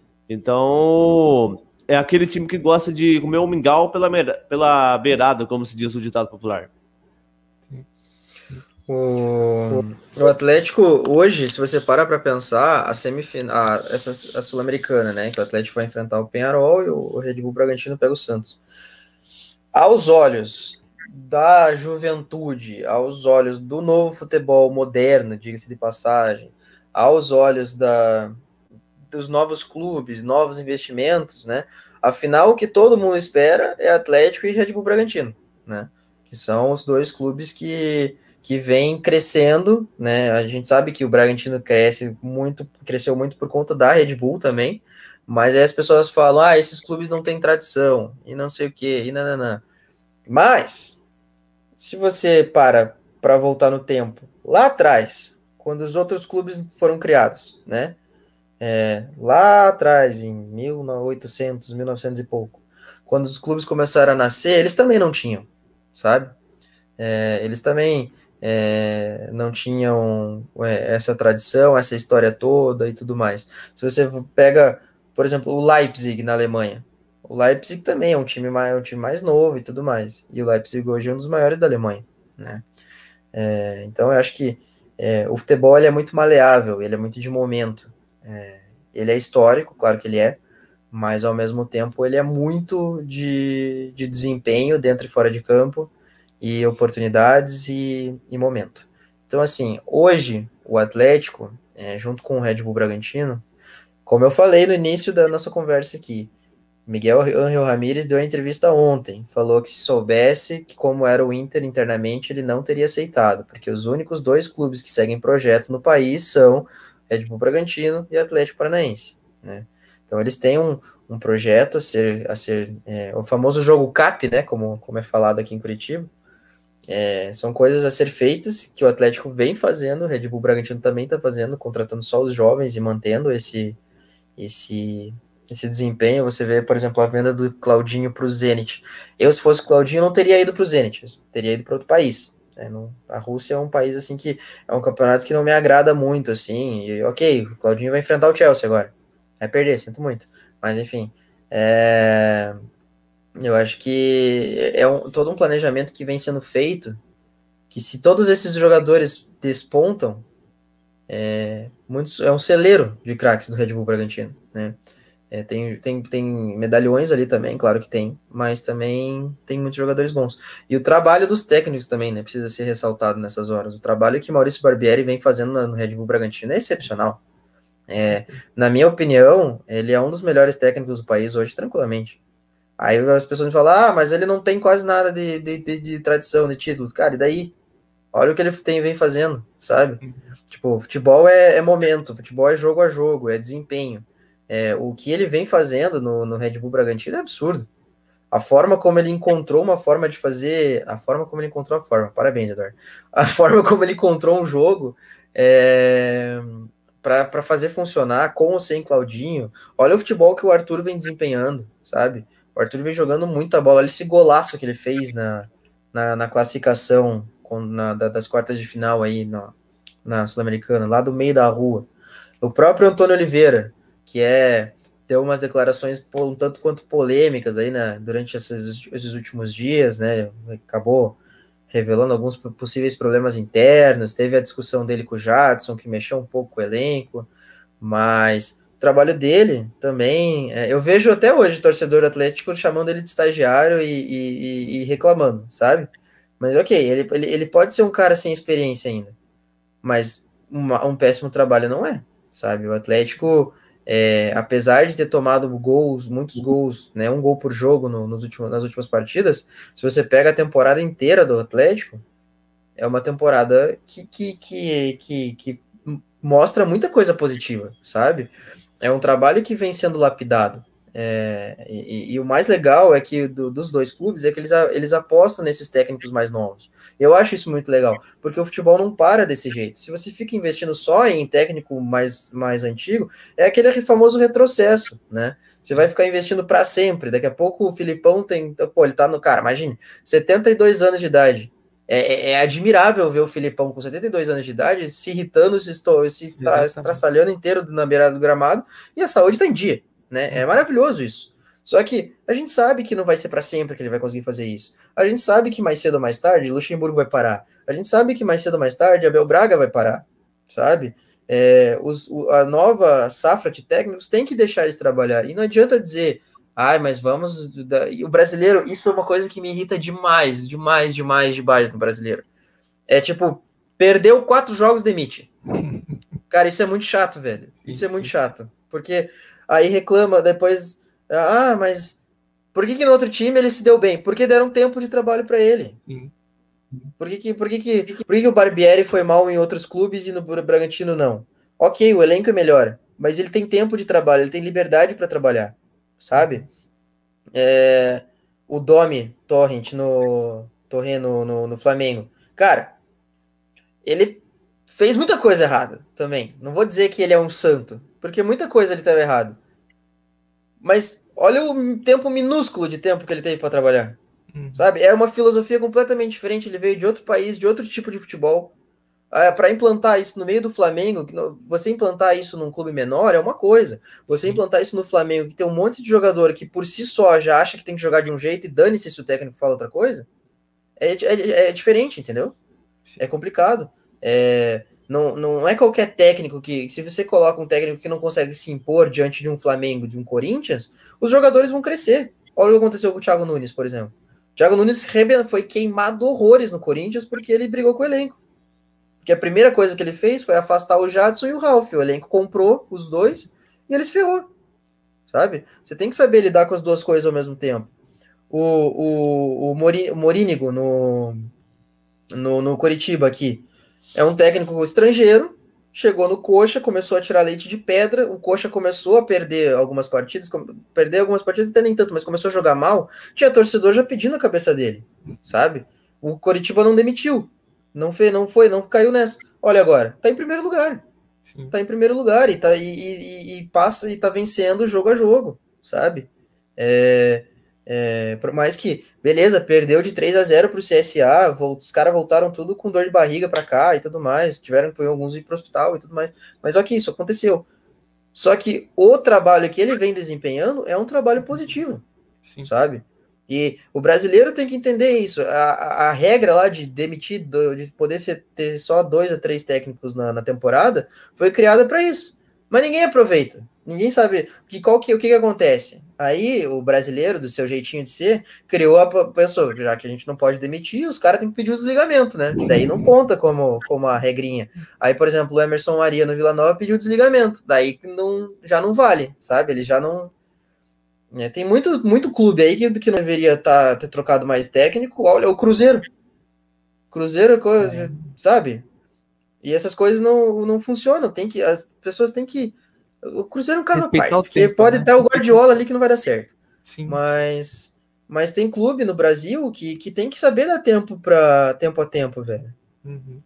Então, é aquele time que gosta de comer o mingau pela, pela beirada, como se diz o ditado popular. O, o Atlético, hoje, se você parar para pensar, a semifinal, a, essa, a Sul-Americana, né? Que o Atlético vai enfrentar o Peñarol e o Red Bull Bragantino pega o Santos. Aos olhos da juventude, aos olhos do novo futebol moderno, diga-se de passagem, aos olhos da, dos novos clubes, novos investimentos, né? Afinal, o que todo mundo espera é Atlético e Red Bull Bragantino, né? Que são os dois clubes que, que vêm crescendo, né? A gente sabe que o Bragantino cresce muito, cresceu muito por conta da Red Bull também, mas aí as pessoas falam, ah, esses clubes não têm tradição, e não sei o que, e nananã. Mas, se você para para voltar no tempo, lá atrás, quando os outros clubes foram criados, né? É, lá atrás, em mil e oitocentos, mil e novecentos e pouco, quando os clubes começaram a nascer, eles também não tinham, sabe? É, eles também é, não tinham é, essa tradição, essa história toda e tudo mais. Se você pega, por exemplo, o Leipzig na Alemanha, o Leipzig também é um time mais, um time mais novo e tudo mais. E o Leipzig hoje é um dos maiores da Alemanha, né? É, então eu acho que é, o futebol ele é muito maleável, ele é muito de momento. É, ele é histórico, claro que ele é, mas ao mesmo tempo ele é muito de, de desempenho dentro e fora de campo, e oportunidades e, e momento. Então, assim, hoje o Atlético, é, junto com o Red Bull Bragantino, como eu falei no início da nossa conversa aqui, Miguel Ángel Ramírez deu a entrevista ontem, falou que se soubesse que como era o Inter internamente, ele não teria aceitado, porque os únicos dois clubes que seguem projeto no país são Red Bull Bragantino e Atlético Paranaense. né? Então eles têm um, um projeto a ser, a ser é, o famoso jogo CAP, né, como, como é falado aqui em Curitiba. É, são coisas a ser feitas que o Atlético vem fazendo, o Red Bull Bragantino também está fazendo, contratando só os jovens e mantendo esse, esse, esse desempenho. Você vê, por exemplo, a venda do Claudinho para o Zenit. Eu, se fosse o Claudinho, não teria ido para o Zenit, teria ido para outro país. Né? Não, a Rússia é um país assim que é um campeonato que não me agrada muito, assim. E, ok, o Claudinho vai enfrentar o Chelsea agora. Vai perder, sinto muito. Mas enfim, é... eu acho que é um, todo um planejamento que vem sendo feito, que se todos esses jogadores despontam, é, muitos, é um celeiro de craques do Red Bull Bragantino, né? É, tem, tem, tem medalhões ali também, claro que tem, mas também tem muitos jogadores bons. E o trabalho dos técnicos também, né, precisa ser ressaltado nessas horas. O trabalho que Maurício Barbieri vem fazendo no Red Bull Bragantino é excepcional. É, na minha opinião, ele é um dos melhores técnicos do país hoje, tranquilamente. Aí as pessoas falam, ah, mas ele não tem quase nada de, de, de, de tradição, de títulos. Cara, e daí? Olha o que ele tem, vem fazendo, sabe? Tipo, futebol é, é momento, futebol é jogo a jogo, é desempenho. É, o que ele vem fazendo no, no Red Bull Bragantino é absurdo. A forma como ele encontrou uma forma de fazer... A forma como ele encontrou a forma. Parabéns, Eduardo. A forma como ele encontrou um jogo é, para fazer funcionar com ou sem Claudinho. Olha o futebol que o Arthur vem desempenhando, sabe? O Arthur vem jogando muita bola. Olha esse golaço que ele fez na, na, na classificação com, na, das quartas de final aí na, na Sul-Americana, lá do meio da rua. O próprio Antônio Oliveira, que é deu umas declarações um tanto quanto polêmicas aí, né, durante esses, esses últimos dias, né, acabou revelando alguns possíveis problemas internos, teve a discussão dele com o Jadson, que mexeu um pouco com o elenco, mas o trabalho dele também, é, eu vejo até hoje torcedor atlético chamando ele de estagiário e, e, e reclamando, sabe? Mas ok, ele, ele, ele pode ser um cara sem experiência ainda, mas uma, um péssimo trabalho não é, sabe? O Atlético, é, apesar de ter tomado gols, muitos gols, né, um gol por jogo no, nos últimos, nas últimas partidas, se você pega a temporada inteira do Atlético, é uma temporada que, que, que, que, que mostra muita coisa positiva, sabe? É um trabalho que vem sendo lapidado. É, e, e o mais legal é que do, dos dois clubes é que eles, eles apostam nesses técnicos mais novos. Eu acho isso muito legal, porque o futebol não para desse jeito. Se você fica investindo só em técnico mais, mais antigo, é aquele famoso retrocesso, né? Você vai ficar investindo para sempre. Daqui a pouco o Filipão tem, pô, ele tá no, cara, imagine, setenta e dois anos de idade. É, é admirável ver o Filipão com setenta e dois anos de idade se irritando, se, estou, se estra, estraçalhando inteiro na beirada do gramado, e a saúde tá em dia. Né? É maravilhoso isso. Só que a gente sabe que não vai ser para sempre que ele vai conseguir fazer isso. A gente sabe que mais cedo ou mais tarde Luxemburgo vai parar. A gente sabe que mais cedo ou mais tarde Abel Braga vai parar, sabe? É, os, a nova safra de técnicos tem que deixar eles trabalhar. E não adianta dizer, ai, ah, mas vamos... E o brasileiro, isso é uma coisa que me irrita demais, demais, demais, demais no brasileiro. É tipo, perdeu quatro jogos, demite. Cara, isso é muito chato, velho. Isso é muito chato. Porque... Aí reclama depois, ah, mas por que que no outro time ele se deu bem? Porque deram tempo de trabalho para ele. Por que que, por que que, por que que o Barbieri foi mal em outros clubes e no Bragantino não? Ok, o elenco é melhor, mas ele tem tempo de trabalho, ele tem liberdade para trabalhar, sabe? É, o Domi Torrent no, Torrent no, no, no Flamengo. Cara, ele fez muita coisa errada também. Não vou dizer que ele é um santo, porque muita coisa ele estava errado. Mas olha o tempo minúsculo de tempo que ele teve para trabalhar. Uhum. Sabe? É uma filosofia completamente diferente. Ele veio de outro país, de outro tipo de futebol. Ah, para implantar isso no meio do Flamengo, você implantar isso num clube menor é uma coisa. Você Sim. implantar isso no Flamengo, que tem um monte de jogador que por si só já acha que tem que jogar de um jeito e dane-se se o técnico fala outra coisa, é, é, é diferente, entendeu? Sim. É complicado. É... Não, não é qualquer técnico que, se você coloca um técnico que não consegue se impor diante de um Flamengo, de um Corinthians, os jogadores vão crescer. Olha o que aconteceu com o Thiago Nunes, por exemplo. O Thiago Nunes foi queimado horrores no Corinthians porque ele brigou com o elenco. Porque a primeira coisa que ele fez foi afastar o Jadson e o Ralf. O elenco comprou os dois e ele se ferrou. Sabe? Você tem que saber lidar com as duas coisas ao mesmo tempo. O, o, o, Mori, o Morínigo no, no, no Coritiba aqui, é um técnico estrangeiro, chegou no Coxa, começou a tirar leite de pedra, o Coxa começou a perder algumas partidas, perder algumas partidas até nem tanto, mas começou a jogar mal, tinha torcedor já pedindo a cabeça dele, sabe? O Coritiba não demitiu, não fez, não foi, não caiu nessa. Olha agora, tá em primeiro lugar, Sim. tá em primeiro lugar e, tá, e, e, e passa e tá vencendo jogo a jogo, sabe? É... É, por mais que, beleza, perdeu de três a zero pro C S A, os caras voltaram tudo com dor de barriga pra cá e tudo mais, tiveram que alguns ir pro hospital e tudo mais, mas ok, isso aconteceu. Só que o trabalho que ele vem desempenhando é um trabalho positivo, Sim. sabe? E o brasileiro tem que entender isso. A, a, a regra lá de demitir, de poder ser, ter só dois a três técnicos na, na temporada, foi criada para isso. Mas ninguém aproveita. Ninguém sabe que, qual que, o que, que acontece. Aí o brasileiro, do seu jeitinho de ser, criou a pessoa, já que a gente não pode demitir, os caras têm que pedir o desligamento, né? Que daí não conta como, como a regrinha. Aí, por exemplo, o Emerson Maria no Vila Nova pediu o desligamento. Daí não, já não vale, sabe? Ele já não... É, tem muito, muito clube aí que, que não deveria tá, ter trocado mais técnico. Olha, o Cruzeiro. Cruzeiro, é. sabe? E essas coisas não, não funcionam. Tem que, as pessoas têm que... O Cruzeiro é um caso à parte, porque tempo, pode né? ter o Guardiola ali que não vai dar certo. Sim. Mas, mas tem clube no Brasil que, que tem que saber dar tempo, pra, tempo a tempo, velho. Uhum.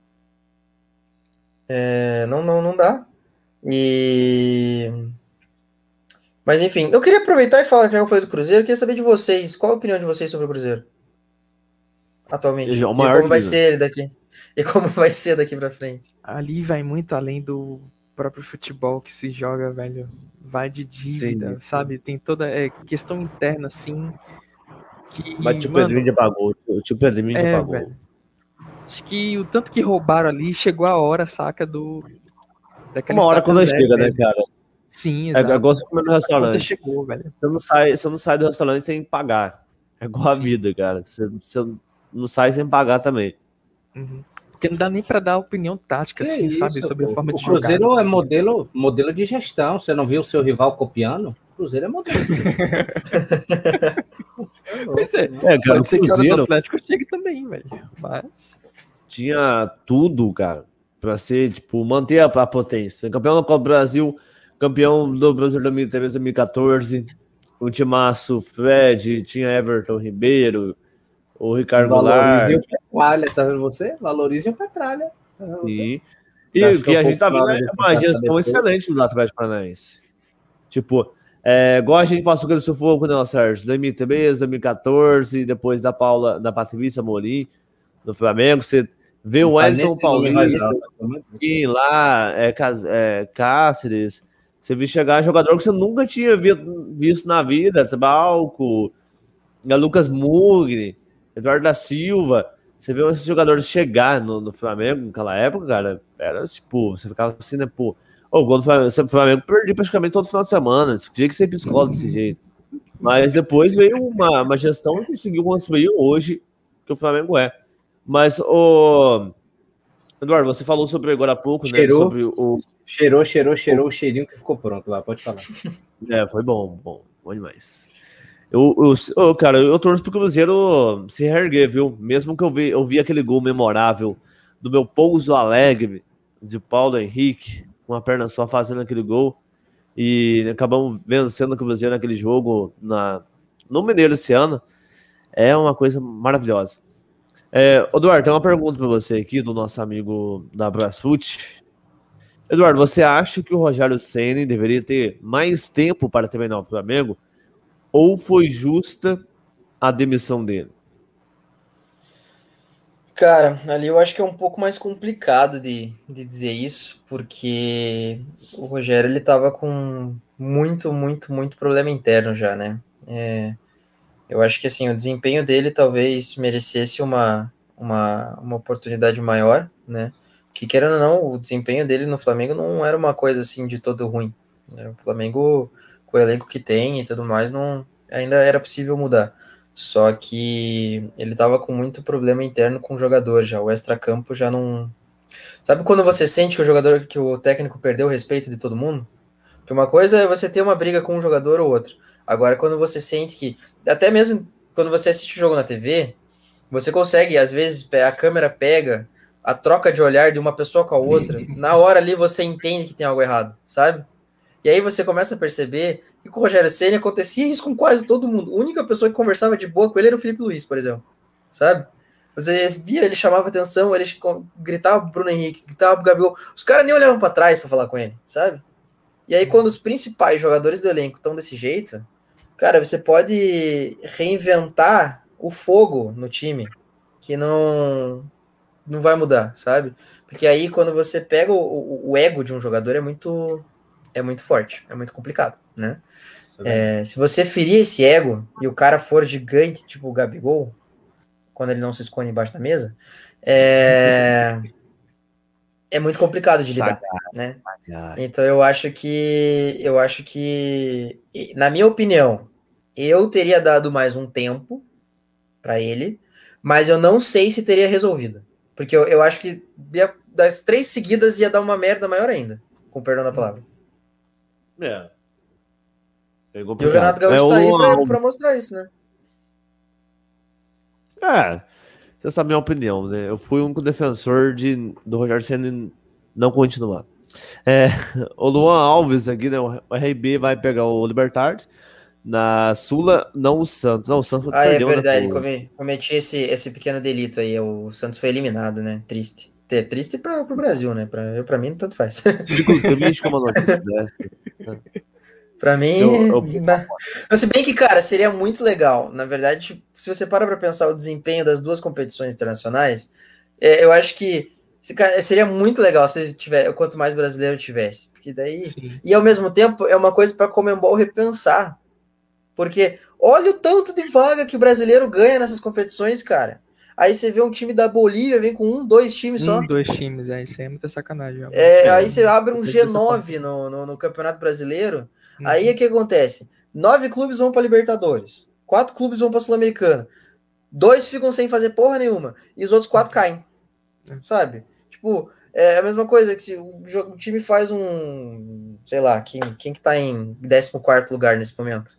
É, não, não, não dá. E... Mas enfim, eu queria aproveitar e falar que eu falei do Cruzeiro, eu queria saber de vocês, qual a opinião de vocês sobre o Cruzeiro? Atualmente. E como vai ser daqui? E como vai ser daqui pra frente? Ali vai muito além do próprio futebol que se joga, velho. Vai de dívida, sim, sabe? Tem toda é, questão interna, assim. Que, Mas tipo, o Pedrinho já pagou. O tio Pedrinho já pagou. Velho. Acho que o tanto que roubaram ali, chegou a hora, saca, do... Uma hora quando chega, né, cara? Sim, exato. É igual você comer no restaurante. Chegou, velho. Você, não sai, você não sai do restaurante sem pagar. É igual a vida, cara. Você, você não sai sem pagar também. Uhum. Porque não dá nem pra dar opinião tática, que assim, isso, sabe? Sobre pô. a forma o de jogar. O Cruzeiro é modelo, modelo de gestão. Você não viu o seu rival copiando? O Cruzeiro é modelo. Pois é. É, cara, o Cruzeiro... O Atlético chega também, velho. Mas... Tinha tudo, cara, pra ser, tipo, manter a, a potência. Campeão da Copa do Brasil, campeão do Brasil dois mil e treze, dois mil e quatorze, o timaço Fred, tinha Everton Ribeiro, o Ricardo Goulart. Valorize o Petralha, tá vendo você? Valorize o Petralha. Tá Sim. E o que a gente tá vendo é uma gestão excelente do Atlético Paranaense. Tipo, é, igual a gente passou aquele sufoco, né, Sérgio? dois mil e treze, dois mil e quatorze, depois da Paula, da Patrícia Morim, no Flamengo, você vê o Wellington Paulista, aqui, lá, é, é, Cáceres, você viu chegar jogador que você nunca tinha visto na vida, Balco, Lucas Mugni, Eduardo da Silva, você vê esses jogadores chegar no, no Flamengo naquela época, cara, era tipo, você ficava assim, né, pô, o gol do Flamengo, o Flamengo perdi praticamente todo final de semana, tinha que ser psicólogo desse jeito, mas depois veio uma, uma gestão que conseguiu construir hoje que o Flamengo é. Mas, o Eduardo, você falou sobre agora há pouco, cheirou, né? Sobre o... Cheirou, cheirou, cheirou o cheirinho que ficou pronto lá, pode falar. É, foi bom, bom, bom demais. Eu, eu, eu, cara, eu torço pro Cruzeiro se reerguer, viu? Mesmo que eu vi, eu vi aquele gol memorável do meu Pouso Alegre, de Paulo Henrique, com a perna só fazendo aquele gol, e acabamos vencendo o Cruzeiro naquele jogo na, no Mineiro esse ano. É uma coisa maravilhosa. É, Eduardo, tem uma pergunta para você aqui do nosso amigo da Brasfoot. Eduardo, você acha que o Rogério Ceni deveria ter mais tempo para treinar o Flamengo ou foi justa a demissão dele? Cara, ali eu acho que é um pouco mais complicado de, de dizer isso, porque o Rogério ele tava com muito, muito, muito problema interno já, né? É... Eu acho que assim, o desempenho dele talvez merecesse uma, uma, uma oportunidade maior, né? Que querendo ou não, o desempenho dele no Flamengo não era uma coisa assim de todo ruim. Né? O Flamengo, com o elenco que tem e tudo mais, não, ainda era possível mudar. Só que ele tava com muito problema interno com o jogador já. O extracampo já não... Sabe quando você sente que o jogador, que o técnico perdeu o respeito de todo mundo? Porque uma coisa é você ter uma briga com um jogador ou outro. Agora, quando você sente que... Até mesmo quando você assiste o jogo na T V, você consegue, às vezes, a câmera pega a troca de olhar de uma pessoa com a outra, na hora ali você entende que tem algo errado, sabe? E aí você começa a perceber que com o Rogério Ceni acontecia isso com quase todo mundo. A única pessoa que conversava de boa com ele era o Felipe Luiz, por exemplo, sabe? Você via, ele chamava atenção, ele gritava pro Bruno Henrique, gritava pro Gabigol. Os caras nem olhavam para trás para falar com ele, sabe? E aí quando os principais jogadores do elenco estão desse jeito, cara, você pode reinventar o fogo no time, que não, não vai mudar, sabe? Porque aí quando você pega o, o, o ego de um jogador é muito, é muito forte, é muito complicado, né? É, se você ferir esse ego e o cara for gigante, tipo o Gabigol, quando ele não se esconde embaixo da mesa, é, é muito complicado de lidar, né? Então eu acho que, eu acho que, na minha opinião, eu teria dado mais um tempo para ele, mas eu não sei se teria resolvido, porque eu, eu acho que ia, das três seguidas ia dar uma merda maior ainda, com perdão da palavra. É. É e o Renato Gaúcho é tá aí pra, pra mostrar isso, né? É, você sabe a minha opinião, né? Eu fui um defensor de, do Rogério Ceni não continuar. É, o Luan Alves aqui, né? O R B vai pegar o Libertad. Na Sula, não o Santos. Não, o Santos ah, perdeu, é verdade, come, cometi esse, esse pequeno delito aí. O Santos foi eliminado, né? Triste. É triste para o Brasil, né? Pra, eu, pra mim, tanto faz. Pra mim, eu, eu... Na... Mas, se bem que, cara, seria muito legal. Na verdade, se você para pra pensar o desempenho das duas competições internacionais, é, eu acho que seria muito legal se tiver, quanto mais brasileiro tivesse. Porque daí. Sim. E ao mesmo tempo, é uma coisa pra Conmebol repensar. Porque olha o tanto de vaga que o brasileiro ganha nessas competições, cara. Aí você vê um time da Bolívia, vem com um, dois times um, só. Um, dois times, é, isso aí é muita sacanagem. É, aí você abre um G nove no, no, no Campeonato Brasileiro. Uhum. Aí o que acontece? Nove clubes vão para Libertadores, quatro clubes vão para Sul-Americana, dois ficam sem fazer porra nenhuma e os outros quatro caem, uhum. Sabe? Tipo, é a mesma coisa que se o, o time faz um, sei lá, quem, quem que tá em décimo quarto lugar nesse momento?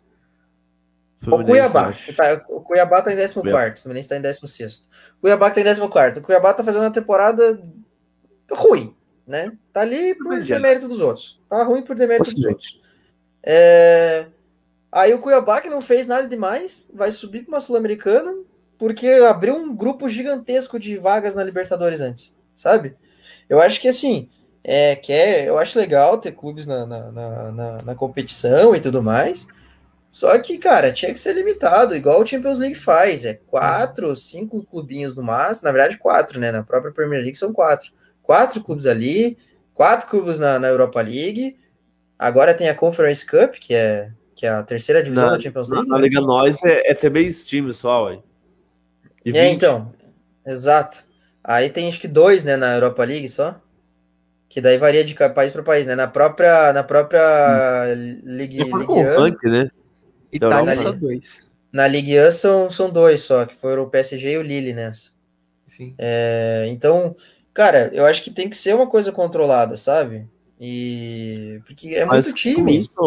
O Cuiabá. Tá, o Cuiabá tá em décimo quarto, o Fluminense tá em décimo sexto. O Cuiabá que tá em décimo quarto. O Cuiabá tá fazendo uma temporada ruim, né? Tá ali por demérito dos outros. Tá ruim por demérito dos outros. É... Aí o Cuiabá, que não fez nada demais, vai subir para uma Sul-Americana porque abriu um grupo gigantesco de vagas na Libertadores antes, sabe? Eu acho que assim, é, que é, eu acho legal ter clubes na, na, na, na, na competição e tudo mais, só que, cara, tinha que ser limitado, igual o Champions League faz, é quatro, cinco clubinhos no máximo, na verdade quatro, né? Na própria Premier League são quatro. Quatro clubes ali, quatro clubes na, na Europa League. Agora tem a Conference Cup, que é, que é a terceira divisão na, da Champions League. Na, né? na Liga Nós é, é ter meio time só, ué. E é, então. Exato. Aí tem acho que dois, né, na Europa League só. Que daí varia de país para país, né? Na própria, na própria Ligue Ligue um, né? Itália só dois. Na Ligue um são, são dois só, que foram o P S G e o Lille nessa. Sim. É, então, cara, eu acho que tem que ser uma coisa controlada, sabe? E porque é Mas muito time. Isso,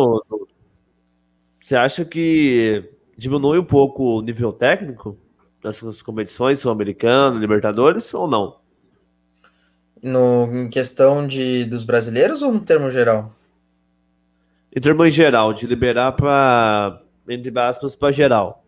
você acha que diminui um pouco o nível técnico das competições sul-americanas, Libertadores ou não? No, em questão de, dos brasileiros ou no termo geral? Em termo em geral, de liberar para, entre aspas, para geral.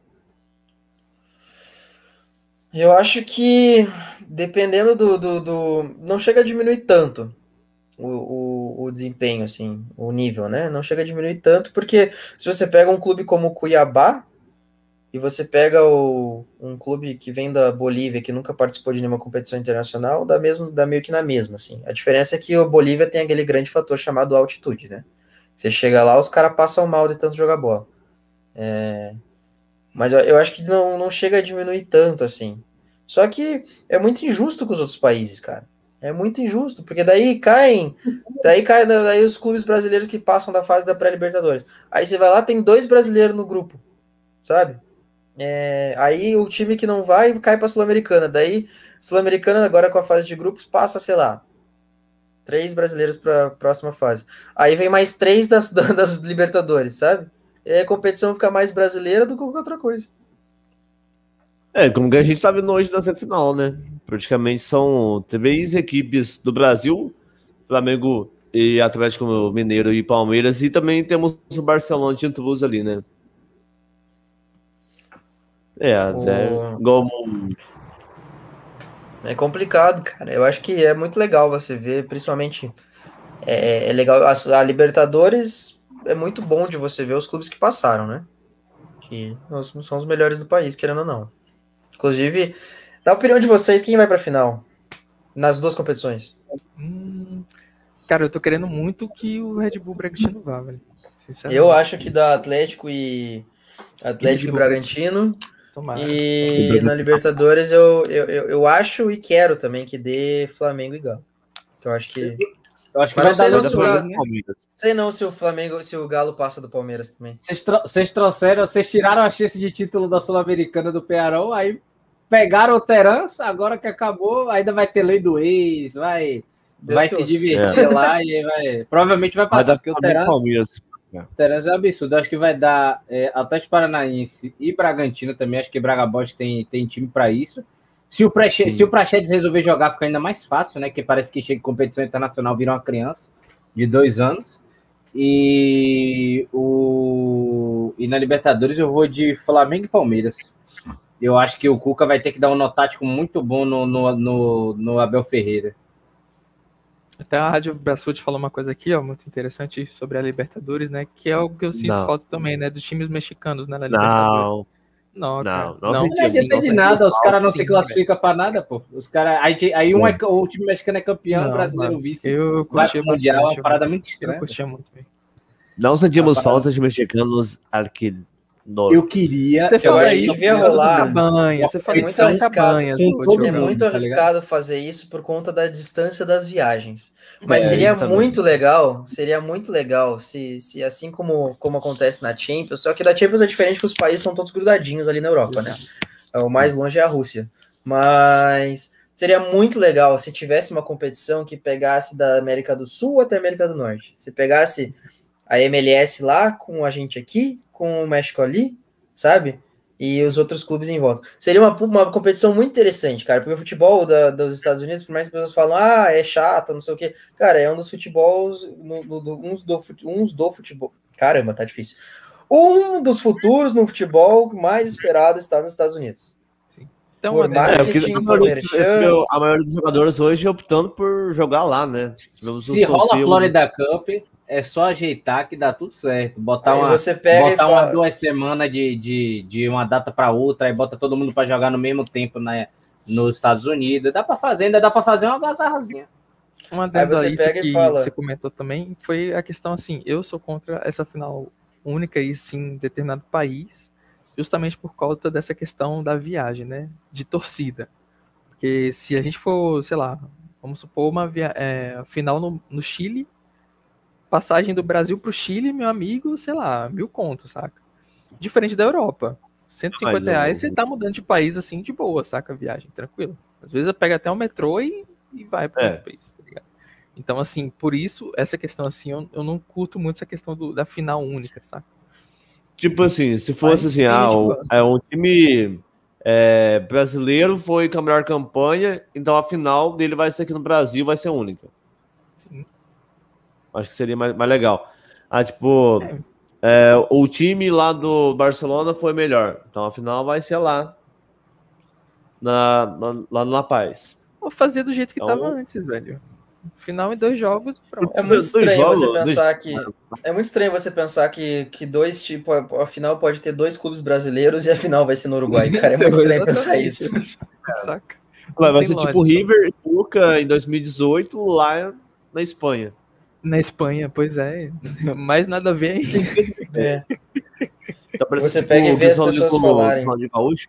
Eu acho que dependendo do, do, do não chega a diminuir tanto. O, o, o desempenho, assim, o nível, né? Não chega a diminuir tanto, porque se você pega um clube como o Cuiabá e você pega o, um clube que vem da Bolívia, que nunca participou de nenhuma competição internacional, dá, mesmo, dá meio que na mesma, assim. A diferença é que o Bolívia tem aquele grande fator chamado altitude, né? Você chega lá, os caras passam mal de tanto jogar bola. É... Mas eu, eu acho que não, não chega a diminuir tanto, assim. Só que é muito injusto com os outros países, cara. É muito injusto, porque daí caem, daí caem daí os clubes brasileiros que passam da fase da pré-Libertadores. Aí você vai lá, tem dois brasileiros no grupo, sabe? É, aí o time que não vai cai para a Sul-Americana. Daí, Sul-Americana, agora com a fase de grupos, passa, sei lá, três brasileiros para a próxima fase. Aí vem mais três das, das Libertadores, sabe? E a competição fica mais brasileira do que qualquer outra coisa. É, como que a gente tá vendo hoje na semifinal, né? Praticamente são três equipes do Brasil, Flamengo e Atlético Mineiro e Palmeiras, e também temos o Barcelona de Toulouse ali, né? É, até O- igual É complicado, cara. Eu acho que é muito legal você ver, principalmente é, é legal a, a Libertadores é muito bom de você ver os clubes que passaram, né? Que nós são os melhores do país, querendo ou não. Inclusive, na opinião de vocês, quem vai pra final nas duas competições? Hum, cara, eu tô querendo muito que o Red Bull Bragantino vá, velho. Sinceramente. Eu acho que da Atlético e Atlético e, Bull Bragantino. Tomara. E na Libertadores eu, eu, eu, eu acho e quero também que dê Flamengo e Galo. Que eu acho que. Eu acho que Mas vai não dar sei luta não se o pro Galo- Palmeiras. Sei não se o Flamengo, se o Galo passa do Palmeiras também. Vocês tro- Vocês trouxeram, vocês tiraram a chance de título da Sul-Americana do Pearol, aí pegaram o Terans, agora que acabou, ainda vai ter lei do ex, vai, Deus vai te se ouça. divertir lá e aí vai. Provavelmente vai vai passar, dar porque o Flamengo e Terans, Palmeiras. o Terans é absurdo. Eu acho que vai dar é, Atlético Paranaense e Bragantino também. Acho que Bragabot tem, tem time para isso. Se o, Praxe, Sim. se o Praxedes resolver jogar, fica ainda mais fácil, né? Que parece que chega em competição internacional, vira uma criança de dois anos. E, o, e na Libertadores eu vou de Flamengo e Palmeiras. Eu acho que o Cuca vai ter que dar um nó tático muito bom no, no, no, no Abel Ferreira. Até a Rádio Brasfoot falou uma coisa aqui, ó, muito interessante sobre a Libertadores, né? Que é algo que eu sinto Não. falta também, né? Dos times mexicanos, né? Na Libertadores. Não, Não, cara. não, não não, sentimos, Não sim, entende sim. nada, os caras não Sim, se classificam para nada, pô. Os cara, aí, aí um é, o time mexicano é campeão, Não, o brasileiro mano, vice. Eu Vai curtia pro Mundial, é bastante. uma parada eu- muito Eu estranha. curtia muito, velho. não sentimos Uma parada- falta de mexicanos arquidoros. Eu queria. Você Eu fala acho que isso, devia por causa do rolar. Cabanha, você fala É isso muito do arriscado. Cabanhas, Com ô, todo É Diogão. muito tá ligado? arriscado fazer isso por conta da distância das viagens. Mas É, seria justamente. muito legal, seria muito legal se, se assim como, como acontece na Champions, só que da Champions é diferente que os países estão todos grudadinhos ali na Europa, né? O mais longe é a Rússia. Mas seria muito legal se tivesse uma competição que pegasse da América do Sul até a América do Norte. Se pegasse a M L S lá, com a gente aqui, com o México ali, sabe? E os outros clubes em volta. Seria uma, uma competição muito interessante, cara, porque o futebol da, dos Estados Unidos, por mais que as pessoas falam, ah, é chato, não sei o quê, cara, é um dos futebols, no, do, do, uns, do, uns do futebol. Caramba, tá difícil. Um dos futuros no futebol mais esperado está nos Estados Unidos. Então, Por até- mais- É, porque Marketing, a maioria, merchan. a maioria dos jogadores hoje optando por jogar lá, né? Vamos Se rola a sofrer um- Florida Cup, é só ajeitar que dá tudo certo. Botar Aí uma, você pega e botar fala, uma duas semanas de, de, de uma data para outra, aí bota todo mundo para jogar no mesmo tempo né, nos Estados Unidos. Dá para fazer, ainda dá para fazer uma gazarrazinha. Um adendo você a isso pega e que fala- você comentou também foi a questão assim, eu sou contra essa final única e sim em determinado país, justamente por conta dessa questão da viagem, né? De torcida. Porque se a gente for, sei lá, vamos supor uma via é, final no, no Chile, passagem do Brasil pro Chile, meu amigo, sei lá, mil contos, saca? Diferente da Europa. cento e cinquenta Mas, reais ô, você tá mudando de país assim de boa, saca? A viagem, tranquilo. Às vezes pega até o metrô e, e vai para É. outro país, tá ligado? Então, assim, por isso, essa questão assim, eu, eu não curto muito essa questão do- da final única, saca? Tipo assim, se fosse Mas assim, tem ah, gente que o- gosta. é um time é, brasileiro foi com a melhor campanha, então a final dele vai ser aqui no Brasil, vai ser única. Assim, Acho que seria mais, mais legal. Ah, tipo, É. é, o time lá do Barcelona foi melhor, então a final vai ser lá, na, na- lá no La Paz. vou fazer do jeito que Então- tava antes, velho. Final em dois jogos, pronto. É muito Dois estranho jogos, você dois- pensar que é muito estranho você pensar que, que dois tipo a, a final pode ter dois clubes brasileiros e a final vai ser no Uruguai, cara. É muito estranho pensar Exatamente. isso. Saca? Vai, Não vai tem ser tipo lógica. River e Boca em dois mil e dezoito lá na Espanha. Na Espanha, pois é. Mais nada a ver, hein? É. Então, parece Você tipo pega e vê as São pessoas Nicolau- falarem. Ronaldinho Gaúcho.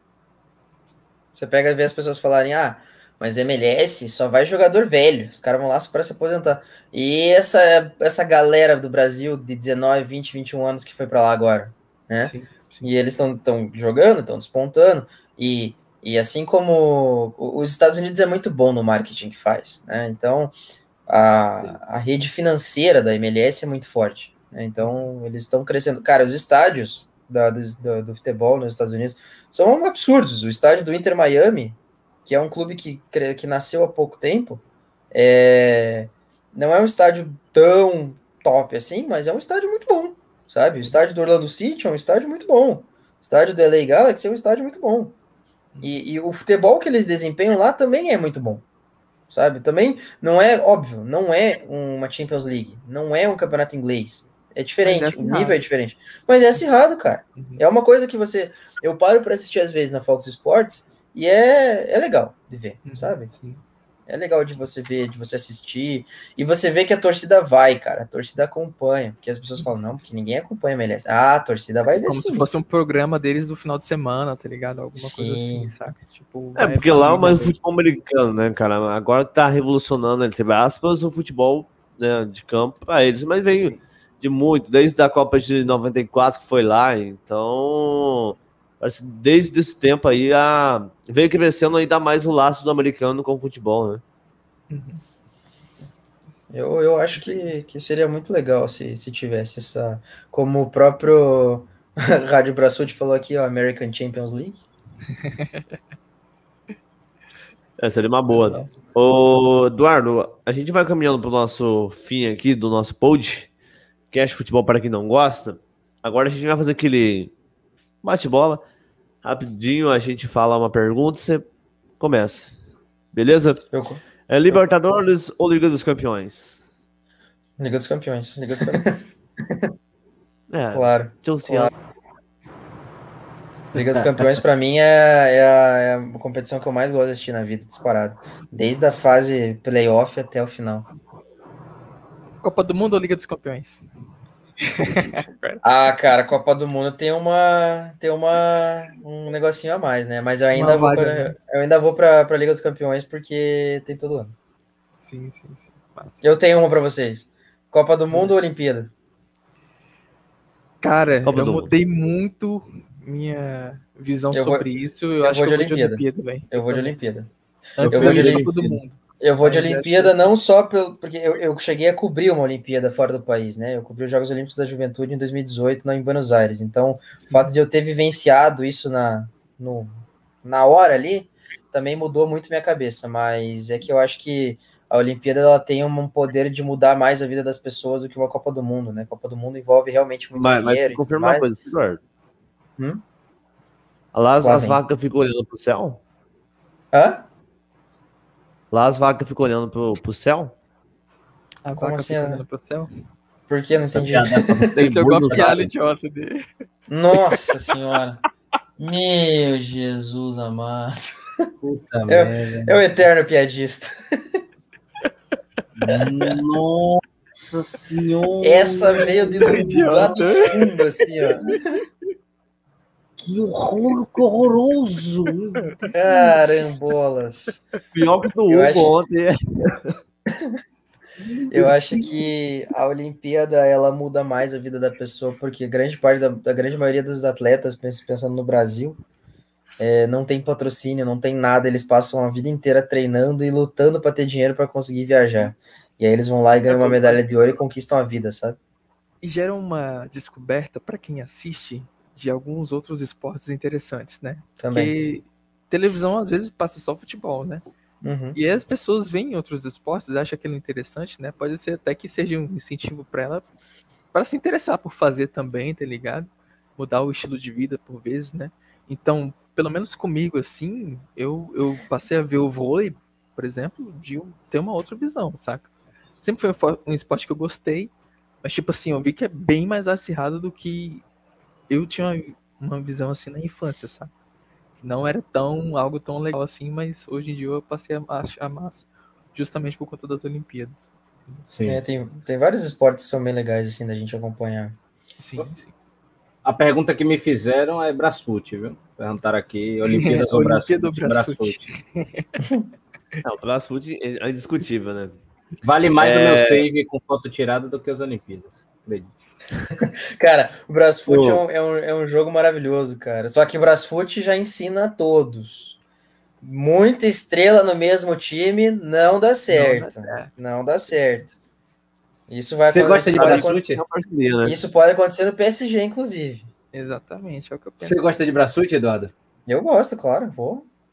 Você pega e vê as pessoas falarem, ah, mas M L S só vai jogador velho, os caras vão lá para se aposentar. E essa, essa galera do Brasil de dezenove, vinte, vinte e um anos que foi para lá agora, né? Sim, sim. E eles estão jogando, estão despontando, e, e assim como os Estados Unidos é muito bom no marketing que faz, né? Então a, a rede financeira da M L S é muito forte, né? Então eles estão crescendo. Cara, os estádios da, do, do, do futebol nos Estados Unidos são absurdos. O estádio do Inter Miami que é um clube que, que nasceu há pouco tempo, é, não é um estádio tão top assim, mas é um estádio muito bom, sabe? O estádio do Orlando City é um estádio muito bom. O estádio do L A Galaxy é um estádio muito bom. E, e o futebol que eles desempenham lá também é muito bom, sabe? Também não é, óbvio, não é uma Champions League, não é um campeonato inglês. É diferente, é o nível é diferente. Mas é acirrado, cara. Uhum. É uma coisa que você... Eu paro para assistir às vezes na Fox Sports e é, é legal de ver, uhum, sabe? Sim. É legal de você ver, de você assistir. E você vê que a torcida vai, cara. A torcida acompanha. Porque as pessoas falam, não, porque ninguém acompanha a M L S. Ah, a torcida vai ver Como sim. se fosse um programa deles do final de semana, tá ligado? Alguma sim. coisa assim, saca? Tipo, é, porque lá é mais o futebol americano, né, cara? Agora tá revolucionando, entre aspas, o futebol, né, de campo pra eles. Mas veio de muito, desde a Copa de noventa e quatro que foi lá. Então, desde esse tempo aí, a... veio crescendo ainda mais o laço do americano com o futebol, né? Uhum. Eu, eu acho que, que seria muito legal se, se tivesse essa... Como o próprio Rádio Brasfoot falou aqui, ó, American Champions League. É, seria uma boa. É. Ô, Eduardo, a gente vai caminhando pro nosso fim aqui, do nosso pod. Cast Futebol para quem não gosta. Agora a gente vai fazer aquele bate-bola. Rapidinho, a gente fala uma pergunta, você começa. Beleza? Eu... É Libertadores ou Liga dos Campeões? Liga dos Campeões. Liga dos Campeões. é, claro. Chelsea. Claro. Liga dos Campeões, pra mim, é, é, a, é a competição que eu mais gosto de assistir na vida, disparado. Desde a fase playoff até o final. Copa do Mundo ou Liga dos Campeões? Ah, cara, Copa do Mundo tem uma tem uma um negocinho a mais, né? Mas eu ainda vou pra, né? eu ainda vou para para Liga dos Campeões porque tem todo ano. Sim, sim, sim. Massa. Eu tenho uma para vocês. Copa do Mundo hum. ou Olimpíada? Cara, Copa eu mudei mundo. muito minha visão eu sobre vou, isso. Eu, eu acho vou que de eu vou Olimpíada. de Olimpíada, velho. Eu vou de Olimpíada. Antes eu vou de Olimpíada do Mundo. Eu vou de Olimpíada não só pelo, porque eu, eu cheguei a cobrir uma Olimpíada fora do país, né? Eu cobri os Jogos Olímpicos da Juventude em dois mil e dezoito, lá em Buenos Aires. Então, sim, o fato de eu ter vivenciado isso na, no, na hora ali, também mudou muito minha cabeça. Mas é que eu acho que a Olimpíada ela tem um poder de mudar mais a vida das pessoas do que uma Copa do Mundo, né? A Copa do Mundo envolve realmente muito mas, dinheiro. Mas confirma uma coisa, Eduardo. Hum? Lá as, as vacas ficam olhando pro céu? Hã? Lá as vacas ficam olhando pro, pro céu? A Como vaca assim, fica né? olhando pro céu? Por que? Não entendi. Esse é o piada idiota dele. Nossa senhora. Meu Jesus amado. Puta é, merda. É o eterno piadista. Nossa senhora. Essa veio de um lado fundo, assim, ó. Que horror, que horroroso! Carambolas. Pior que do Hugo acho... ontem. Eu acho que a Olimpíada ela muda mais a vida da pessoa, porque grande parte da, da grande maioria dos atletas, pensando no Brasil, é, não tem patrocínio, não tem nada, eles passam a vida inteira treinando e lutando para ter dinheiro para conseguir viajar. E aí eles vão lá e ganham uma medalha de ouro e conquistam a vida, sabe? E gera uma descoberta para quem assiste de alguns outros esportes interessantes, né? Também. Porque televisão às vezes passa só futebol, né? Uhum. E as pessoas veem outros esportes, acham aquilo interessante, né? Pode ser até que seja um incentivo para ela para se interessar por fazer também, tá ligado? Mudar o estilo de vida por vezes, né? Então, pelo menos comigo, assim, eu, eu passei a ver o vôlei, por exemplo, de ter uma outra visão, saca? Sempre foi um esporte que eu gostei, mas tipo assim, eu vi que é bem mais acirrado do que eu tinha uma, uma visão assim na infância, sabe? Que não era tão, algo tão legal assim, mas hoje em dia eu passei a achar massa, justamente por conta das Olimpíadas. Sim. É, tem, tem vários esportes que são bem legais assim da gente acompanhar. Sim, sim. A pergunta que me fizeram é Brasfoot, viu? Perguntaram aqui, Olimpíadas ou Brasfoot? Brasfoot. Não, o Brasfoot é indiscutível, né? Vale mais é... o meu save com foto tirada do que as Olimpíadas, acredito. Cara, o Brasfoot oh. é, um, é, um, é um jogo maravilhoso, cara. Só que o Brasfoot já ensina a todos. Muita estrela no mesmo time não dá certo. Não dá certo. Não dá certo. Isso vai Você gosta de Brasfoot? Isso pode acontecer no P S G, inclusive. Exatamente, é o que eu penso. Você gosta de Brasfoot, Eduardo? Eu gosto, claro. Vou.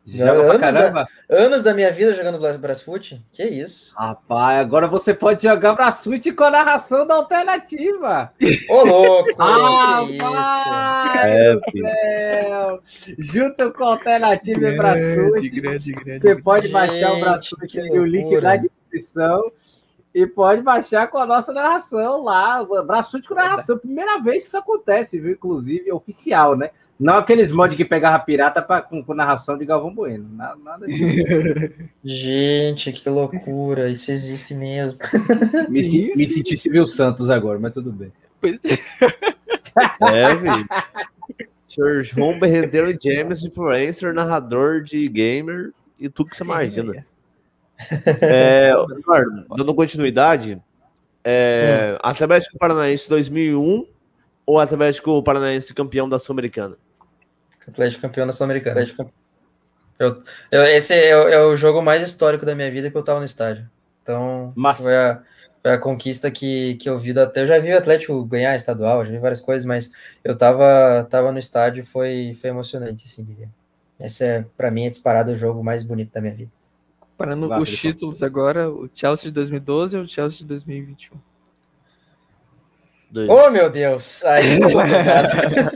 Joga pra anos, caramba? da, anos da minha vida jogando Brasfoot? Que isso? Rapaz, agora você pode jogar Brasfoot com a narração da alternativa. Ô, louco! Ah, que isso? pai É, do céu! Junto com a alternativa e Grande, Brasfoot, grande, grande. você pode Gente, baixar o Brasfoot que aí, o link loucura. na descrição. E pode baixar com a nossa narração lá. Brasfoot com narração. Primeira vez que isso acontece, viu? Inclusive, oficial, né? Não aqueles mods que pegava pirata pra, com, com narração de Galvão Bueno. Nada, nada disso. Gente, que loucura. Isso existe mesmo. Me, Sim, me sim. senti Silvio Santos agora, mas tudo bem. Pois é. É, velho. senhor João Berrenteiro James, influencer, narrador de gamer e tudo que você imagina. É, Eduardo, dando continuidade, é, Atlético Paranaense dois mil e um ou Atlético Paranaense campeão da Sul-Americana? Atlético campeão da Sul-Americana. Eu, eu, esse é, o- é o jogo mais histórico da minha vida que eu tava no estádio. Então, Massa. foi a, foi a conquista que, que eu vi. Até, eu já vi o Atlético ganhar estadual, já vi várias coisas, mas eu tava, tava no estádio e foi, foi emocionante, assim, de ver. Esse é, pra mim, é disparado o jogo mais bonito da minha vida. Comparando Vai, os Felipão. títulos agora, o Chelsea de dois mil e doze ou o Chelsea de dois mil e vinte e um? Dois. Oh, meu Deus! Aí, pegou pesado.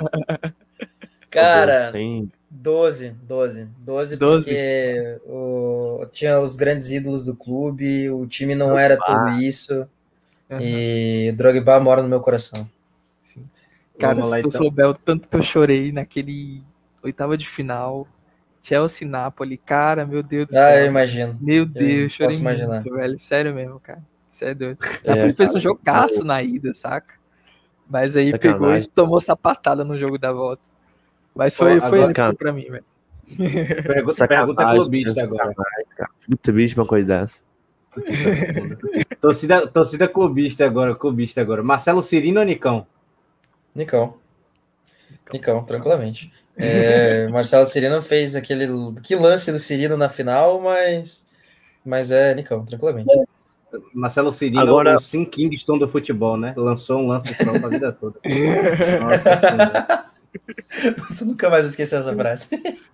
Cara, Sem- doze, doze, doze, doze. porque o, tinha os grandes ídolos do clube, o time não era tudo isso, e o Drogba mora no meu coração. Sim. Cara, Vamos se lá, tu então. souber o tanto que eu chorei naquele oitava de final, Chelsea Napoli, cara, meu Deus do Ah, eu céu. imagino. Meu Deus, chorei posso imaginar. muito, velho. Sério mesmo, cara. Isso é doido. É, Napoli fez cara, um jogaço na ida, saca? Mas aí Sacanagem. pegou e tomou sapatada no jogo da volta. Mas foi, Ó, foi agora- épico pra mim, velho. Pergunta, pergunta clubista agora. sacanagem, cara. Fico triste uma coisa dessa. torcida, torcida clubista agora, clubista agora. Marcelo Cirino ou Nicão? Nicão. Nicão, tranquilamente. É, Marcelo Cirino fez aquele que lance do Cirino na final, mas, mas é Nicão, tranquilamente. Marcelo Cirino Agora- é o Sim Kingston do futebol, né? Lançou um lance só pra vida toda. Nossa Senhora. Você nunca mais vai esquecer essa frase.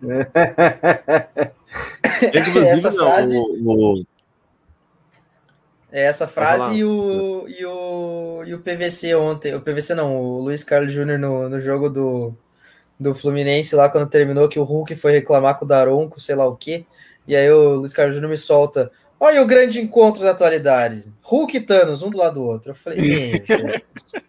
Inclusive, Essa não, frase- o- o- É essa frase falar. e o, e, o, e o P V C ontem. O P V C não, o Luiz Carlos Júnior no, no jogo do, do Fluminense lá, quando terminou, que o Hulk foi reclamar com o Daronco, sei lá o quê. E aí o Luiz Carlos Júnior me solta. Olha o grande encontro da atualidade. Hulk e Thanos, um do lado do outro. Eu falei, meu Deus.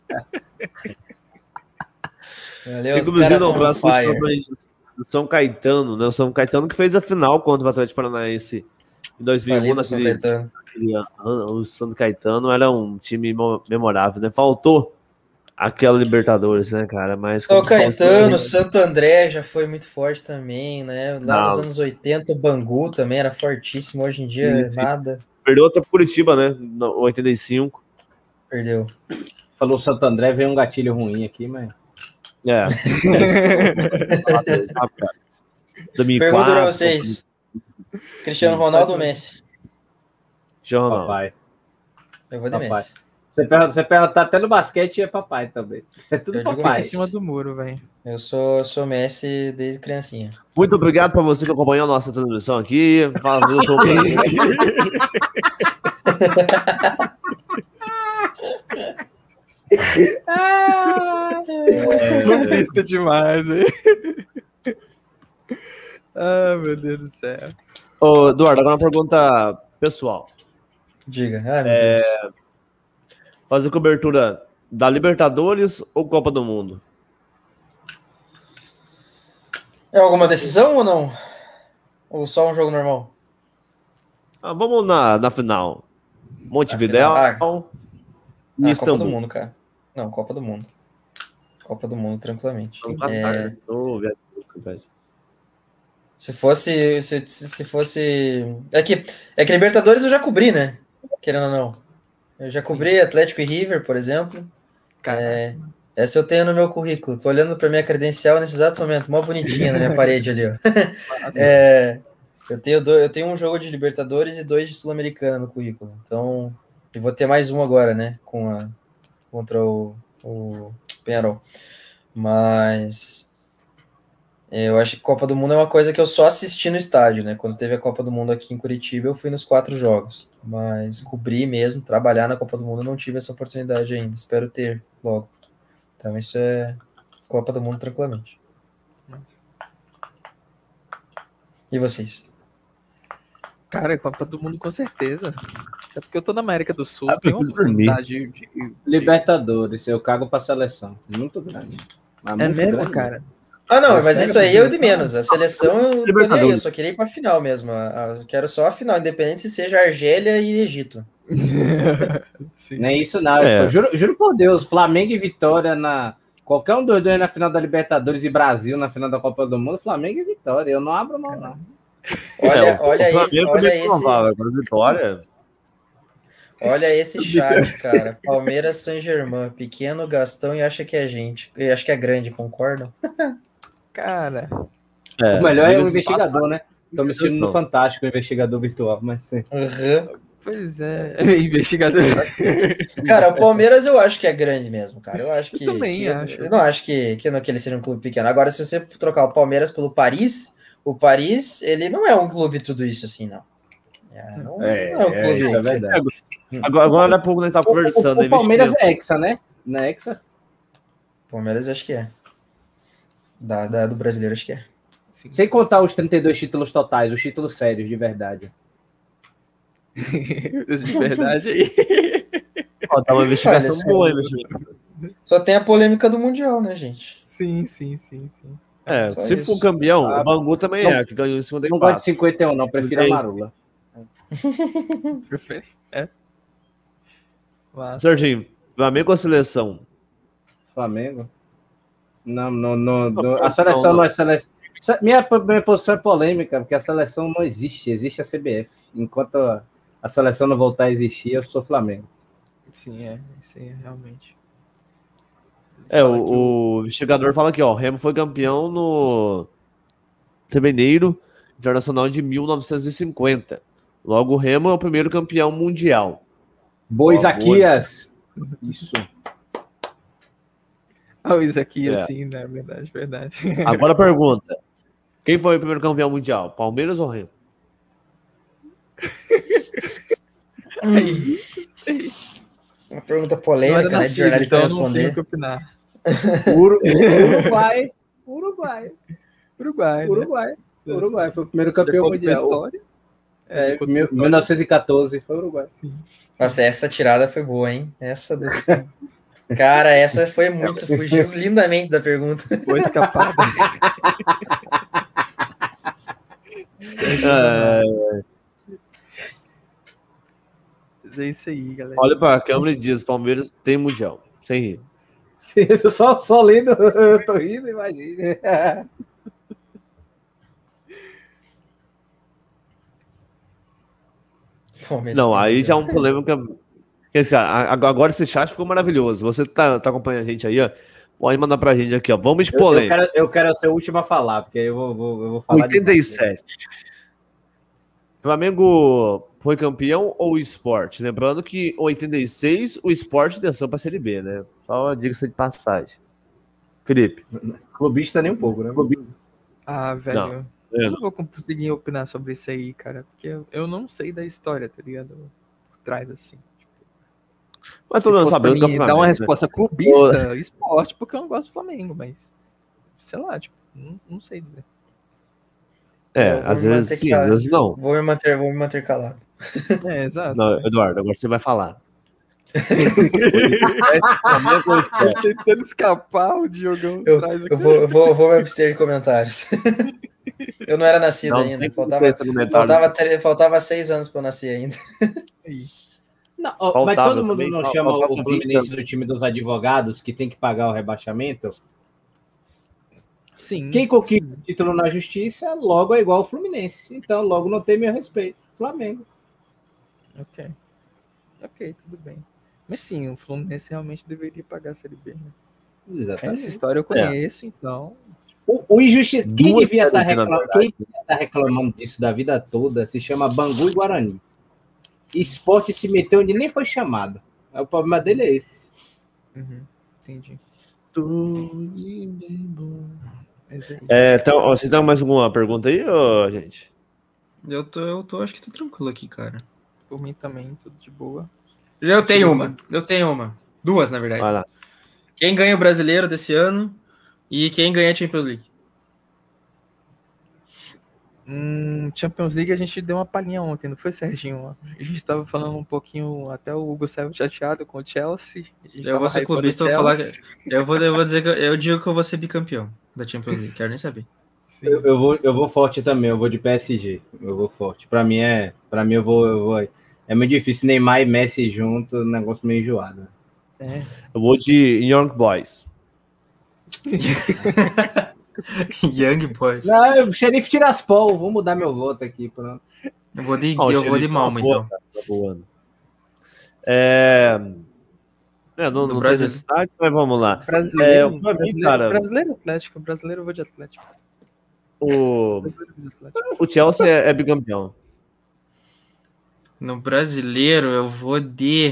Valeu, os Inclusive, caras não, tão o on fire. o São Caetano, né? O São Caetano que fez a final contra o Atlético Paranaense em dois mil e um, Falido São naquele, Caetano. naquele ano. O São Caetano era um time mo- memorável, né? Faltou aquela Libertadores, né, cara? Mas São como você falou, Caetano, São- Santo André já foi muito forte também, né? Lá nos Não. anos oitenta, o Bangu também era fortíssimo. Hoje em dia, Sim, sim. nada. perdeu até pro Curitiba, né? No oitenta e cinco. Perdeu. Falou Santo André, veio um gatilho ruim aqui, mas. É. dois mil e quatro, Pergunta pra vocês: Cristiano Ronaldo ou Messi? Jornal. Papai. Eu vou de Papai. Messi. Você pergunta, você pergunta até no basquete é papai também. É tudo Eu digo papai. Em cima do muro, velho. Eu sou, sou Messi desde criancinha. Muito obrigado para você que acompanhou a nossa transmissão aqui. Fala, viu, foi um prazer. Clubista demais, hein? Ah, meu Deus do céu. Ô, Eduardo, agora uma pergunta pessoal. Diga. Ai, meu É, Deus. Fazer cobertura da Libertadores ou Copa do Mundo? É alguma decisão ou não? Ou só um jogo normal? Ah, vamos na, na final. Montevidéu Ah, e Ah, Copa do Istambul. Mundo, cara. Não, Copa do Mundo. Copa do Mundo, tranquilamente. No É, Catar. Ô, viagem que acontece. se fosse. Se, se se fosse. É que, é que Libertadores eu já cobri, né? Querendo ou não. Eu já cobri Atlético e River, por exemplo. Cara, É, essa eu tenho no meu currículo. Tô olhando pra minha credencial nesse exato momento. Mó bonitinha na minha parede ali, ó. É, eu, tenho do, eu tenho um jogo de Libertadores e dois de Sul-Americana no currículo. Então, eu vou ter mais um agora, né? Com a, contra o, o Peñarol. Mas Eu acho que Copa do Mundo é uma coisa que eu só assisti no estádio, né? Quando teve a Copa do Mundo aqui em Curitiba, eu fui nos quatro jogos. Mas cobrir mesmo, trabalhar na Copa do Mundo, eu não tive essa oportunidade ainda. Espero ter logo. Então isso é Copa do Mundo tranquilamente. E vocês? Cara, Copa do Mundo com certeza. Até porque eu tô na América do Sul, Ah, tenho uma prefiro dormir. oportunidade de, de- de- Libertadores, eu cago pra seleção. Muito grande. Mas É muito mesmo, grande. cara? Ah, não, Ah, mas sério? isso aí eu de menos. A seleção eu tô nem aí, eu Libertadores. só queria ir pra final mesmo. A- a- Eu quero só a final, independente se seja Argélia e Egito. Sim. Nem isso não. É. Eu juro, juro por Deus, Flamengo e Vitória na. Qualquer um dos dois na final da Libertadores e Brasil na final da Copa do Mundo, Flamengo e Vitória. Eu não abro mão, não. Olha, É, o- olha o esse, Flamengo olha é bem esse, provável, agora a Vitória. olha esse chat, cara. Palmeiras Saint-Germain, pequeno Gastão e acha que é gente. E acho que é grande, concordam? Cara, É, O melhor é o diga-se de investigador, né? Tô me assistindo no Não. Fantástico, o investigador virtual, mas sim. Uhum. pois é. Investigador. Cara, o Palmeiras eu acho que é grande mesmo, cara. Eu acho que. Eu também que- acho. Eu não acho que, que, não, que ele seja um clube pequeno. Agora, se você trocar o Palmeiras pelo Paris, o Paris, ele não é um clube tudo isso assim, não. É, não, É, não é um é, clube. isso é que você- verdade. Agora, agora há pouco nós estávamos O, conversando. o, o Palmeiras investimento. é Hexa, né? Não é Hexa? Palmeiras acho que é. Da, da- do brasileiro acho que é. Sim. Sem contar os trinta e dois títulos totais, os títulos sérios, de verdade. De verdade aí. Ó, tá uma investigação Olha, boa, sério. investimento. Só tem a polêmica do Mundial, né, gente? Sim, sim, sim, sim. É, Só se isso. for campeão, Ah, o Bangu também não- é, que ganhou em segunda Não gosto de empate. cinquenta e um, não, prefiro a É isso. Marula. Prefere? É. Mas, Serginho, Flamengo ou a seleção? Flamengo? Não, não, não, não. Não, A seleção não, não, não. é seleção. Minha, minha posição é polêmica, porque a seleção não existe, existe a C B F. Enquanto a, a seleção não voltar a existir, eu sou Flamengo. sim, é. Isso aí é realmente. É, Fala que o, o investigador fala aqui, ó, o Remo foi campeão no Mineiro Internacional de mil novecentos e cinquenta. Logo, o Remo é o primeiro campeão mundial. Boa, Por favor, Isaquias. Isso. Ah, o Isaquias, É. sim, né? Verdade, verdade. Agora a pergunta. Quem foi o primeiro campeão mundial? Palmeiras ou Remo? Aí, Uma pergunta não polêmica, era né? De nascido, jornalista então eu não tenho responder. que opinar. Uru- Uruguai. Uruguai. Uruguai, né? Uruguai. Uruguai foi o primeiro campeão De acordo com a mundial. história. É, de acordo com a mil- história, mil novecentos e quatorze foi o Uruguai. sim. Nossa, essa tirada foi boa, hein? Essa desse... Cara, essa foi muito. Fugiu lindamente da pergunta. Foi escapada. É, Mas é isso aí, galera. olha para a câmera e diz, Palmeiras tem mundial. Sem rir. só, só lendo, eu tô rindo, imagina. Palmeiras Não, tem aí mundial. já é um polêmica. Quer dizer, a- a- agora esse chat ficou maravilhoso. Você tá, tá acompanhando a gente aí, ó? Pode mandar pra gente aqui, ó. Vamos de Eu, eu, polêmica. quero, eu quero ser o último a falar, porque eu vou, vou, eu vou falar. oitenta e demais. sete. Flamengo foi campeão ou o Sport? Lembrando que em oitenta e seis o Sport desceu pra Série B, né? Só diga-se de passagem. Felipe. Clubista nem um pouco, né? Ah, velho. Não, Eu eu não vou conseguir opinar sobre isso aí, cara. Porque eu, eu não sei da história, tá ligado? Por trás, assim. Mas Se todo mundo fosse sabe, pra eu tô mim Flamengo, dar uma né? resposta clubista, esporte, porque eu não gosto do Flamengo, mas. Sei lá, tipo, não, não sei dizer. É, Eu vou às me vezes manter sim, calado. às vezes não. Vou me manter, vou me manter calado. É, exato. Não, Eduardo, agora você vai falar. Flamengo ou Sport? Tô tentando escapar, o Diogão Eu, traz aqui. eu vou, eu vou, eu vou me abster de comentários. Eu não era nascido Não, ainda. tem Faltava, que comentários. faltava, tre- faltava seis anos para eu nascer ainda. Aí. Não, ó, Faltava mas todo mundo também, não fal- chama faltava o Fluminense vinte do time dos advogados que tem que pagar o rebaixamento? Sim. Quem conquista o título na justiça, logo é igual ao Fluminense. Então, logo não tem meu respeito. Flamengo. Ok. Ok, tudo bem. Mas sim, o Fluminense realmente deveria pagar a Série B, né? Exatamente. Essa história eu conheço, então. O, o injusti... Quem Duas devia estar Série B, na reclamando, verdade. quem devia estar reclamando disso da vida toda se chama Bangu e Guarani. Esporte se meteu onde nem foi chamado. O problema dele é esse. Uhum, entendi. Mas é, É, então, ó, vocês têm mais alguma pergunta aí, ô, gente? Eu tô, eu tô, acho que tô tranquilo aqui, cara. por mim também, tudo de boa. Eu tenho uma, eu tenho uma. Duas, na verdade. Vai lá. Quem ganha o brasileiro desse ano e quem ganha a Champions League? Hum, Champions League a gente deu uma palhinha ontem, não foi, Serginho? A gente tava falando um pouquinho, até o Hugo saiu chateado com o Chelsea. A gente Eu tava vou ser hypando clubista, o eu vou falar. Chelsea. que- Eu vou, eu vou dizer que eu, eu digo que eu vou ser bicampeão da Champions League, quero nem saber. Sim. Eu, eu vou, eu vou forte também, eu vou de P S G. Eu vou forte. Pra mim é. Pra mim eu vou, eu vou. É muito difícil Neymar e Messi junto, um negócio meio enjoado. É. Eu vou de Young Boys. Young Boys. Não, o xerife Tiraspol, vou mudar meu voto aqui. Pronto. Eu vou de, Ó, o eu vou de Xerife Malmo, é uma boa, então. cara, tá voando. É... é, não, Do não tem Brasil. necessidade, mas vamos lá. Brasileiro, É, pra mim, brasileiro, cara- brasileiro Atlético, brasileiro eu vou de Atlético. O, Brasileiro eu vou de Atlético. o Chelsea é, é bicampeão. No brasileiro, eu vou de.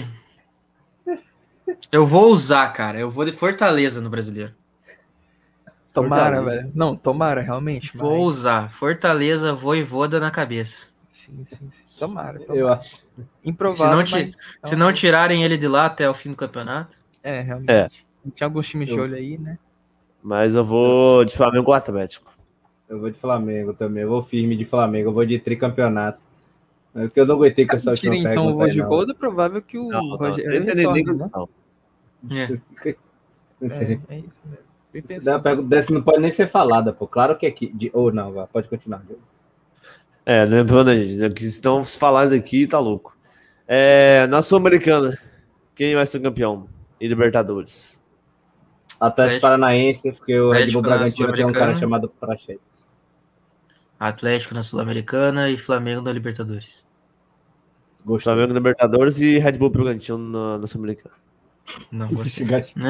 Eu vou usar, cara. Eu vou de Fortaleza no brasileiro. Tomara, Fortaleza. velho. Não, tomara, realmente. Vou mas- usar. Fortaleza, Voivoda na cabeça. Sim, sim, sim. Tomara, tomara. Eu acho. Improvável, Se não ti- mas... Se não tirarem ele de lá até o fim do campeonato. É, realmente. É. Tinha alguns times de Eu- olho aí, né? Mas eu vou de Flamengo ou Atlético. Eu vou de Flamengo também. Eu vou firme de Flamengo. Eu vou de tricampeonato. É porque eu não aguentei com essa última Tira então o pergunta aí, não. Voivoda, provável que o Não, não, Rogério não tem nem retorne, né? condição. É. É, é isso mesmo. Bem Se der uma pensado. pergunta dessa não pode nem ser falada, pô. Claro que é aqui. De... Ou não, vai, pode continuar. É, lembrando, gente, que estão falando aqui, tá louco. É, na Sul-Americana, quem vai ser campeão? E Libertadores? Atlético Atlético. Paranaense, porque o Red Atlético Bull na Bragantino tem um cara Sul-Americana. chamado Prachetes. Atlético na Sul-Americana e Flamengo na Libertadores. Gostou. Flamengo na Libertadores e Red Bull Bragantino na, na Sul-Americana. Não gostei.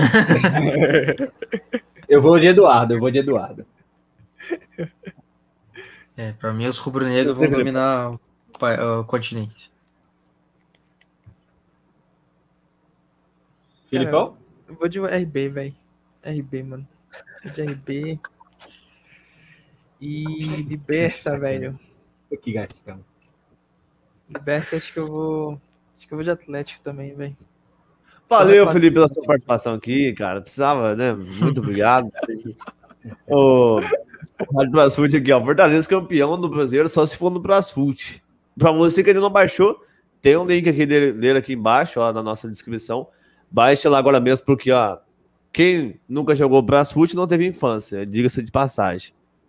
Eu vou de Eduardo, eu vou de Eduardo. É, pra mim os rubro-negros vão dominar o, pa- o continente. Filipão? Eu vou de R B, velho. R B, mano. Vou de R B. E Liberta, velho. Que gastão. Liberta, acho que eu vou. Acho que eu vou de Atlético também, velho. Valeu, Felipe, pela sua participação aqui, cara. Precisava, né? Muito obrigado. O Rádio Brasfoot aqui, ó. Fortaleza campeão do Brasileiro só se for no Brasfoot. Pra você que ainda não baixou, tem um link aqui dele, dele aqui embaixo, ó, na nossa descrição. Baixa lá agora mesmo, porque, ó, quem nunca jogou Brasfoot não teve infância, diga-se de passagem.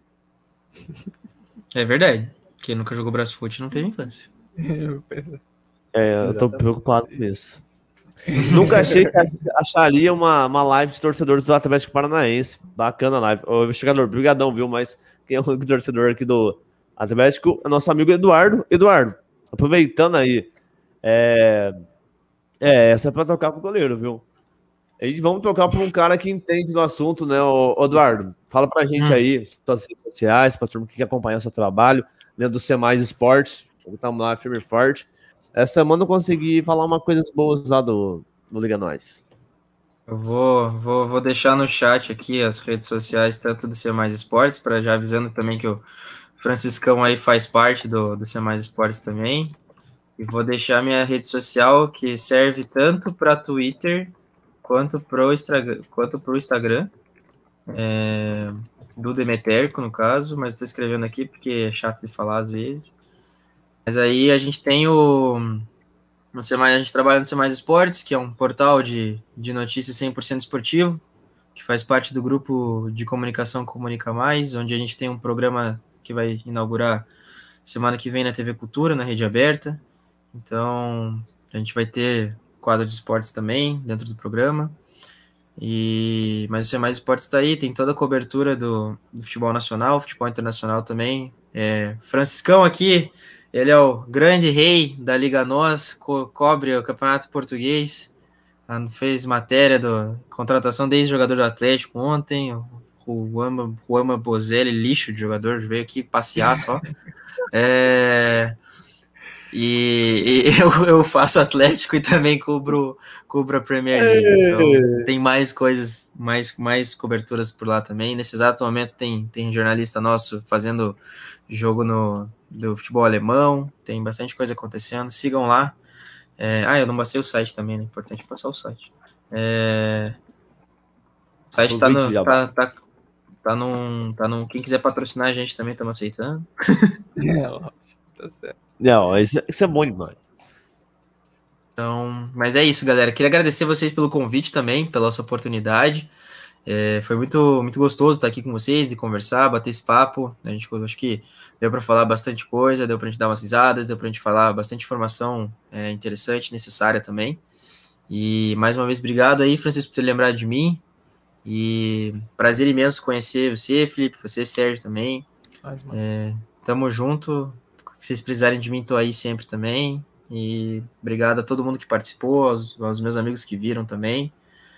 É verdade. Quem nunca jogou Brasfoot não teve infância. Eu penso- É, eu tô Exatamente. preocupado com isso. Nunca achei que acharia uma, uma live de torcedores do Atlético Paranaense. Bacana a live. Ô, investigador, brigadão, viu? Mas quem é o único torcedor aqui do Atlético é nosso amigo Eduardo. Eduardo, aproveitando aí, é, é essa é pra tocar pro goleiro, viu? E vamos tocar pra um cara que entende do assunto, né, ô, ô, Eduardo? Fala pra gente Hum. aí, suas redes sociais, pra turma que quer acompanhar o seu trabalho, né, do C Mais Esportes. Estamos lá firme e forte. Essa semana eu consegui falar umas coisas boas lá do, do Liga Nós. Eu vou, vou, vou deixar no chat aqui as redes sociais, tanto do C Mais Esportes, para já avisando também que o Franciscão aí faz parte do, do C Mais Esportes também. E vou deixar minha rede social, que serve tanto para Twitter quanto para o Instagram, quanto pro Instagram é, do Demeterco, no caso, mas estou escrevendo aqui porque é chato de falar às vezes. Mas aí a gente tem o... No C mais, a gente trabalha no C Mais Esportes, que é um portal de, de notícias cem por cento esportivo, que faz parte do grupo de comunicação Comunica Mais, onde a gente tem um programa que vai inaugurar semana que vem na T V Cultura, na rede aberta. Então, a gente vai ter quadro de esportes também dentro do programa. E, mas o C Mais Esportes está aí, tem toda a cobertura do, do futebol nacional, futebol internacional também. É, Franciscão aqui, ele é o grande rei da Liga Nós, co cobre o Campeonato Português, fez matéria da contratação desde jogador do Atlético ontem, o Juama, Juama Bozelli, lixo de jogador, veio aqui passear só. É, E, e eu, eu faço Atlético e também cubro, cubro a Premier League. Então tem mais coisas, mais, mais coberturas por lá também. Nesse exato momento tem, tem jornalista nosso fazendo jogo no, do futebol alemão. Tem bastante coisa acontecendo. Sigam lá. É, ah, eu não passei o site também, né? Importante passar o site. É, o site tá no, tá, tá, tá, num, tá num. Quem quiser patrocinar a gente também, estamos aceitando. É, lógico, tá certo. Não, isso, isso é bom demais. Então, mas é isso, galera. Queria agradecer vocês pelo convite também, pela nossa oportunidade. É, foi muito, muito gostoso estar aqui com vocês e conversar, bater esse papo. A gente, acho que deu para falar bastante coisa, deu para a gente dar umas risadas, deu para a gente falar bastante informação é, interessante, necessária também. E mais uma vez, obrigado aí, Francisco, por ter lembrado de mim. E prazer imenso conhecer você, Felipe, você, Sérgio, também. É, tamo junto. Se vocês precisarem de mim, tô aí sempre também. E obrigado a todo mundo que participou, aos, aos meus amigos que viram também.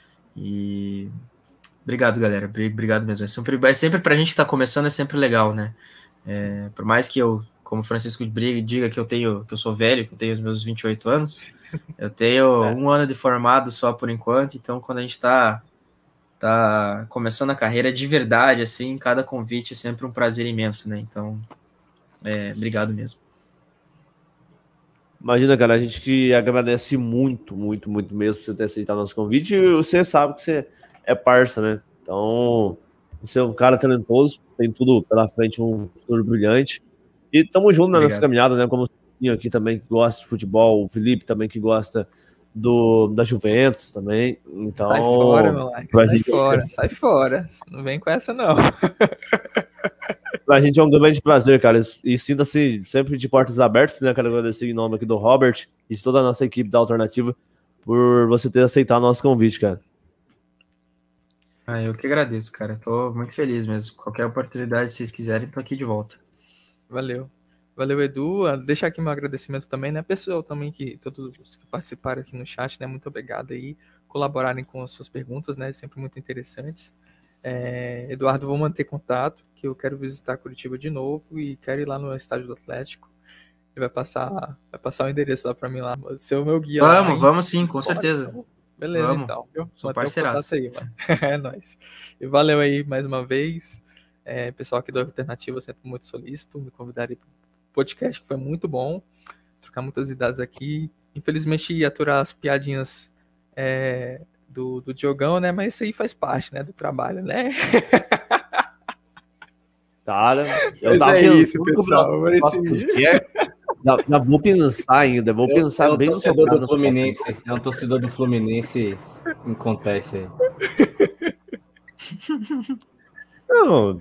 E obrigado, galera. Obrigado mesmo. É sempre, é sempre pra gente que tá começando, é sempre legal, né? É, por mais que eu, como o Francisco diga que eu tenho, que eu sou velho, que eu tenho os meus vinte e oito anos, eu tenho é. um ano de formado só por enquanto, então quando a gente tá, tá começando a carreira de verdade, assim, cada convite é sempre um prazer imenso, né? Então, é, obrigado mesmo. Imagina, cara, a gente que agradece muito, muito, muito mesmo por você ter aceitado o nosso convite. E você sabe que você é parça, né? Então, você é um cara talentoso, tem tudo pela frente, um futuro brilhante. E tamo junto na nossa caminhada, né? Como o aqui também que gosta de futebol, o Felipe também que gosta do, da Juventus também. Então, sai fora, meu like, sai gente... fora, sai fora. Não vem com essa, não. Pra gente é um grande prazer, cara, e sinta-se sempre de portas abertas, né? Quero agradecer em nome aqui do Robert e de toda a nossa equipe da Alternativa por você ter aceitado o nosso convite, cara. Ah, eu que agradeço, cara. Tô muito feliz mesmo. Qualquer oportunidade, se vocês quiserem, tô aqui de volta. Valeu. Valeu, Edu. Deixar aqui meu agradecimento também, né? Pessoal também, que todos os que participaram aqui no chat, né? Muito obrigado aí, colaborarem com as suas perguntas, né? Sempre muito interessantes. É, Eduardo, vou manter contato, que eu quero visitar Curitiba de novo e quero ir lá no estádio do Atlético. Ele vai passar, vai passar o endereço lá para mim lá, ser o meu guia. Vamos, lá, vamos sim, com certeza. Então. Beleza, vamos. Então. Viu? Sou parceiraço. Aí, mano. É nóis. E valeu aí mais uma vez. É, pessoal aqui do Alternativa, sempre muito solícito, me convidarem para o podcast, que foi muito bom. Trocar muitas ideias aqui. Infelizmente, ia aturar as piadinhas é, do, do Diogão, né? Mas isso aí faz parte, né, do trabalho, né? Cara, eu mas tava é pensando isso, pessoal. Nosso, nosso já, já vou pensar ainda, vou eu, pensar é um bem no seu torcedor do Fluminense. É um torcedor do Fluminense em conteste aí. Não.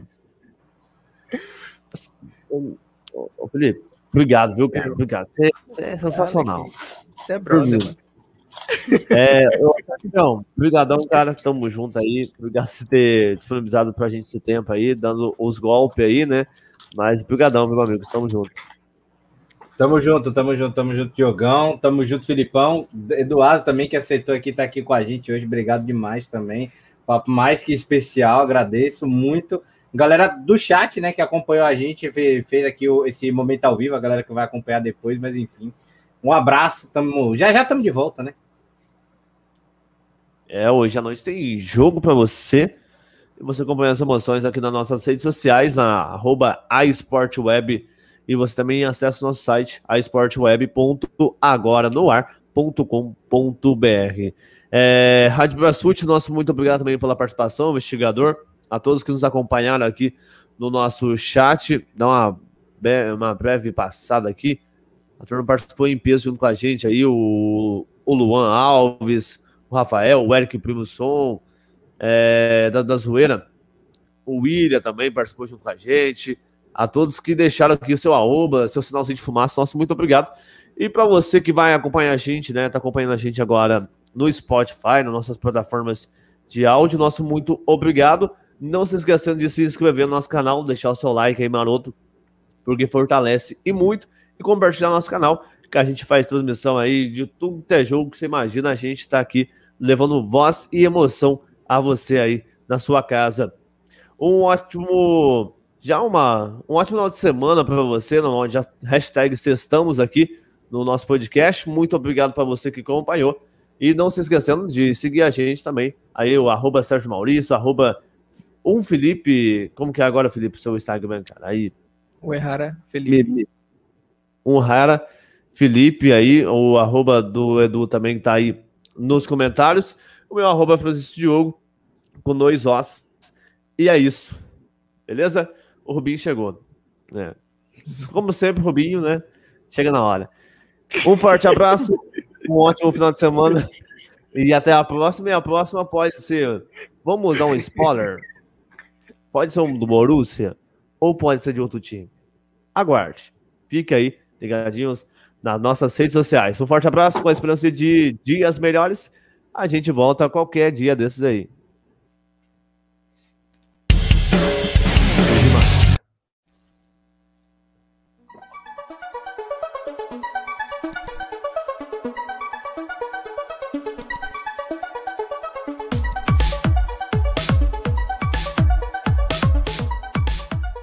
Ô, Felipe, obrigado, viu, cara? Obrigado. Você, você é sensacional. Você é brother, mano. É, eu, então, brigadão, cara, tamo junto aí, obrigado por ter disponibilizado pra gente esse tempo aí, dando os golpes aí, né, mas brigadão, meu amigo, tamo junto. Tamo junto, tamo junto, tamo junto, Diogão, tamo junto, Filipão, Eduardo também, que aceitou aqui, tá aqui com a gente hoje, obrigado demais também, papo mais que especial, agradeço muito, galera do chat, né, que acompanhou a gente, fez, fez aqui o, esse momento ao vivo, a galera que vai acompanhar depois, mas enfim, um abraço, tamo, já já estamos de volta, né. É, hoje à noite tem jogo pra você. E você acompanha as emoções aqui nas nossas redes sociais, na arroba aesportweb. E você também acessa o nosso site, aesportweb ponto agora no ar ponto com ponto br. É, Rádio Brasfoot, nosso muito obrigado também pela participação, investigador. A todos que nos acompanharam aqui no nosso chat. Dá uma, uma breve passada aqui. A turma participou em peso junto com a gente aí, o, o Luan Alves, o Rafael, o Eric Primo Som, é, da, da Zoeira, o William também participou junto com a gente, a todos que deixaram aqui o seu arroba, seu sinalzinho de fumaça, nosso muito obrigado. E para você que vai acompanhar a gente, né, tá acompanhando a gente agora no Spotify, nas nossas plataformas de áudio, nosso muito obrigado. Não se esquecendo de se inscrever no nosso canal, deixar o seu like aí maroto, porque fortalece e muito, e compartilhar nosso canal, que a gente faz transmissão aí de tudo que é jogo que você imagina, a gente está aqui levando voz e emoção a você aí na sua casa. Um ótimo, já uma, um ótimo final de semana para você, onde já hashtag sextamos aqui no nosso podcast. Muito obrigado para você que acompanhou. E não se esquecendo de seguir a gente também. Aí o arroba Sérgio Maurício, arroba um Felipe. Como que é agora, Felipe, o seu Instagram, cara? Aí. O Errara Felipe. Um Rara Felipe aí, o arroba do Edu também tá aí nos comentários. O meu arroba Francisco Diogo, com dois Os. E é isso. Beleza? O Rubinho chegou. É. Como sempre, Rubinho, né? Chega na hora. Um forte abraço, um ótimo final de semana. E até a próxima. E a próxima pode ser... Vamos dar um spoiler? Pode ser um do Borussia ou pode ser de outro time. Aguarde. Fique aí, ligadinhos nas nossas redes sociais. Um forte abraço, com a esperança de dias melhores. A gente volta qualquer dia desses aí.